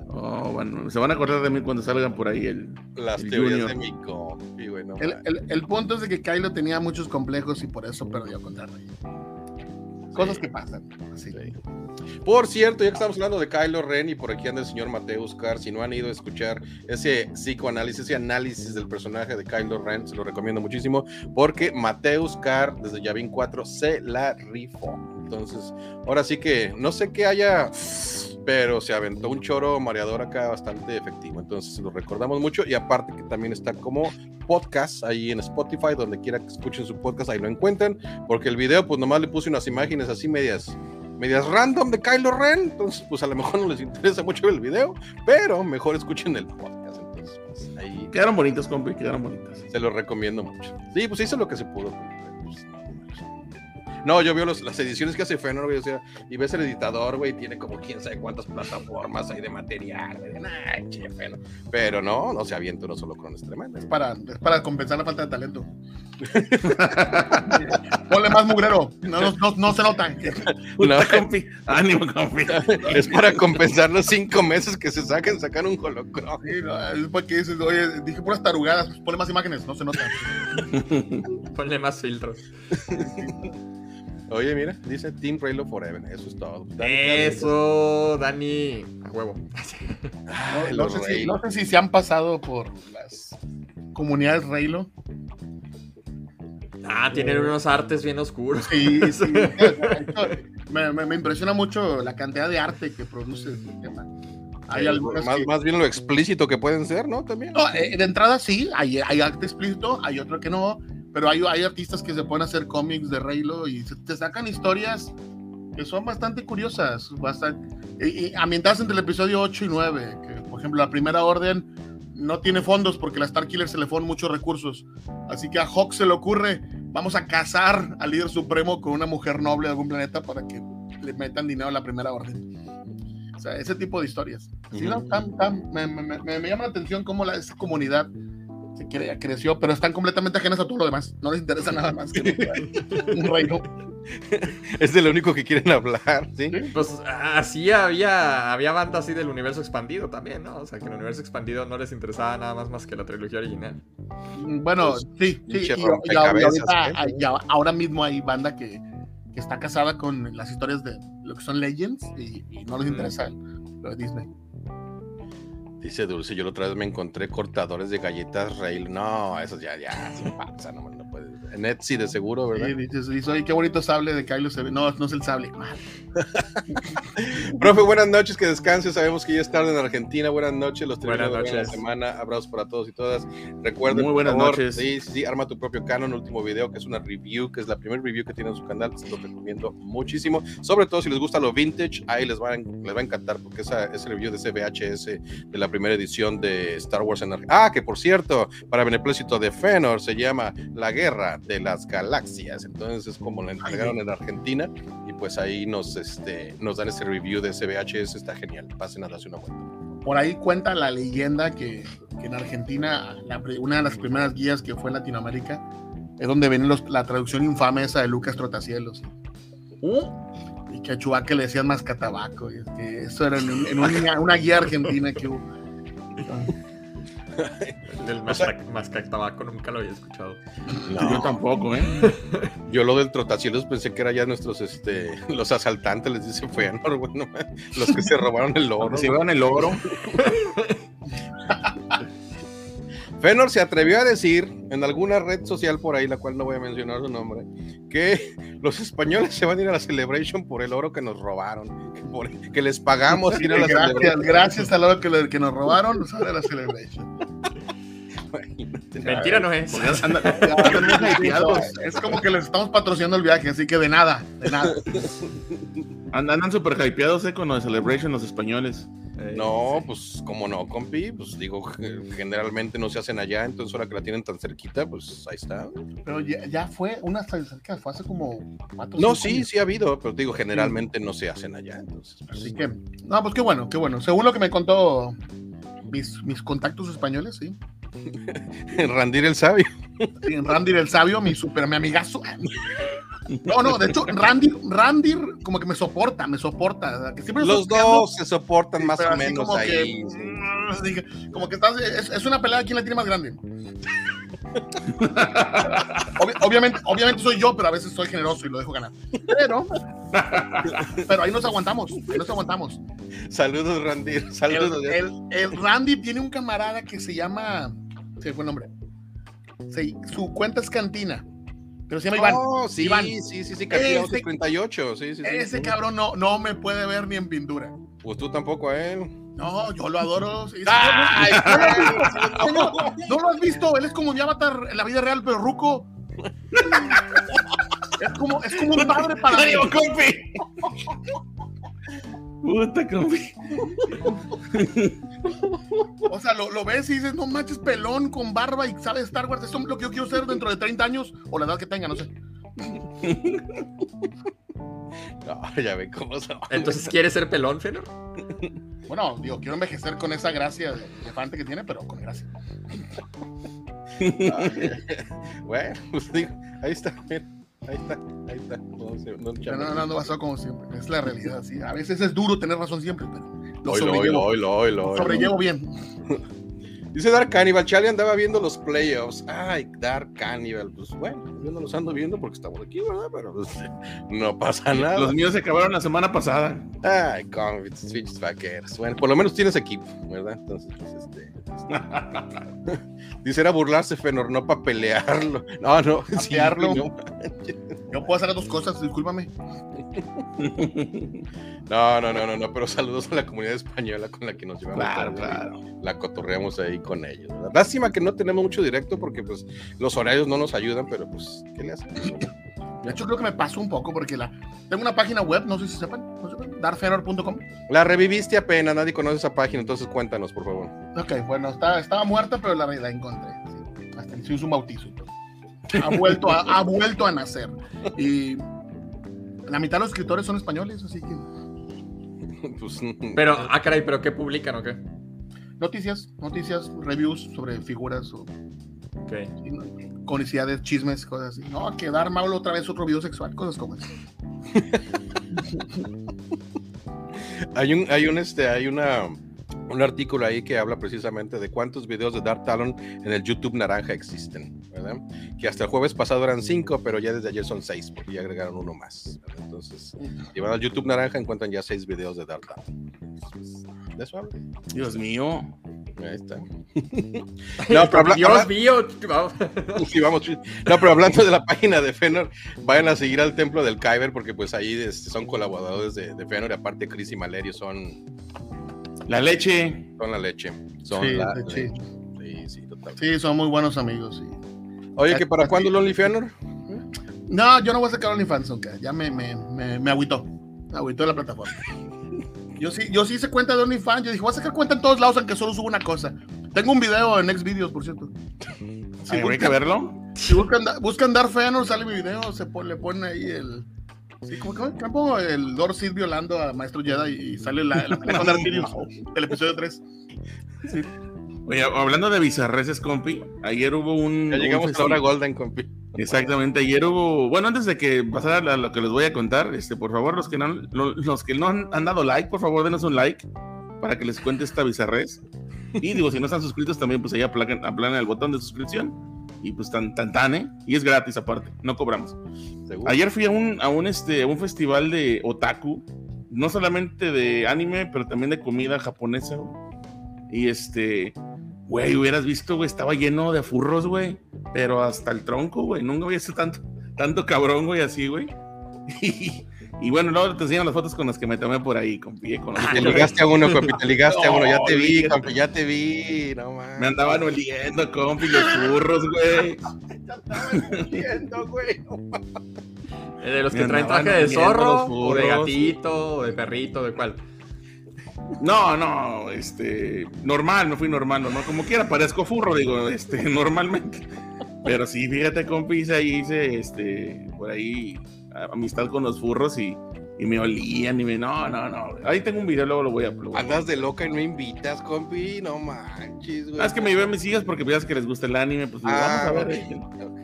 Oh, bueno, se van a acordar de mí cuando salgan por ahí Las el teorías Junior. de mi compi, güey. No, El punto es de que Kylo tenía muchos complejos y por eso perdió contra Rey. Cosas que pasan. Así. Sí. Por cierto, ya que estamos hablando de Kylo Ren y por aquí anda el señor Mateus Carr, si no han ido a escuchar ese psicoanálisis, ese análisis del personaje de Kylo Ren, se lo recomiendo muchísimo porque Mateus Carr desde Yavin 4 se la rifó. Entonces, ahora sí que no sé qué haya, pero se aventó un choro mareador acá bastante efectivo. Entonces, lo recordamos mucho y aparte que también está como podcast ahí en Spotify, donde quiera que escuchen su podcast, ahí lo encuentran, porque el video pues nomás le puse unas imágenes así medias random de Kylo Ren, entonces pues a lo mejor no les interesa mucho el video, pero mejor escuchen el podcast. Entonces pues ahí Quedaron bonitas, compi, quedaron bonitas. se los recomiendo mucho. Sí, pues hizo lo que se pudo. Pues, no, yo veo las ediciones que hace Fenor, güey, o sea, y ves el editador, güey, tiene como quién sabe cuántas plataformas hay de material, güey, nah, che, Fenor. Pero no se avienta uno solo con tremendo. Es para compensar la falta de talento. Ponle más mugrero. No se notan. Puta, compi. Ánimo, compi. Es para compensar los 5 meses que se sacan un holocron. Sí, no, es porque dices, oye, dije puras tarugadas, pues ponle más imágenes, no se notan. Ponle más filtros. Oye, mira, dice Team Reylo Forever, eso es todo. Eso, Dani. A huevo. Ay, No los sé Reylo. si se han pasado por las comunidades Reylo. Tienen unos artes bien oscuros. Sí. Me impresiona mucho la cantidad de arte que produce el tema. Hay algunas que... más bien lo explícito que pueden ser, ¿no? También. No, de entrada sí, hay arte explícito, hay otro que no, pero hay artistas que se pueden hacer cómics de Reylo y te sacan historias que son bastante curiosas, y ambientadas entre el episodio 8 y 9, que por ejemplo la Primera Orden no tiene fondos porque a Starkiller se le fueron muchos recursos, así que a Hawk se le ocurre, vamos a cazar al líder supremo con una mujer noble de algún planeta para que le metan dinero a la Primera Orden. O sea, ese tipo de historias. Sí, ¿no? Me llama la atención cómo esa comunidad creció, pero están completamente ajenas a todo lo demás. No les interesa nada más que un reino. Es de lo único que quieren hablar, ¿sí? Pues así había bandas así del universo expandido también, ¿no? O sea, que el universo expandido no les interesaba nada más que la trilogía original. Bueno, Pues, sí. pinche Y rompecabezas, ahora mismo hay banda que está casada con las historias de lo que son Legends y no les interesa lo de Disney. Dice Dulce, yo la otra vez me encontré cortadores de galletas Reylo. No, eso ya se pasa, no puede. En Etsy de seguro, ¿verdad? Sí, dices, oye, qué bonito sable de Kylo se ve. No es el sable. Profe, buenas noches, que descanse. Sabemos que ya es tarde en Argentina. Buenas noches, los Buenas terminamos de la noches. semana. Abrazos para todos y todas. Recuerden, Muy buenas por favor, noches. Sí, arma tu propio canon. Último video, que es una review, que es la primera review que tiene en su canal. Se los recomiendo muchísimo. Sobre todo si les gusta lo vintage, ahí les va a encantar, porque ese review de ese VHS de la primera edición de Star Wars en Argentina. Que por cierto, para beneplácito de Fenor, se llama La Guerra de las Galaxias. Entonces es como la entregaron en Argentina. Y pues ahí nos dan ese review de ese VHS. Está genial. Pasen a darse una vuelta. Por ahí cuenta la leyenda que en Argentina, una de las primeras guías que fue en Latinoamérica, es donde viene la traducción infame esa de Lucas Trotacielos. Y que a Chewbacca le decían mascatabaco. Y es que eso era en una guía argentina que hubo. Del mascatabaco nunca lo había escuchado. Yo tampoco, Yo lo del trotacielos pensé que era ya nuestros, los asaltantes, les dice Fëanor, bueno, los que se robaron el oro. Si llevan el oro. Fëanor se atrevió a decir en alguna red social por ahí, la cual no voy a mencionar su nombre, que los españoles se van a ir a la Celebration por el oro que nos robaron, que les pagamos ir a la Celebration. Gracias al oro que nos robaron, nos sale la Celebration. Mentira no es. Es como que les estamos patrocinando el viaje, así que de nada. Andan súper hypeados con lo de Celebration los españoles. No, pues como no, compi, pues digo, generalmente no se hacen allá, entonces ahora que la tienen tan cerquita, pues ahí está. Pero ya fue una cerca, fue hace como 4 No, sí ha habido, pero digo, generalmente no se hacen allá, entonces. Pues, así que, no, pues qué bueno. Según lo que me contó mis contactos españoles, sí. Randir el Sabio. Sí, Randir el Sabio, mi amigazo. No, de hecho, Randy como que me soporta. Que siempre Los dos se soportan más o menos como ahí. Como que es una pelea, ¿quién la tiene más grande? Obviamente soy yo, pero a veces soy generoso y lo dejo ganar. Pero ahí nos aguantamos. Saludos, Randy. Saludos. El Randy tiene un camarada que se llama, se fue el nombre. Su cuenta es Cantina, pero se llama Iván. Sí, Iván. sí, Cantina 38. Sí. Ese cabrón no me puede ver ni en pintura. Pues tú tampoco a él. No, yo lo adoro. No lo has visto. Él es como mi avatar en la vida real, pero ruco. Es como un padre para mí. Puta, compi. O sea, lo ves y dices, no manches, pelón con barba y sabe Star Wars. Eso es lo que yo quiero ser dentro de 30 años o la edad que tenga, no sé. No, ya ven cómo son. Entonces, ¿quieres ser pelón, Fenor? Bueno, digo, quiero envejecer con esa gracia de elefante que tiene, pero con gracia. Bueno, pues digo, ahí está. Ahí está. No basado como siempre. Es la realidad, sí. A veces es duro tener razón siempre, pero lo sobrellevo bien. Dice Dark Cannibal, Charlie andaba viendo los playoffs. Ay, Dark Cannibal, pues bueno, yo no los ando viendo porque estamos aquí, ¿verdad? Pero pues, no pasa nada. Los míos se acabaron la semana pasada. Ay, convicts, switches vaqueros. Bueno, por lo menos tienes equipo, ¿verdad? Entonces, pues dice, era burlarse, Fenor, no para pelearlo. No, papearlo. Sí, no. Yo puedo hacer las dos cosas, discúlpame. No, pero saludos a la comunidad española con la que nos llevamos. Claro. La cotorreamos ahí con ellos, ¿verdad? Lástima que no tenemos mucho directo porque pues los horarios no nos ayudan, pero pues, ¿qué le hacen? De hecho, creo que me pasó un poco porque tengo una página web, no sé si sepan, darfenor.com. La reviviste apenas, nadie conoce esa página, entonces cuéntanos, por favor. Ok, bueno, estaba muerta, pero la encontré. Sí. Hasta se hizo un bautizo. Ha vuelto a nacer. Y la mitad de los escritores son españoles, así que... Pues, pero, caray, ¿pero qué publican o qué? Noticias, reviews sobre figuras o conicidades, chismes, cosas así. No, quedar mal otra vez otro video sexual, cosas como eso. Hay un artículo ahí que habla precisamente de cuántos videos de Dark Talon en el YouTube naranja existen, ¿verdad? Que hasta el jueves pasado eran 5, pero ya desde ayer son 6, porque ya agregaron uno más, ¿verdad? Entonces, si van al YouTube naranja encuentran ya 6 videos de Dark Talon. ¿De eso habla? Dios mío. Ahí está. No, pero Dios mío. Sí, vamos. No, pero hablando de la página de Fenor, vayan a seguir al Templo del Kyber, porque pues ahí son colaboradores de Fenor, y aparte Chris y Malerio son... La leche. Son la leche. Sí, total. Sí, son muy buenos amigos. Sí. Oye, ¿que para cuándo el OnlyFanor? No, yo no voy a sacar OnlyFans, aunque ya me agüitó. Me agüitó la plataforma. Yo sí hice cuenta de OnlyFans. Yo dije, voy a sacar cuenta en todos lados, aunque solo subo una cosa. Tengo un video en Xvideos, por cierto. Si hay que verlo. Si buscan Dark Fenor, sale mi video. Le ponen ahí el... Sí, como el Lord Sith violando a Maestro Jedi y sale la pelea con Darth Sidious del episodio 3. Sí. Oye, hablando de bizarreces, compi, ayer hubo ya llegamos a la hora Golden, compi. Exactamente, ayer hubo... Bueno, antes de que pasara a lo que les voy a contar, por favor, los que no han dado like, por favor, denos un like para que les cuente esta bizarrez. Y digo, si no están suscritos también, pues ahí aplanen el botón de suscripción. Y pues y es gratis aparte, no cobramos. ¿Seguro? Ayer fui a un festival de otaku, no solamente de anime, pero también de comida japonesa, güey. Y güey, hubieras visto, güey, estaba lleno de furros, güey, pero hasta el tronco, güey, nunca había visto tanto cabrón, güey, así, güey. Y bueno, luego te enseñan las fotos con las que me tomé por ahí, compi. Te ligaste a uno, compi, ya te vi, compi, ya te vi, no mames. Me andaban oliendo, compi, los furros, güey. Ya estaban oliendo, güey. ¿De los que traen traje de zorro, o de gatito, o de perrito, de cuál? No, normal, me fui normal, como quiera, parezco furro, digo, normalmente. Pero sí, fíjate, compi, hice por ahí amistad con los furros y me olían y no. Ahí tengo un video, luego lo voy a upload. Andas de loca y no invitas, compi, no manches, güey. Es que me llevé a mis hijas porque veas que les gusta el anime, pues vamos a ver. Okay.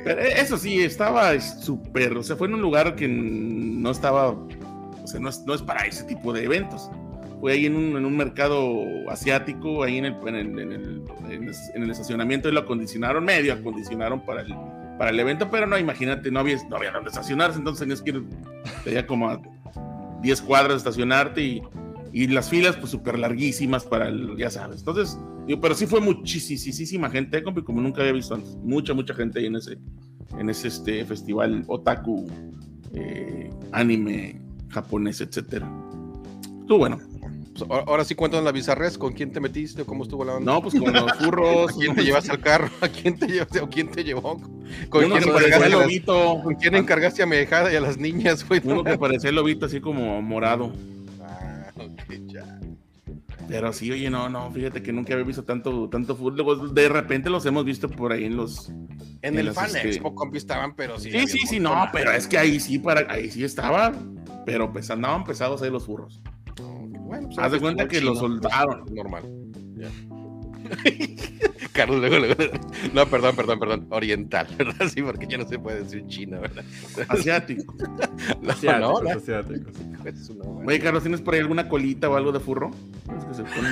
Pero eso sí, estaba súper, o sea, fue en un lugar que no estaba, o sea, no es para ese tipo de eventos. Fue ahí en un mercado asiático, ahí en el estacionamiento, y lo medio acondicionaron para el evento, pero no, imagínate, no había donde estacionarse, entonces tenías que ir, tenía como a 10 cuadras de estacionarte y las filas pues súper larguísimas para ya sabes. Entonces, digo, pero sí fue muchísima gente, como nunca había visto antes. Mucha gente ahí en ese festival otaku, anime, japonés, etcétera. Estuvo bueno. Pues ahora sí, cuéntanos la bizarrés. ¿Con quién te metiste? ¿Cómo estuvo la onda? No, pues con los furros. ¿A quién te llevaste al carro? ¿A quién te llevaste o quién te llevó? ¿Con quién encargaste a mi hijada y a las niñas, güey? Uno que parecía el lobito así como morado. Ok, ya. Pero sí, oye, no, fíjate que nunca había visto tanto furro. Luego, de repente los hemos visto por ahí en el Fan Expo, compi, estaban, pero sí. Sí, no, pero es que ahí sí estaba, pero pues andaban pesados ahí los furros. Bueno, pues haz de cuenta que lo soltaron. Normal. Ya. Carlos, luego. No, perdón. Oriental, ¿verdad? Sí, porque ya no se puede decir chino, ¿verdad? Asiático. Asiáticos. Oye, Carlos, ¿tienes por ahí alguna colita o algo de furro? Es que se ponen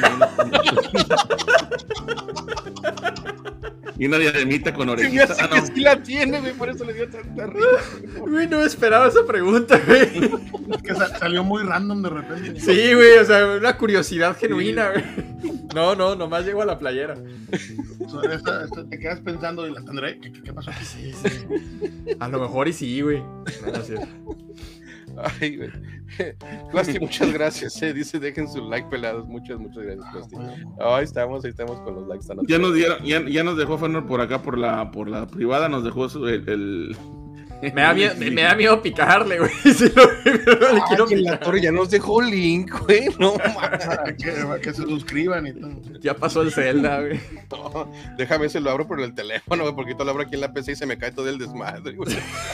y una diademita con orejita. Sí la tiene, güey, por eso le dio tanta risa. Güey, no me esperaba esa pregunta, güey. Es que salió muy random de repente. Sí, güey, o sea, una curiosidad genuina, güey. No, nomás llego a la playera. Te quedas pensando y la tendré. ¿Qué pasó aquí? Sí. A lo mejor y sí, güey. No es cierto. Ay, güey. Plasti, muchas gracias. Dice, dejen su like, pelados. Muchas gracias, Plasti. Ahí estamos con los likes. Ya nos dejó Fernando por acá, por la privada, nos dejó el... Me da miedo picarle, güey. Si no le quiero picar. La torre ya nos dejó un link, güey. No mames. Que se suscriban y todo. Ya pasó el Zelda, güey. No, déjame se lo abro por el teléfono, güey, porque todo lo abro aquí en la PC y se me cae todo el desmadre, güey.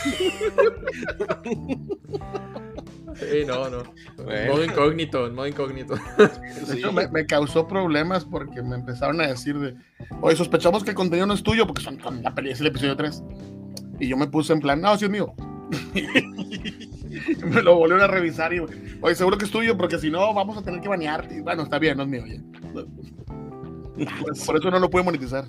Sí, no. Bueno. Modo incógnito. De hecho, me causó problemas porque me empezaron a decir oye, sospechamos que el contenido no es tuyo porque la peli es el episodio 3. Y yo me puse en plan, no, sí es mío. Me lo volvieron a revisar y, oye, seguro que es tuyo porque si no vamos a tener que banearte. Y bueno, está bien, no es mío ya. Por eso no lo pude monetizar.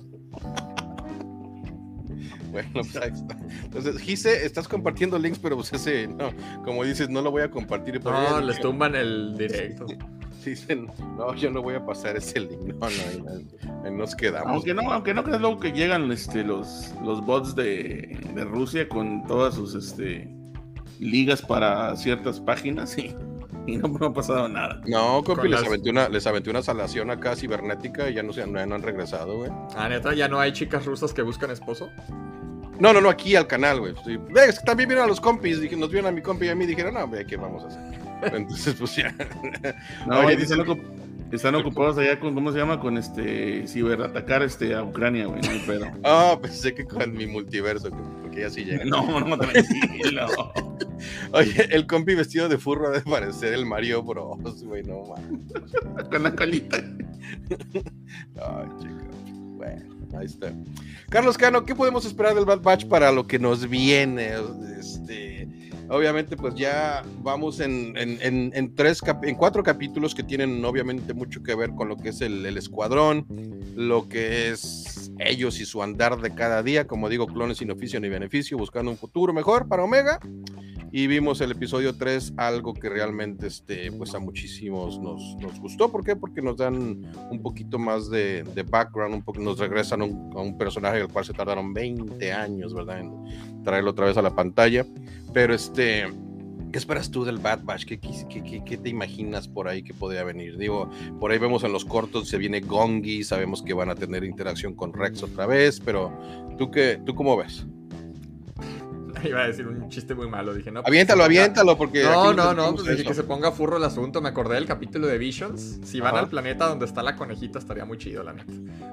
Bueno, pues ahí está. Entonces, Gise, estás compartiendo links, pero pues ese, no, como dices, no lo voy a compartir. No, les tumban el directo. Dicen, no, yo no voy a pasar ese link. No, ahí nos quedamos. Aunque no creas luego que llegan los bots de Rusia con todas sus ligas para ciertas páginas y no ha pasado nada. No, compi, les aventé una salación acá cibernética y ya no han regresado, güey. Ah, neta, ¿ya no hay chicas rusas que buscan esposo? No, aquí al canal, güey. Sí. También vieron a los compis, nos vieron a mi compi y a mí, dijeron, no, ¿qué vamos a hacer? Entonces, pues ya. No, oye, están ocupados allá con, ¿cómo se llama? Con ciberatacar a Ucrania, güey, no hay pedo. Pensé que con mi multiverso, porque ya sí llega. No, tranquilo. Oye, el compi vestido de furro debe parecer el Mario Bros, güey, no mames. Con la colita. Ay, chico. Bueno, ahí está. Carlos Cano, ¿qué podemos esperar del Bad Batch para lo que nos viene? Obviamente, pues ya vamos en 4 capítulos que tienen obviamente mucho que ver con lo que es el escuadrón, lo que es ellos y su andar de cada día, como digo, clones sin oficio ni beneficio, buscando un futuro mejor para Omega. Y vimos el episodio 3, algo que realmente pues a muchísimos nos gustó. ¿Por qué? Porque nos dan un poquito más de background, nos regresan a un personaje del cual se tardaron 20 años, ¿verdad? En traerlo otra vez a la pantalla. Pero ¿qué esperas tú del Bad Batch? ¿Qué te imaginas por ahí que podría venir? Digo, por ahí vemos en los cortos, se viene Gongi, sabemos que van a tener interacción con Rex otra vez, pero ¿tú cómo ves? Iba a decir un chiste muy malo, dije, no. Aviéntalo, porque... No, pues dije que se ponga furro el asunto, me acordé del capítulo de Visions. Si van al planeta donde está la conejita, estaría muy chido, la neta.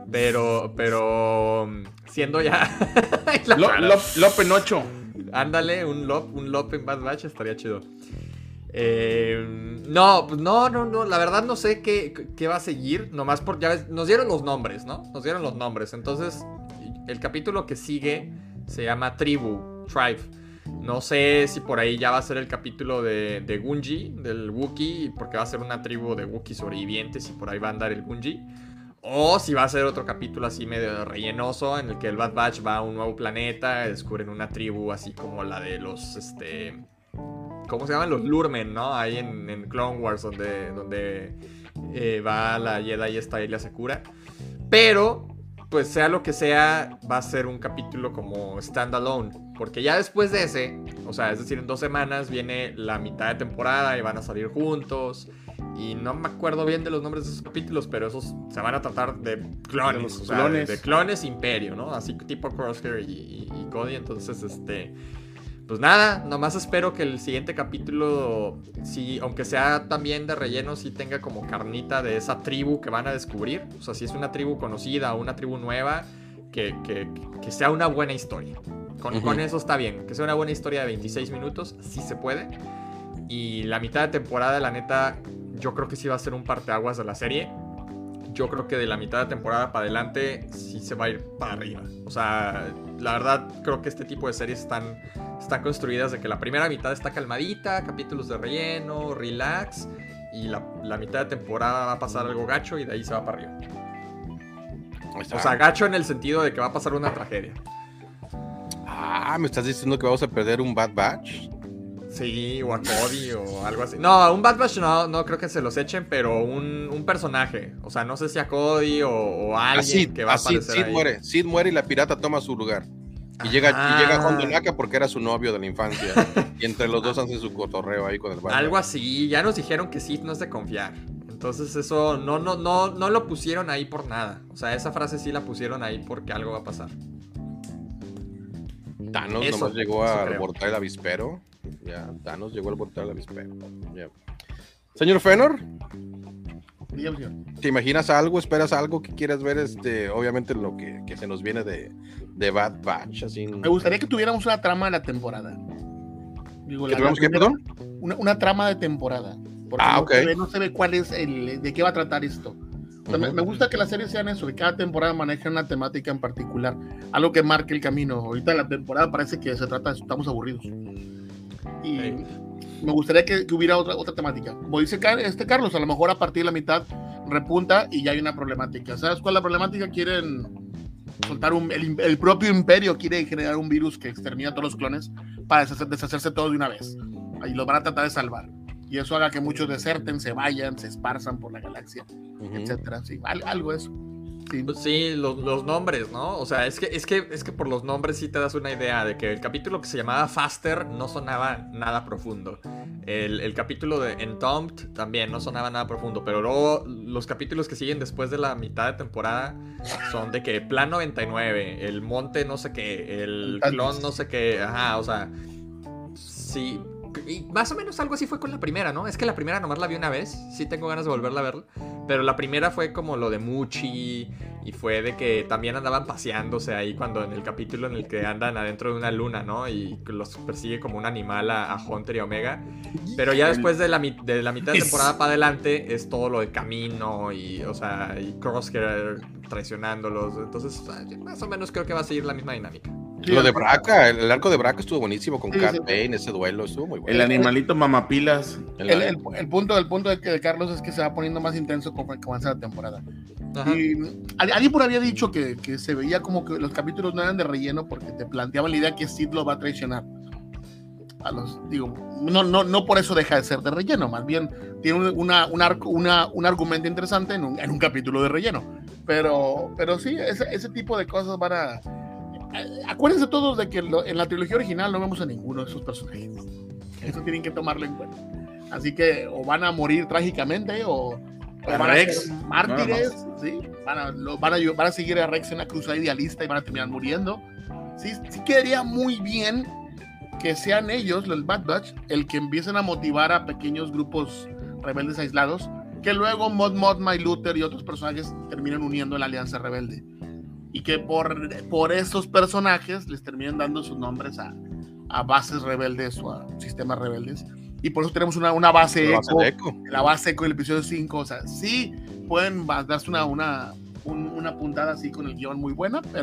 Pero siendo ya... Lopenocho. Ándale, un Lop en Bad Batch estaría chido. No, la verdad no sé qué va a seguir, nomás ya ves, nos dieron los nombres, ¿no? Entonces, el capítulo que sigue se llama Tribe. No sé si por ahí ya va a ser el capítulo de Gungi, del Wookiee, porque va a ser una tribu de Wookiees sobrevivientes y por ahí va a andar el Gungi. O si va a ser otro capítulo así medio rellenoso en el que el Bad Batch va a un nuevo planeta, descubren una tribu así como la de los, ¿cómo se llaman? Los Lurmen, ¿no? Ahí en Clone Wars donde va la Jedi esta Ilia Secura. Pero, pues sea lo que sea, va a ser un capítulo como standalone. Porque ya después de ese, o sea, es decir, en 2 semanas viene la mitad de temporada y van a salir juntos. Y no me acuerdo bien de los nombres de esos capítulos, pero esos se van a tratar de clones, o sea, clones. de clones imperio, ¿no? Así tipo Crosshair y Cody. Entonces, pues nada, nomás espero que el siguiente capítulo, sí, aunque sea también de relleno, sí tenga como carnita de esa tribu que van a descubrir. O sea, si es una tribu conocida o una tribu nueva, que sea una buena historia. Con eso está bien, que sea una buena historia de 26 minutos, sí se puede. Y la mitad de temporada, la neta, yo creo que sí va a ser un parteaguas de la serie. Yo creo que de la mitad de temporada para adelante sí se va a ir para arriba. O sea, la verdad creo que este tipo de series están construidas de que la primera mitad está calmadita, capítulos de relleno, relax, y la mitad de temporada va a pasar algo gacho y de ahí se va para arriba. O sea, gacho en el sentido de que va a pasar una tragedia. Ah, ¿me estás diciendo que vamos a perder un Bad Batch? Sí, o a Cody o algo así. No, un Bad Batch no creo que se los echen, pero un personaje. O sea, no sé si a Cody o a alguien que va a aparecer ahí. Sid muere y la pirata toma su lugar. Y llega Hondo Naka porque era su novio de la infancia. Y entre los dos hacen su cotorreo ahí con el Bad Batch. Algo así, ya nos dijeron que Sid no es de confiar. Entonces eso no lo pusieron ahí por nada. O sea, esa frase sí la pusieron ahí porque algo va a pasar. Thanos nomás llegó a abortar el avispero. Ya, Thanos llegó a abortar el avispero. Ya. Señor Fenor, ¿te imaginas algo? ¿Esperas algo que quieras ver? Obviamente lo que se nos viene de Bad Batch. Así. Me gustaría que tuviéramos una trama de la temporada. Digo, ¿Que tuviéramos qué, perdón? Una trama de temporada. Porque no se ve cuál es de qué va a tratar esto. O sea, me gusta que las series sean eso, que cada temporada maneje una temática en particular, algo que marque el camino. Ahorita en la temporada parece que se trata de eso, estamos aburridos. Y me gustaría que hubiera otra temática. Como dice Carlos, a lo mejor a partir de la mitad repunta y ya hay una problemática. ¿Sabes cuál es la problemática? Quieren soltar el propio imperio quiere generar un virus que extermina a todos los clones para deshacerse todos de una vez. Y los van a tratar de salvar. Y eso haga que muchos deserten, se vayan, se esparzan por la galaxia, etcétera. Sí, algo eso. Sí, pues sí, los nombres, ¿no? O sea, es que por los nombres sí te das una idea de que el capítulo que se llamaba Faster no sonaba nada profundo. El capítulo de Entombed también no sonaba nada profundo, pero luego los capítulos que siguen después de la mitad de temporada son de que Plan 99, el monte no sé qué, el clon no sé qué, ajá, o sea, sí. Y más o menos algo así fue con la primera, ¿no? Es que la primera nomás la vi una vez. Sí tengo ganas de volverla a verla. Pero la primera fue como lo de Muchi. Y fue de que también andaban paseándose ahí cuando en el capítulo en el que andan adentro de una luna, ¿no? Y los persigue como un animal a Hunter y a Omega. Pero ya después de la mitad de temporada para adelante es todo lo de camino y, o sea, y Crosshair traicionándolos. Entonces, más o menos creo que va a seguir la misma dinámica. Sí, lo de Braca, el arco de Braca estuvo buenísimo con Cat Bane, ese duelo estuvo muy bueno. El animalito mamapilas. El punto de Carlos es que se va poniendo más intenso con que avanza la temporada. Ajá. Y alguien por había dicho que se veía como que los capítulos no eran de relleno porque te planteaban la idea que Sid lo va a traicionar. No por eso deja de ser de relleno, más bien tiene un argumento interesante en un capítulo de relleno. Pero sí, ese tipo de cosas van a... Acuérdense todos de que en la trilogía original no vemos a ninguno de esos personajes. Eso tienen que tomarlo en cuenta. Así que o van a morir trágicamente o van a ser mártires, ¿sí? Van a seguir a Rex en una cruzada idealista y van a terminar muriendo. Sí quedaría muy bien que sean ellos, los Bad Batch, el que empiecen a motivar a pequeños grupos rebeldes aislados, que luego Mod Mothma y Luther y otros personajes terminan uniendo en la Alianza Rebelde. Y que por esos personajes les terminan dando sus nombres a bases rebeldes o a sistemas rebeldes. Y por eso tenemos una base eco. La base eco del episodio 5. O sea, sí pueden darse una puntada así con el guión muy buena, pero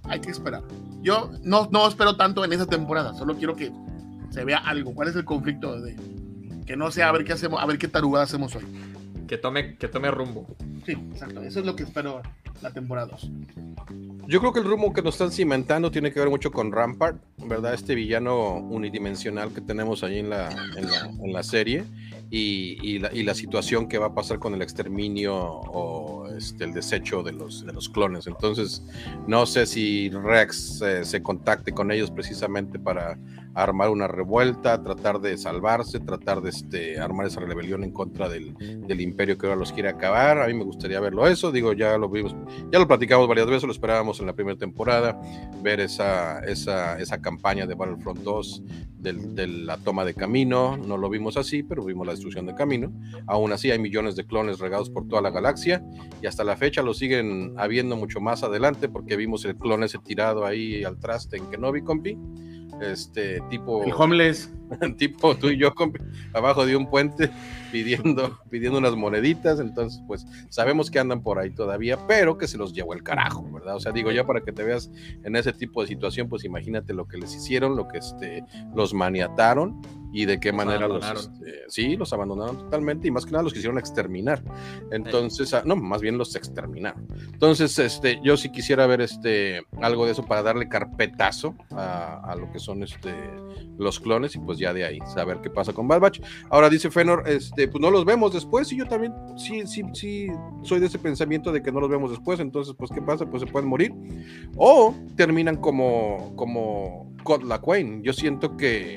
hay que esperar. Yo no espero tanto en esa temporada, solo quiero que se vea algo. ¿Cuál es el conflicto? Que no sea a ver qué hacemos, a ver qué tarugada hacemos hoy. Que tome rumbo. Sí, exacto. Eso es lo que espero la temporada 2. Yo creo que el rumbo que nos están cimentando tiene que ver mucho con Rampart, ¿verdad? Este villano unidimensional que tenemos ahí en la serie y la situación que va a pasar con el exterminio o el desecho de los clones. Entonces, no sé si Rex se contacte con ellos precisamente para armar una revuelta, tratar de salvarse, tratar de armar esa rebelión en contra del imperio que ahora los quiere acabar. A mí me gustaría verlo eso, digo, ya lo vimos, ya lo platicamos varias veces, lo esperábamos en la primera temporada, ver esa campaña de Battlefront 2 de la toma de Camino. No lo vimos así, pero vimos la destrucción de Camino. Aún así hay millones de clones regados por toda la galaxia y hasta la fecha lo siguen habiendo mucho más adelante, porque vimos el clon ese tirado ahí al traste en Kenobi, compi. Tipo el homeless, tipo tú y yo, compi, abajo de un puente pidiendo unas moneditas. Entonces pues sabemos que andan por ahí todavía, pero que se los llevó el carajo, ¿verdad? O sea, digo, ya para que te veas en ese tipo de situación, pues imagínate lo que les hicieron, lo que los maniataron y de qué manera los abandonaron totalmente, y más que nada los quisieron exterminar. Entonces, no, más bien los exterminaron. Entonces, yo sí quisiera ver algo de eso para darle carpetazo a lo que son los clones, y pues ya de ahí saber qué pasa con Bad Batch. Ahora dice Fenor, pues no los vemos después, y yo también sí soy de ese pensamiento de que no los vemos después. Entonces, pues ¿qué pasa? Pues se pueden morir o terminan como Cod Lawquane. Yo siento que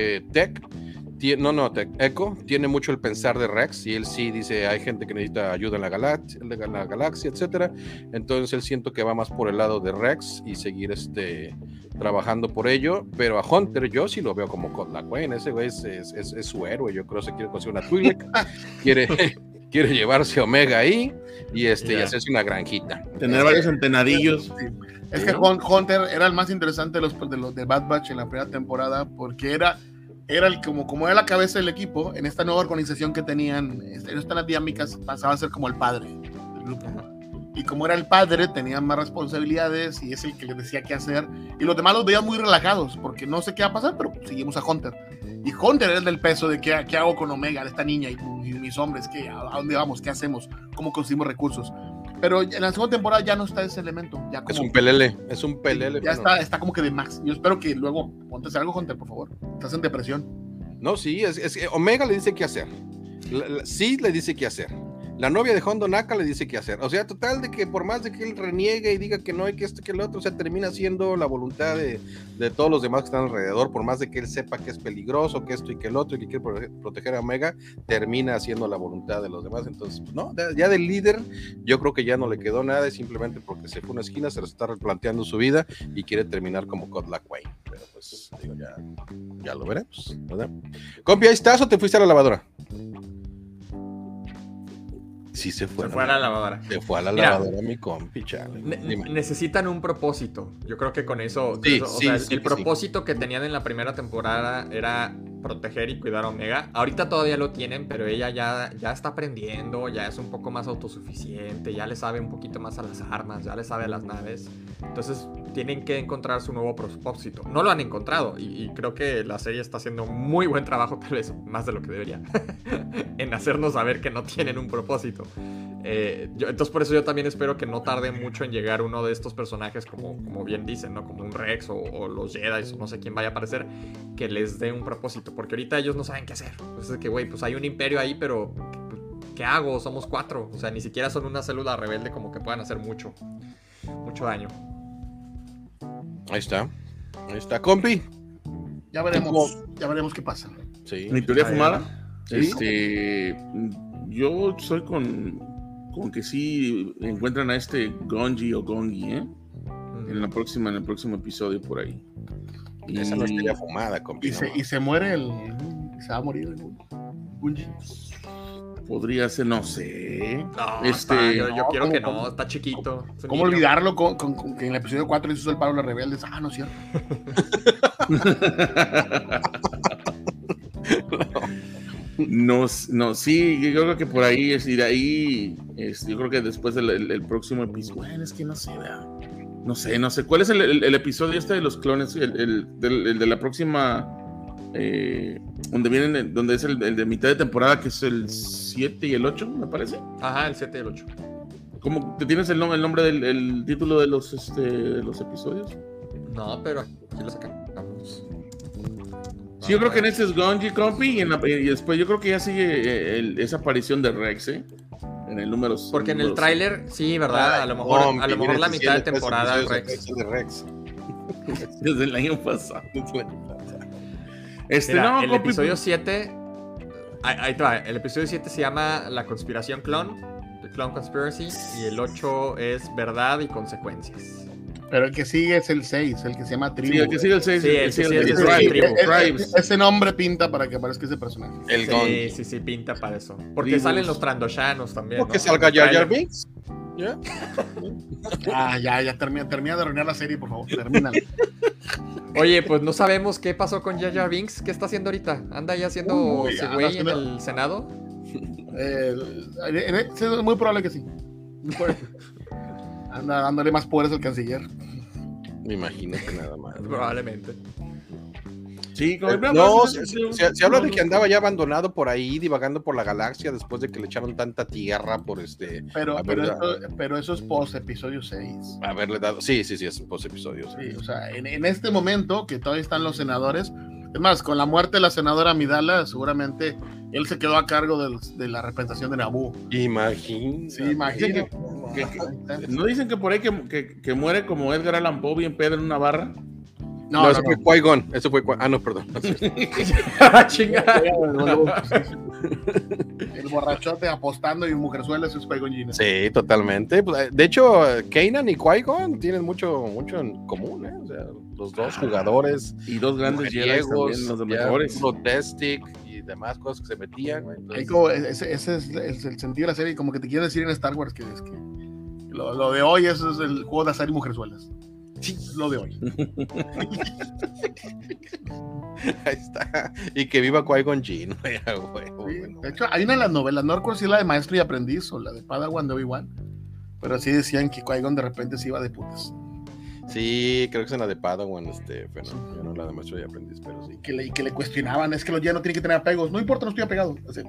Echo tiene mucho el pensar de Rex, y él sí dice, hay gente que necesita ayuda en la galaxia, etcétera. Entonces él siento que va más por el lado de Rex y seguir trabajando por ello. Pero a Hunter yo sí lo veo como Cod Lawquane. Ese güey es su héroe. Yo creo que se quiere conseguir una Twi'lek, quiere llevarse a Omega ahí y hacerse una granjita, tener varios antenadillos. Sí. Es que Hunter era el más interesante de los de Bad Batch en la primera temporada, porque era como era la cabeza del equipo en esta nueva organización que tenían. En estas dinámicas pasaba a ser como el padre del grupo. Y como era el padre, tenía más responsabilidades y es el que les decía qué hacer. Y los demás los veían muy relajados, porque no sé qué va a pasar, pero seguimos a Hunter. Y Hunter es del peso de qué hago con Omega, de esta niña y mis hombres, ¿a dónde vamos? ¿Qué hacemos? ¿Cómo conseguimos recursos? Pero en la segunda temporada ya no está ese elemento. Ya como, es un pelele. Ya está como que de Max. Yo espero que luego ponte algo, Hunter, por favor. Estás en depresión. No, sí, es Omega le dice qué hacer. Sí le dice qué hacer. La novia de Hondo Naka le dice qué hacer. O sea, total, de que por más de que él reniegue y diga que no hay que que lo otro, o sea, termina siendo la voluntad de todos los demás que están alrededor. Por más de que él sepa que es peligroso, que esto y que el otro, y que quiere proteger a Omega, termina haciendo la voluntad de los demás. Entonces, pues, no, ya del líder yo creo que ya no le quedó nada, es simplemente porque se fue a una esquina, se lo está replanteando su vida y quiere terminar como Cod Lawquane. Pero pues, digo, ya lo veremos, ¿verdad? Compi, ¿ahí estás o te fuiste a la lavadora? Sí, se fue a la lavadora. Se fue a la lavadora, mi compi, chale. Necesitan un propósito. Yo creo que con eso. El propósito que tenían en la primera temporada era proteger y cuidar a Omega. Ahorita todavía lo tienen, pero ella ya está aprendiendo, ya es un poco más autosuficiente, ya le sabe un poquito más a las armas, ya le sabe a las naves. Entonces tienen que encontrar su nuevo propósito. No lo han encontrado y creo que la serie está haciendo muy buen trabajo, tal vez más de lo que debería, en hacernos saber que no tienen un propósito. Entonces por eso yo también espero que no tarde mucho en llegar uno de estos personajes, como bien dicen, ¿no? Como un Rex o los Jedi, o no sé quién vaya a aparecer, que les dé un propósito, porque ahorita ellos no saben qué hacer. Pues es que, güey, pues hay un imperio ahí, pero ¿qué hago? Somos 4, o sea, ni siquiera son una célula rebelde como que puedan hacer mucho daño. Ahí está, compi. Ya veremos qué pasa. Sí. Mi teoría fumada. ¿Sí? Yo soy con que sí encuentran a Gongi o Gongi, en el próximo episodio por ahí. Esa no estaría fumada, compi. Y se muere se va a morir el Gongi. Podría ser, no sé. No, yo quiero que no, está chiquito. ¿Cómo olvidarlo con que en el episodio 4 hizo el paro de los rebeldes? No es cierto. No, sí, yo creo que por ahí y de ahí, yo creo que después del próximo episodio, bueno, es que no sé, No sé. ¿Cuál es el episodio este de los clones? El de la próxima. Donde es el de mitad de temporada, que es el 7 y el 8, me parece. Ajá, el 7 y el 8. ¿Cómo te tienes el nombre del título de los episodios? No, pero aquí lo sacamos. Sí, yo creo que en este es Gonji, Compi, y después yo creo que ya sigue esa aparición de Rex, en el número. Porque en el tráiler, sí, ¿verdad? A lo mejor la mitad de temporada Rex. Desde el año pasado. Mira, el episodio 7. Ahí te va. El episodio 7 se llama La Conspiración Clon, The Clone Conspiracy, y el 8 es Verdad y Consecuencias. Pero el que sigue es el 6, el que se llama Tribu. Sí, el que sigue el 6. Sí, el que sigue es Tribu. Ese nombre pinta para que aparezca ese personaje. El Gon. Sí, pinta para eso. Porque salen los Trandoshanos también. Porque salga Jar Jar Binks. ¿Ya? Ya, termina de arruinar la serie, por favor, termínala. Oye, pues no sabemos qué pasó con Jar Jar Binks. ¿Qué está haciendo ahorita? ¿Anda ya haciendo güey en el Senado? Es muy probable que sí. Anda dándole más poderes al canciller. Me imagino que nada más. Probablemente. Sí, se habla de que andaba ya abandonado por ahí, divagando por la galaxia después de que le echaron tanta tierra por Pero eso es post episodio 6. Haberle dado. Sí, es post episodio 6. Sí, o sea, en este momento que todavía están los senadores. Es más, con la muerte de la senadora Amidala, seguramente él se quedó a cargo de la representación de Naboo. Imagínate. Sí, imagínate. ¿No dicen que por ahí que muere como Edgar Allan Poe bien pedo en una barra? No, eso fue Qui-Gon. Eso fue no, perdón. Chingada. El borrachote apostando y mujerzuela, eso es Qui-Gon Jinn. Sí, totalmente. De hecho, Kanan y Qui-Gon tienen mucho en común, ¿eh? O sea, los dos jugadores. Y dos grandes Jedi también, los mejores. Destic y demás cosas que se metían, güey. Entonces... Como ese es el sentido de la serie, como que te quieren decir en Star Wars que lo de hoy es el juego de azar y mujerzuelas. Sí, es lo de hoy. Ahí está. Y que viva Qui-Gon Jinn. De hecho, hay una de las novelas, no recuerdo si es la de Maestro y Aprendiz o la de Padawan de Obi-Wan, pero sí decían que Qui-Gon de repente se iba de putas. Sí, creo que es en la de Padawan, pero no la de Maestro y Aprendiz, pero sí. Y que le cuestionaban, es que los ya no tienen que tener apegos. No importa, no estoy apegado. Así,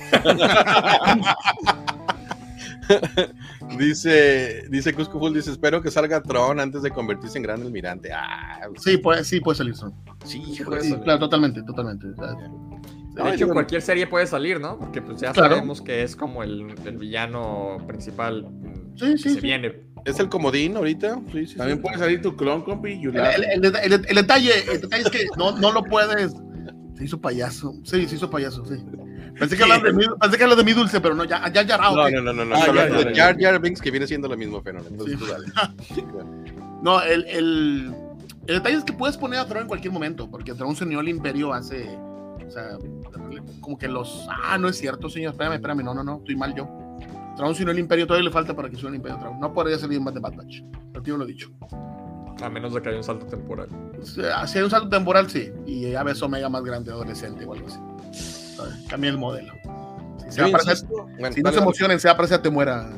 Dice Cusco Full, espero que salga Tron antes de convertirse en gran almirante. Sí, puede salir Tron. Sí, claro, totalmente. De hecho, cualquier serie puede salir, ¿no? Porque pues ya sabemos que es como el villano principal. Se viene. Es el comodín ahorita. Sí. También puede salir tu clon, compi. El detalle es que no lo puedes. Se hizo payaso. Sí. Pensé que hablas de mi dulce, pero no, ya. No. Jar Jar Binks, que viene siendo lo mismo fenómeno. Entonces, sí. No, el detalle es que puedes poner a Tron en cualquier momento, porque Tron se unió al Imperio hace. O sea, como que no es cierto, señor. Espérame, no, estoy mal yo. Tron se unió al Imperio, todavía le falta para que se una al Imperio Tron. No podría salir más de Bad Batch. El tío lo he dicho. A menos de que haya un salto temporal. Si hay un salto temporal, sí. Y ya ves Omega más grande, adolescente o algo así. Cambia el modelo. Si no se emocionen, se va a aparecer Te Muera.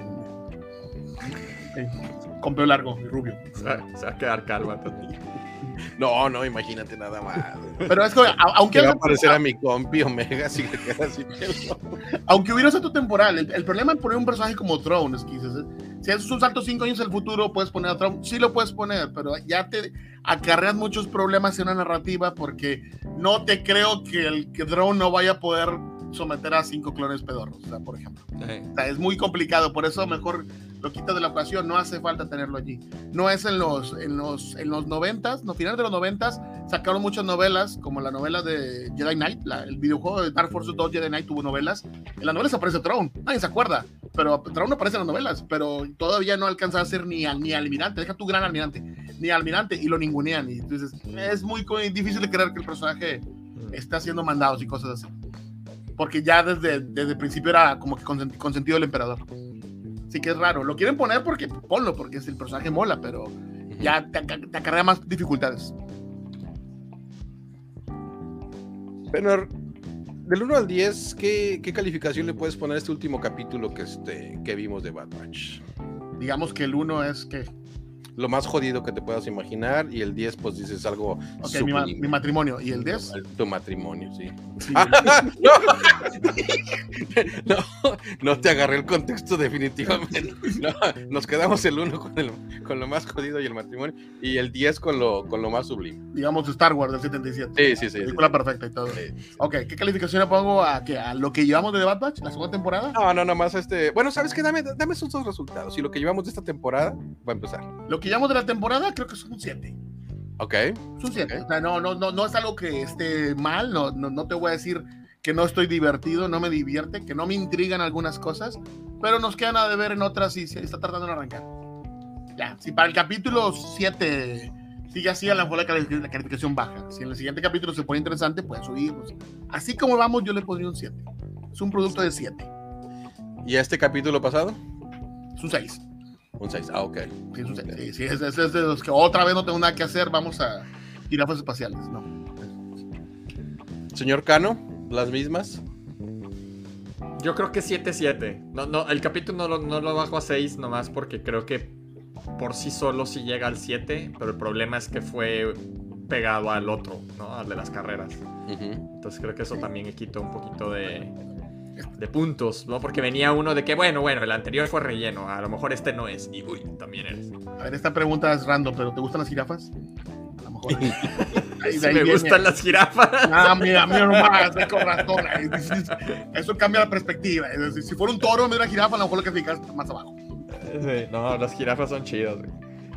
Con pelo largo y rubio. Se va a quedar calma también. No, imagínate nada más. Pero es que, aunque va a aparecer a mi compi Omega, si que queda así. Aunque hubiera salto temporal, el problema en poner un personaje como Tron es que si haces un salto 5 años en el futuro, puedes poner a Tron. Sí lo puedes poner, pero ya te acarreas muchos problemas en una narrativa porque no te creo que Tron no vaya a poder someter a 5 clones pedorros, o sea, por ejemplo. O sea, es muy complicado, por eso mejor lo quitas de la ecuación, no hace falta tenerlo allí. No es en los 90s, no, finales de los 90s, sacaron muchas novelas, como la novela de Jedi Knight, el videojuego de Dark Forces 2 Jedi Knight tuvo novelas. En las novelas aparece Tron, nadie se acuerda, pero Tron no aparece en las novelas, pero todavía no alcanza a ser ni almirante, deja tu gran almirante, ni almirante, y lo ningunean, y entonces es muy difícil de creer que el personaje está haciendo mandados y cosas así. Porque ya desde el principio era como que consentido del emperador. Sí que es raro. Lo quieren poner porque ponlo, porque el personaje mola, pero ya te acarrea más dificultades. Pero del 1 al 10, ¿qué calificación le puedes poner a este último capítulo que vimos de Bad Batch? Digamos que el 1 es que... lo más jodido que te puedas imaginar, y el 10 pues dices algo Ok, mi matrimonio. ¿Y el 10? Tu matrimonio, sí. Sí. No te agarré el contexto definitivamente. No, nos quedamos el 1 con lo más jodido y el matrimonio, y el 10 con lo más sublime. Digamos Star Wars del 77. Sí. Película perfecta y todo. Sí. Ok, ¿qué calificación le pongo a lo que llevamos de The Bad Batch, la segunda temporada? No, nomás bueno, ¿sabes qué? Dame esos dos resultados. Y lo que llevamos de esta temporada va a empezar. Lo que llevamos de la temporada creo que es un 7. Ok. Es un 7. Ok. O sea, no es algo que esté mal, no te voy a decir que no estoy divertido, no me divierte, que no me intrigan algunas cosas, pero nos quedan a deber en otras y se está tardando en arrancar. Ya, si para el capítulo 7 sigue así, a lo mejor la calificación baja. Si en el siguiente capítulo se pone interesante, puede subir. Pues. Así como vamos, yo le pondría un 7. Es un producto de 7. ¿Y este capítulo pasado? Es un 6. Un 6. Ah, ok. Sí, es un 6. Sí, es de los que otra vez no tengo nada que hacer, vamos a jirafas espaciales. No. Señor Cano, las mismas. Yo creo que 7-7. No, el capítulo no lo bajo a 6 nomás porque creo que por sí solo sí llega al 7, pero el problema es que fue pegado al otro, ¿no? Al de las carreras. Entonces creo que eso también le quitó un poquito de puntos, ¿no? Porque venía uno de que, bueno, el anterior fue relleno, a lo mejor este no es, y uy, también eres. A ver, esta pregunta es random, pero ¿te gustan las jirafas? A lo mejor. Sí, me gustan las jirafas. Ah, mira nomás, con razón. Eso cambia la perspectiva. Si fuera un toro en vez de una jirafa, a lo mejor lo que fijas más abajo. Sí, no, las jirafas son chidas, güey.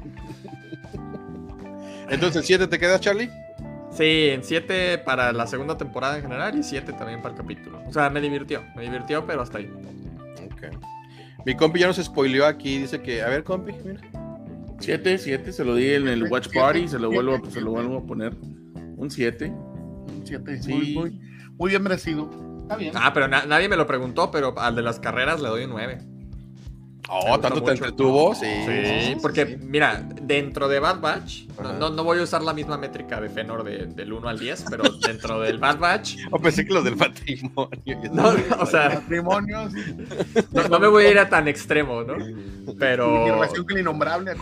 Entonces, 7 te quedas, Charlie. Sí, en 7 para la segunda temporada en general y 7 también para el capítulo. O sea, me divirtió, pero hasta ahí. Ok. Mi compi ya nos spoileó aquí, dice que, a ver, compi, mira. 7, se lo di en el Watch Party, se lo vuelvo a poner. Un 7. Un 7, Sí. muy bien merecido. Está bien. Ah, pero nadie me lo preguntó, pero al de las carreras le doy un 9. Oh, tanto te entretuvo. Sí, porque, sí. mira, dentro de Bad Batch, Ajá. no voy a usar la misma métrica de Fenor del 1 al 10, pero dentro del Bad Batch, Oh, pensé que los del matrimonio. no, o sea, Matrimonios. no me voy a ir a tan extremo, ¿no? Mi Pero relación con el innombrable.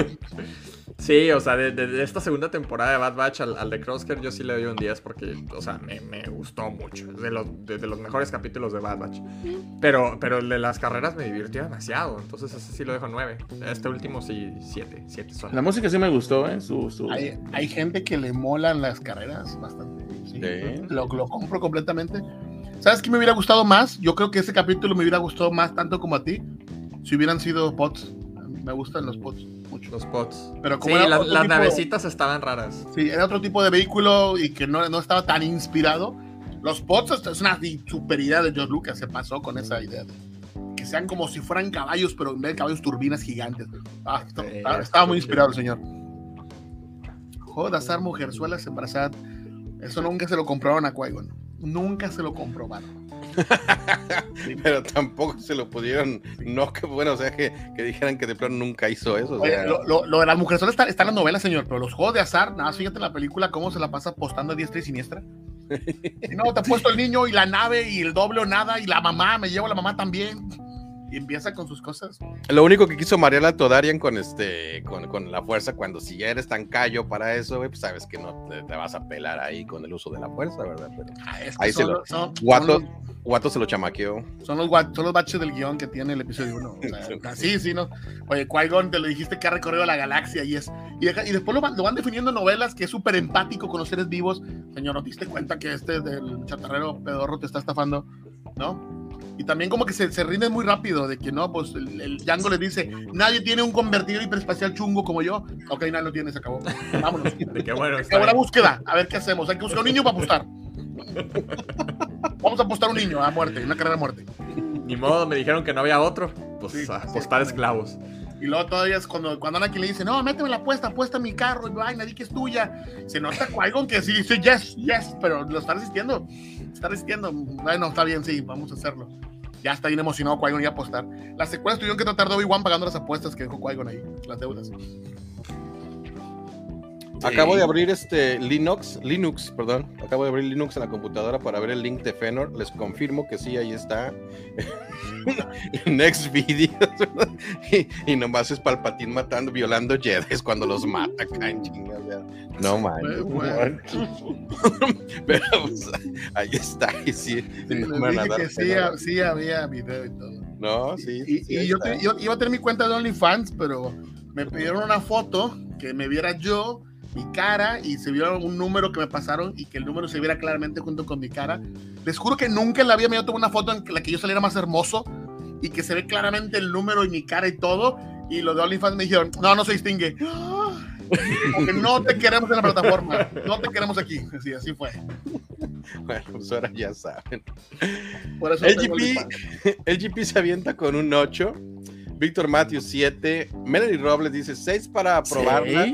sí, o sea, de esta segunda temporada de Bad Batch al de Crosshair yo sí le doy un 10 porque, o sea, me gustó mucho. Es de los mejores capítulos de Bad Batch. Pero el de las carreras me divirtió demasiado, entonces ese sí lo dejo 9. Este último sí 7 solo. La música sí me gustó, ¿eh? Hay gente que le molan las carreras bastante. Sí. Sí. Lo compro completamente. ¿Sabes qué me hubiera gustado más? Yo creo que ese capítulo me hubiera gustado más, tanto como a ti, si hubieran sido bots. Me gustan los bots mucho. Los pods. Pero como Sí, era las otro tipo- navecitas estaban raras. Sí, era otro tipo de vehículo y que no estaba tan inspirado. Los bots es una super idea de George Lucas, se pasó con esa idea de que sean como si fueran caballos, pero en vez de caballos turbinas gigantes. Estaba muy inspirado el señor. Juego de azar, mujerzuelas embarazadas. Eso nunca se lo comprobaron a Qui-Gon. Nunca se lo comprobaron. Pero tampoco se lo pudieron, no, que bueno, o sea, que dijeran que de plano nunca hizo eso. O Oye, sea, lo de las mujerzuelas está en la novela, señor, pero los juegos de azar, nada más fíjate en la película cómo se la pasa apostando a diestra y siniestra. Y no, te ha puesto el niño y la nave y el doble o nada y la mamá, me llevo a la mamá también. Y empieza con sus cosas. lo único que quiso Mariela Todarian con con la fuerza, cuando si ya eres tan callo para eso, güey, pues sabes que no te vas a pelar ahí con el uso de la fuerza, ¿verdad? Pero Es que ahí se lo... Guato se lo chamaqueó. son los baches del guión que tiene el episodio 1. O sea, sí, ¿no? Oye, Qui-Gon te lo dijiste que ha recorrido la galaxia y después lo van definiendo en novelas que es súper empático con los seres vivos. Señor, ¿no te diste cuenta que del chatarrero pedorro te está estafando? ¿No? Y también como que se rinde muy rápido de que no, pues el Django le dice, nadie tiene un convertidor hiperespacial chungo como yo. Ok, nadie lo tiene, se acabó. Vámonos. De que bueno, Se acabó la búsqueda. A ver qué hacemos. Hay que buscar un niño para apostar. Vamos a apostar un niño a muerte, una carrera a muerte. Ni modo, me dijeron que no había otro. Pues Sí, a apostar esclavos. Y luego todavía es cuando Anakin le dice, no, méteme la apuesta en mi carro, y vaina, di que es tuya. Se nota Qui-Gon que sí, yes, pero lo está resistiendo. Bueno, está bien, sí, vamos a hacerlo. Ya está bien emocionado Qui-Gon y a apostar. Las secuelas tuvieron que tratar de Obi-Wan pagando las apuestas que dejó Qui-Gon ahí, las deudas. Acabo de abrir Linux, perdón. Acabo de abrir Linux en la computadora para ver el link de Fëanor. Les confirmo que sí, ahí está. Next video. y nomás es Palpatine violando Jedis cuando los mata, chingas. No manches. Pero pues, ahí está. Y sí, no dije que sí había video y todo. No, sí. Y yo iba a tener mi cuenta de OnlyFans, pero me pidieron una foto que me viera yo, mi cara, y se vio un número que me pasaron y que el número se viera claramente junto con mi cara. Les juro que nunca en la vida me tomé una foto en la que yo saliera más hermoso y que se ve claramente el número y mi cara y todo. Y los de OnlyFans me dijeron, no se distingue. Porque no te queremos en la plataforma, no te queremos aquí. Así fue. Bueno, pues ahora ya saben. Por eso el GP se avienta con un 8. Víctor Matthews 7, Melanie Robles dice 6 para probarla.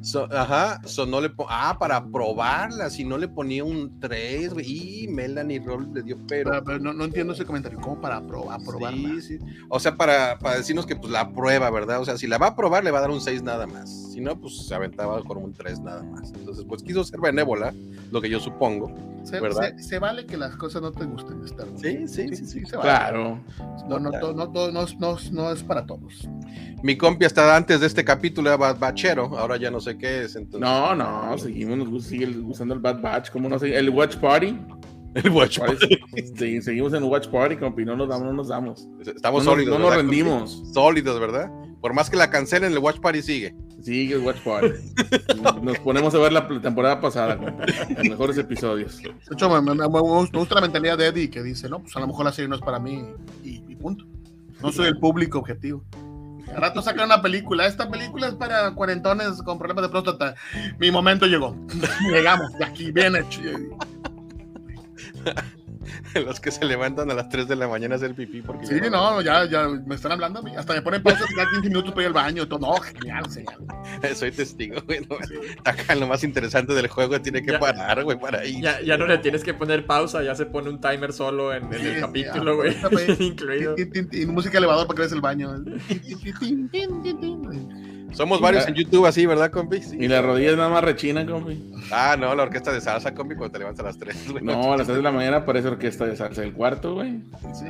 Para probarla, si no le ponía un 3, y Melanie Robles le dio pero no entiendo ese comentario, ¿cómo para probarla? Sí. O sea, para decirnos que pues la prueba, ¿verdad? O sea, si la va a probar le va a dar un 6 nada más, si no, pues se aventaba con un 3 nada más. Entonces, pues quiso ser benévola, lo que yo supongo. Se vale que las cosas no te gusten, Star Wars. Sí, se vale. Claro. No es para todos. Mi compi hasta antes de este capítulo era bachero, ahora ya no sé qué es. Entonces... No, sigue gustando el Bad Batch, ¿cómo no sé? El Watch Party. El Watch Party. Sí, seguimos en el Watch Party, compi, no nos damos. Estamos sólidos. No nos rendimos. Compi? Sólidos, ¿verdad? Por más que la cancelen, el Watch Party sigue. Sigue el Watch Party. Nos ponemos a ver la temporada pasada, compi, los mejores episodios. De hecho, me gusta la mentalidad de Eddie, que dice, no, pues a lo mejor la serie no es para mí, y punto. No soy el público objetivo. Al rato sacan una película. Esta película es para cuarentones con problemas de próstata. Mi momento llegó. Llegamos, de aquí, bien hecho. Los que se levantan a las 3 de la mañana a hacer pipí. Porque sí, ya me están hablando a mí. Hasta me ponen pausa cada 15 minutos para ir al baño. Todo. No, genial. Soy testigo, güey. No, sí. Acá lo más interesante del juego tiene que parar, güey, para ir. Ya no le tienes que poner pausa, ya se pone un timer solo en el capítulo, güey. Incluido. Y música elevador para que veas el baño. Somos varios en YouTube así, ¿verdad, compi? Sí. Y las rodillas nada más rechinan, compi. No, la orquesta de salsa, compi, cuando te levantas a las 3, güey. No, a las 3 de la mañana parece orquesta de salsa. El cuarto, güey. Sí,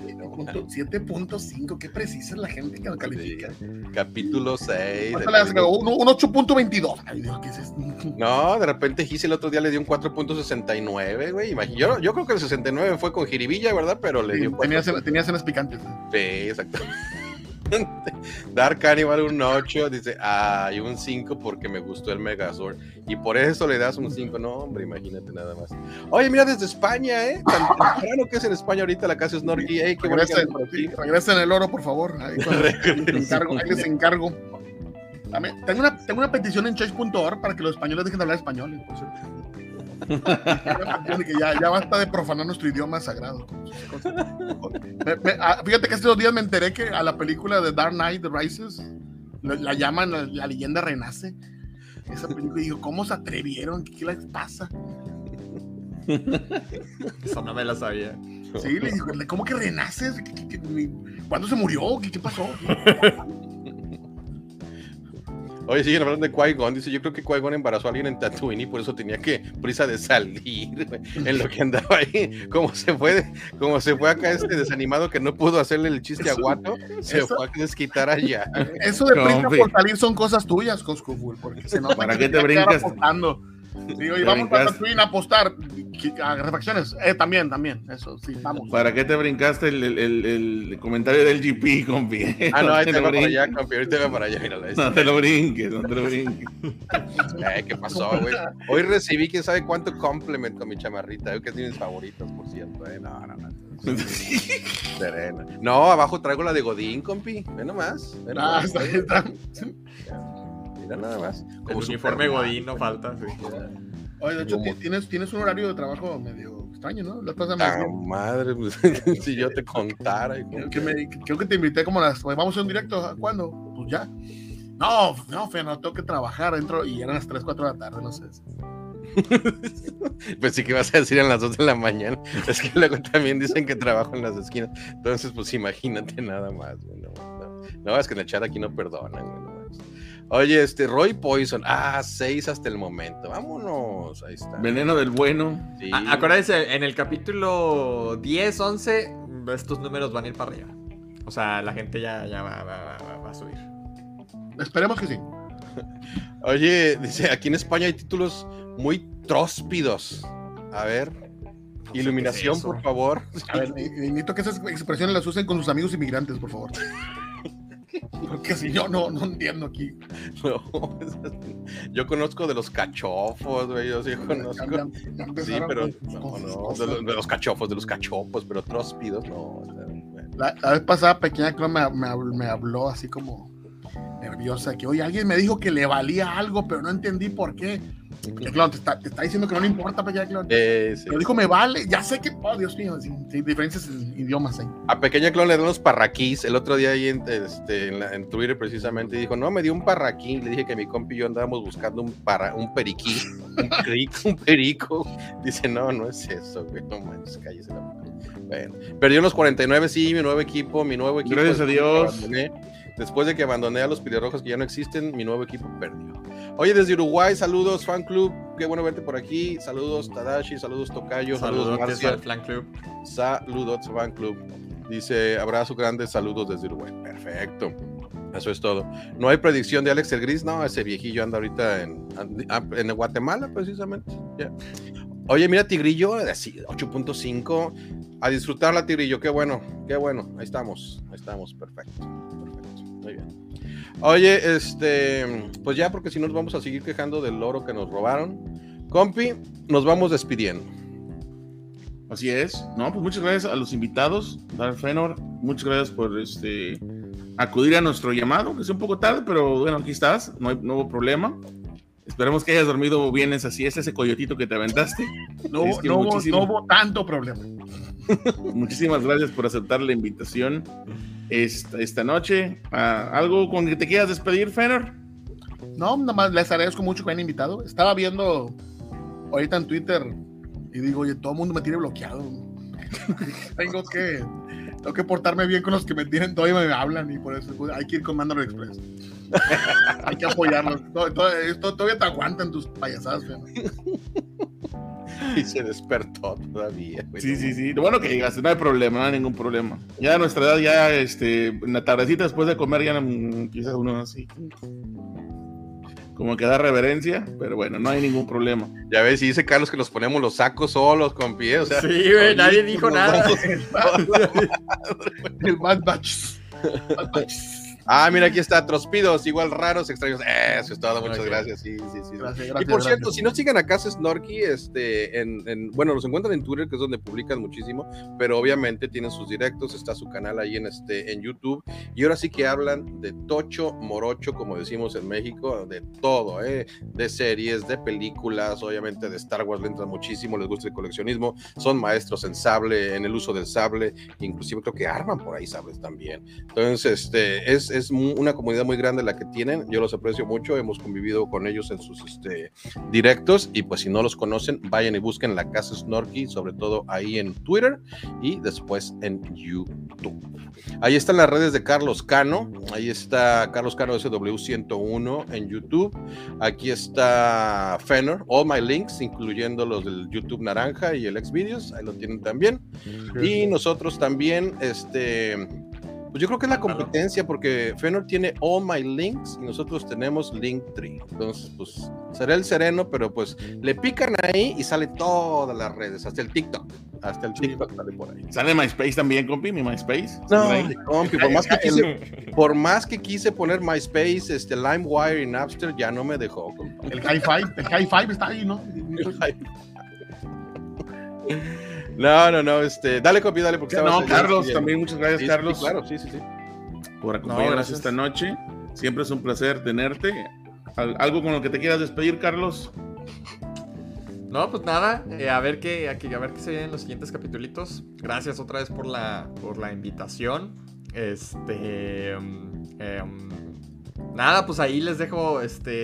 7.5, qué precisa es la gente que lo califica. Sí. Capítulo 6. Un 8.22. Ay, Dios, ¿qué es esto? No, de repente Gise el otro día le dio un 4.69, güey. Yo creo que el 69 fue con jiribilla, ¿verdad? Pero le dio. Tenía escenas picantes. Sí, exactamente. Dark Animal un 8, dice, y un 5 porque me gustó el Megazord y por eso le das un 5. No, hombre, imagínate nada más. Oye, mira, desde España, tan temprano que es en España ahorita la casa Snorky. Regresen el oro, por favor. Ahí les encargo. Tengo una petición en choice.org para que los españoles dejen de hablar español. Entonces. Que ya basta de profanar nuestro idioma sagrado. Fíjate que estos días me enteré que a la película de Dark Knight Rises la llaman la leyenda renace. Esa película, y digo, ¿cómo se atrevieron? ¿Qué les pasa? Eso no me la sabía. Sí, le digo, ¿cómo que renaces? ¿Cuándo se murió? ¿Qué pasó? Oye, siguen hablando de Qui-Gon. Dice, yo creo que Qui-Gon embarazó a alguien en Tatooine y por eso tenía prisa de salir, güey, en lo que andaba ahí. Como se fue acá desanimado que no pudo hacerle el chiste a Guato, se fue a desquitar allá. Eso de prisa por salir son cosas tuyas, Coscoful, porque se nota. ¿Para qué te brincas? Digo, y vamos para Tatooine a apostar a refacciones. También, eso, sí, vamos. ¿Para qué te brincaste el comentario del GP, compi? No, ahí te va para allá, compi, ahorita va para allá, míralo. No te lo brinques. ¿Qué pasó, güey? Hoy recibí quién sabe cuánto compliment con mi chamarrita, que es de mis favoritos, por cierto, No. Serena. No, abajo traigo la de Godín, compi, ve nomás. Está. Mira nada más. Como el uniforme Godín no falta, sí. Oye, de hecho, tienes un horario de trabajo medio extraño, ¿no? Madre, pues, si yo te contara. Creo que te invité como vamos a hacer un directo. ¿Cuándo? Pues ya. No, Fe, no tengo que trabajar dentro. Y eran las 3, 4 de la tarde, no sé. Pues sí que vas a decir en las 2 de la mañana. Es que luego también dicen que trabajo en las esquinas. Entonces, pues imagínate nada más. No, es que en el chat aquí no perdonan, güey. Oye, Roy Poison. 6 hasta el momento. Vámonos. Ahí está. Veneno del bueno. Sí. Acuérdense, en el capítulo 10, 11, estos números van a ir para arriba. O sea, la gente ya va a subir. Esperemos que sí. Oye, dice, aquí en España hay títulos muy tróspidos. A ver, iluminación, por favor. A ver, necesito que esas expresiones las usen con sus amigos inmigrantes, por favor. Porque si yo no entiendo aquí. No, yo conozco de los cachofos, güey. Yo sí conozco. Sí, pero no, de los cachopos, pero tróspidos, no. La vez pasada, Pequeña Clon me habló así como nerviosa, que oye, alguien me dijo que le valía algo, pero no entendí por qué. Pequeña Clon, te está diciendo que no le importa, Pequeña Clon. Sí. Pero dijo, me vale, ya sé que, oh Dios mío, sí, diferencias en idiomas ahí. A Pequeña Clon le dan unos parraquís. El otro día ahí en Twitter precisamente dijo, no, me dio un parraquí. Le dije que mi compi y yo andábamos buscando un periquí, un perico. Dice, no es eso, güey, no manches, cállese la boca. Bueno, perdió los 49, sí, mi nuevo equipo. Gracias a Dios. Después de que abandoné a los Pelirrojos que ya no existen, mi nuevo equipo perdió. Oye, desde Uruguay, saludos, fan club. Qué bueno verte por aquí. Saludos, Tadashi. Saludos, Tocayo. Saludos, Marcia. Fan club. Saludos, fan club. Dice, abrazo grande, saludos desde Uruguay. Perfecto. Eso es todo. No hay predicción de Alex el Gris. No, ese viejillo anda ahorita en Guatemala, precisamente. Yeah. Oye, mira, Tigrillo, 8.5. A disfrutarla, Tigrillo. Qué bueno. Ahí estamos. Perfecto. Muy bien. Oye, pues ya, porque si no nos vamos a seguir quejando del oro que nos robaron. Compi, nos vamos despidiendo. Así es. No, pues muchas gracias a los invitados, Dark Fenor. Muchas gracias por acudir a nuestro llamado, que es un poco tarde, pero bueno, aquí estás. No hubo problema. Esperemos que hayas dormido bien ese coyotito que te aventaste. No hubo tanto problema. Muchísimas gracias por aceptar la invitación esta noche. ¿Algo con que te quieras despedir, Fenor? No, nada más les agradezco mucho que me hayan invitado. Estaba viendo ahorita en Twitter y digo, oye, todo el mundo me tiene bloqueado. Tengo que portarme bien con los que me tienen, todavía me hablan, y por eso hay que ir con Mandalore Express. Hay que apoyarlos. Todavía te aguantan tus payasadas, Fenor. Y se despertó todavía. Sí. Lo bueno que llegaste, no hay problema, no hay ningún problema. Ya a nuestra edad, ya en la tardecita después de comer, ya quizás uno así, como que da reverencia, pero bueno, no hay ningún problema. Ya ves, y dice Carlos que nos ponemos los sacos solos con pie, o sea. Sí, güey, nadie dijo nada. El Bad Batch. Mira, aquí está, Trospidos, igual raros, extraños. Eso es todo, muchas gracias. Sí. Gracias, y por cierto, si no siguen a Casa Snorky, bueno, los encuentran en Twitter, que es donde publican muchísimo, pero obviamente tienen sus directos, está su canal ahí en YouTube, y ahora sí que hablan de tocho, morocho, como decimos en México, de todo, de series, de películas, obviamente de Star Wars le entran muchísimo, les gusta el coleccionismo, son maestros en sable, en el uso del sable, inclusive creo que arman por ahí sables también. Entonces, es una comunidad muy grande la que tienen, yo los aprecio mucho, hemos convivido con ellos en sus directos, y pues si no los conocen, vayan y busquen la Casa Snorky, sobre todo ahí en Twitter y después en YouTube. Ahí están las redes de Carlos Cano, ahí está Carlos Cano SW101 en YouTube, aquí está Fenor, all my links, incluyendo los del YouTube naranja y el Xvideos, ahí lo tienen también, y nosotros también, pues yo creo que es la competencia, porque Fenor tiene all my links y nosotros tenemos Linktree. Entonces, pues, será el sereno, pero pues le pican ahí y sale todas las redes, hasta el TikTok. Sale por ahí. ¿Sale MySpace también, compi? ¿Mi MySpace? No, compi, por más que quise poner MySpace, LimeWire y Napster, ya no me dejó, compi. El High Five está ahí, ¿no? No, dale, compi, dale, porque Carlos, también muchas gracias, Carlos. Sí, claro, sí. Por acompañarnos esta noche. Siempre es un placer tenerte. ¿Algo con lo que te quieras despedir, Carlos? No, pues nada, a ver qué se vienen los siguientes capitulitos. Gracias otra vez por la invitación. Nada, pues ahí les dejo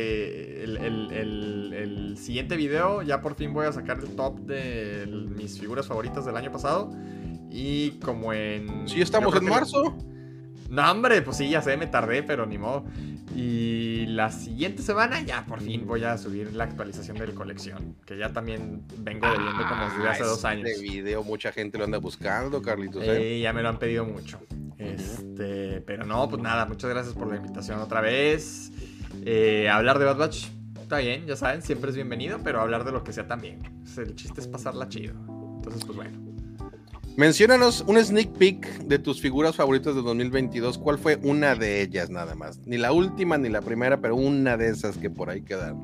el siguiente video. Ya por fin voy a sacar el top de mis figuras favoritas del año pasado. Y como en... Sí, estamos en marzo. No, hombre, pues sí, ya sé, me tardé, pero ni modo. Y la siguiente semana ya por fin voy a subir la actualización de la colección, que ya también vengo debiendo como desde hace 2 años. Este video mucha gente lo anda buscando, Carlitos. Ya me lo han pedido mucho. Pero no, pues nada, muchas gracias por la invitación otra vez. Hablar de Bad Batch está bien, ya saben, siempre es bienvenido, pero hablar de lo que sea también. El chiste es pasarla chido. Entonces, pues bueno. Menciónanos un sneak peek de tus figuras favoritas de 2022. ¿Cuál fue una de ellas nada más? Ni la última ni la primera, pero una de esas que por ahí quedaron.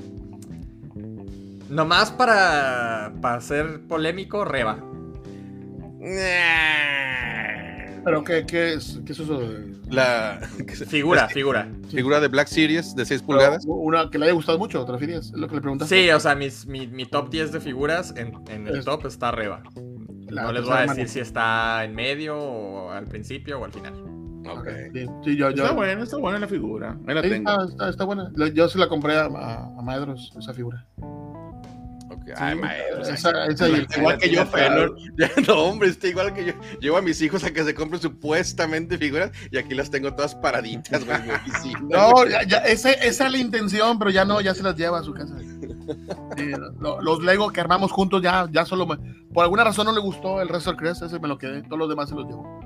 Nomás para ser polémico, Reva. ¿Pero qué es eso? La Figura. figura de Black Series de 6 pulgadas. Una que le haya gustado mucho, ¿te refieres? Es lo que le preguntaste. Sí, o sea, mi top 10 de figuras, en el top está Reva. No les voy a decir si está en medio o al principio o al final. Ok. Sí, Está buena la figura. Ahí la sí, tengo. está buena. Yo se la compré a Maedros, esa figura. Okay. Ay, maestro. Esa Igual que yo, Fenor. No, hombre, está igual que yo. Llevo a mis hijos a que se compren supuestamente figuras y aquí las tengo todas paraditas, güey, en mi oficina. No, esa es la intención, pero ya se las lleva a su casa. Sí, los Lego que armamos juntos ya solo por alguna razón no le gustó el Razor Crest, ese me lo quedé, todos los demás se los llevo.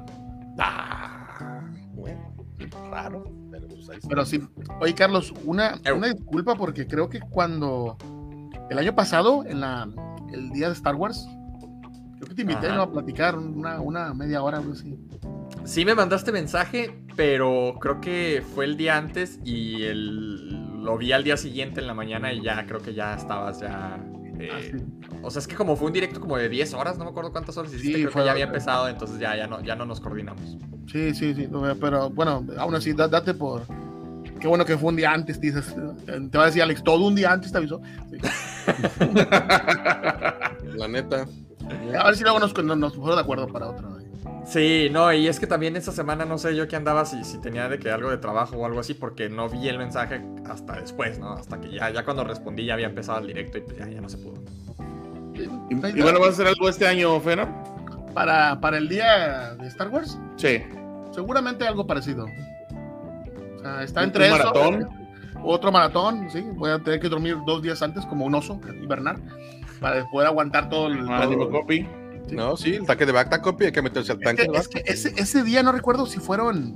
Bueno, raro, pero sí. Oye, Carlos, una disculpa porque creo que cuando el año pasado, el día de Star Wars, creo que te invité a platicar una media hora, algo así. Sí me mandaste mensaje, pero creo que fue el día antes y lo vi al día siguiente en la mañana y ya creo que ya estabas ya... Sí. O sea, es que como fue un directo como de 10 horas, no me acuerdo cuántas horas hiciste, creo que ya había empezado, entonces ya no nos coordinamos. Sí, pero bueno, aún así, date por... Qué bueno que fue un día antes, dices. Te va a decir Alex, todo un día antes te avisó. Sí. La neta. A ver si luego nos ponemos de acuerdo para otro. Sí, no, y es que también esta semana no sé yo qué andaba, si tenía de que algo de trabajo o algo así, porque no vi el mensaje hasta después, ¿no? Hasta que ya cuando respondí ya había empezado el directo y pues ya no se pudo. Y bueno, ¿vas a hacer algo este año, Fenor? ¿Para el día de Star Wars? Sí. Seguramente algo parecido. O sea, está ¿Un entre eso. maratón? Otro maratón, sí. Voy a tener que dormir 2 días antes como un oso, hibernar, para poder aguantar todo el... Ánimo, copy. Sí. No, sí, el tanque de Bacta Copy, hay que meterse al tanque. Es que ese día no recuerdo si fueron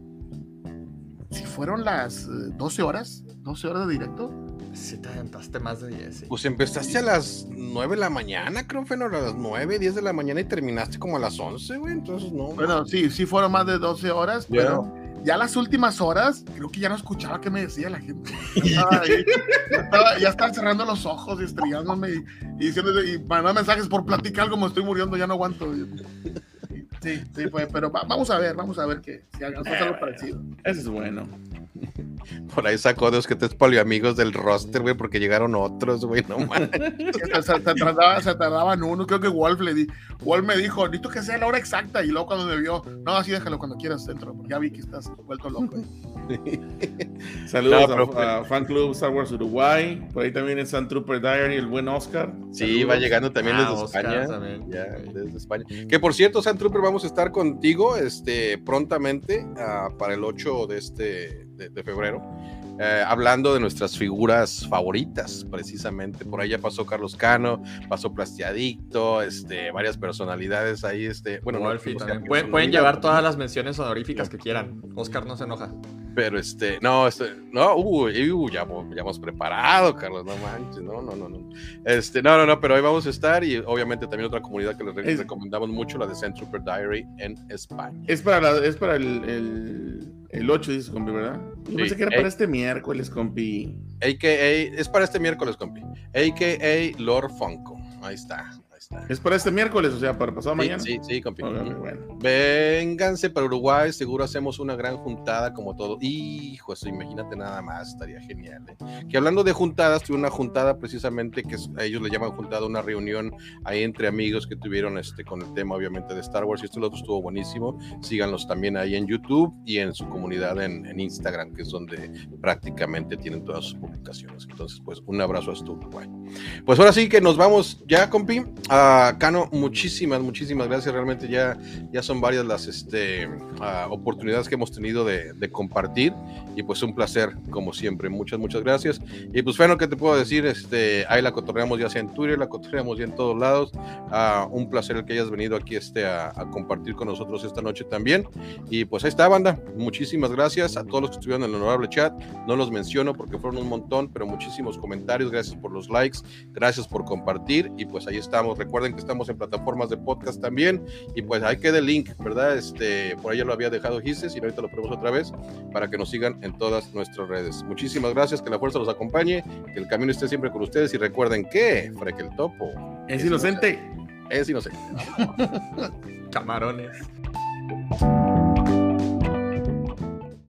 las 12 horas de directo. Sí, te aventaste más de 10, sí. Pues empezaste a las 9 de la mañana, creo, Fenor, a las 9, 10 de la mañana y terminaste como a las 11, güey, entonces no. Bueno, sí fueron más de 12 horas, pero ya las últimas horas, creo que ya no escuchaba qué me decía la gente. Ya estaba cerrando los ojos y estrellándome y diciendo, y mandando mensajes por platicar como estoy muriendo, ya no aguanto. Sí, pues, pero vamos a ver que si hagamos algo parecido. Eso es bueno. Por ahí sacó de los que te amigos del roster, güey, porque llegaron otros, güey, no manches. Se tardaban uno, creo que Wolf me dijo, necesito que sea la hora exacta, y luego cuando me vio, no, así déjalo cuando quieras dentro, porque ya vi que estás vuelto loco. Saludos a Fan Club Star Wars Uruguay, por ahí también el Sun Trooper Diary, el buen Oscar. Sí, saludos. Va llegando también desde Oscar, España. También. Ya, desde España. Que por cierto, Sun Trooper, vamos a estar contigo prontamente para el 8 de febrero. Hablando de nuestras figuras favoritas, precisamente. Por ahí ya pasó Carlos Cano, pasó Plastiadicto, varias personalidades ahí, bueno, Wolfie no, también. Pueden llevar todas las menciones honoríficas que quieran. Oscar no se enoja. Pero ya hemos preparado, Carlos, no manches, no, pero ahí vamos a estar, y obviamente también otra comunidad que les recomendamos mucho, la de Sun Trooper Diary en España. Es para el 8, dices, compi, ¿verdad? Yo pensé que era para este miércoles, compi. Es para este miércoles, compi. AKA Lord Funko. Ahí está. Es para este miércoles, o sea, para pasado mañana. Sí, compi. Okay, bueno. Vénganse para Uruguay, seguro hacemos una gran juntada como todo. Hijo, eso, imagínate nada más, estaría genial. Que hablando de juntadas, tuve una juntada precisamente que a ellos le llaman juntada, una reunión ahí entre amigos que tuvieron con el tema obviamente de Star Wars, y lo otro estuvo buenísimo. Síganlos también ahí en YouTube y en su comunidad en Instagram, que es donde prácticamente tienen todas sus publicaciones. Entonces, pues un abrazo hasta Uruguay. Pues ahora sí que nos vamos ya, compi. Cano, muchísimas gracias. Realmente ya son varias las oportunidades que hemos tenido de compartir, y pues un placer como siempre. Muchas gracias. Y pues bueno, ¿qué te puedo decir? Ahí la cotorreamos ya sea en Twitter, la cotorreamos ya en todos lados. Un placer el que hayas venido aquí a compartir con nosotros esta noche también. Y pues ahí está, banda. Muchísimas gracias a todos los que estuvieron en el honorable chat. No los menciono porque fueron un montón, pero muchísimos comentarios. Gracias por los likes, gracias por compartir, y pues ahí estamos. Recuerden que estamos en plataformas de podcast también, y pues ahí queda el link, ¿verdad? Por ahí ya lo había dejado Gises, y ahorita lo ponemos otra vez para que nos sigan en todas nuestras redes. Muchísimas gracias, que la fuerza los acompañe, que el camino esté siempre con ustedes, y recuerden que Freque el Topo es inocente. Es inocente. Camarones.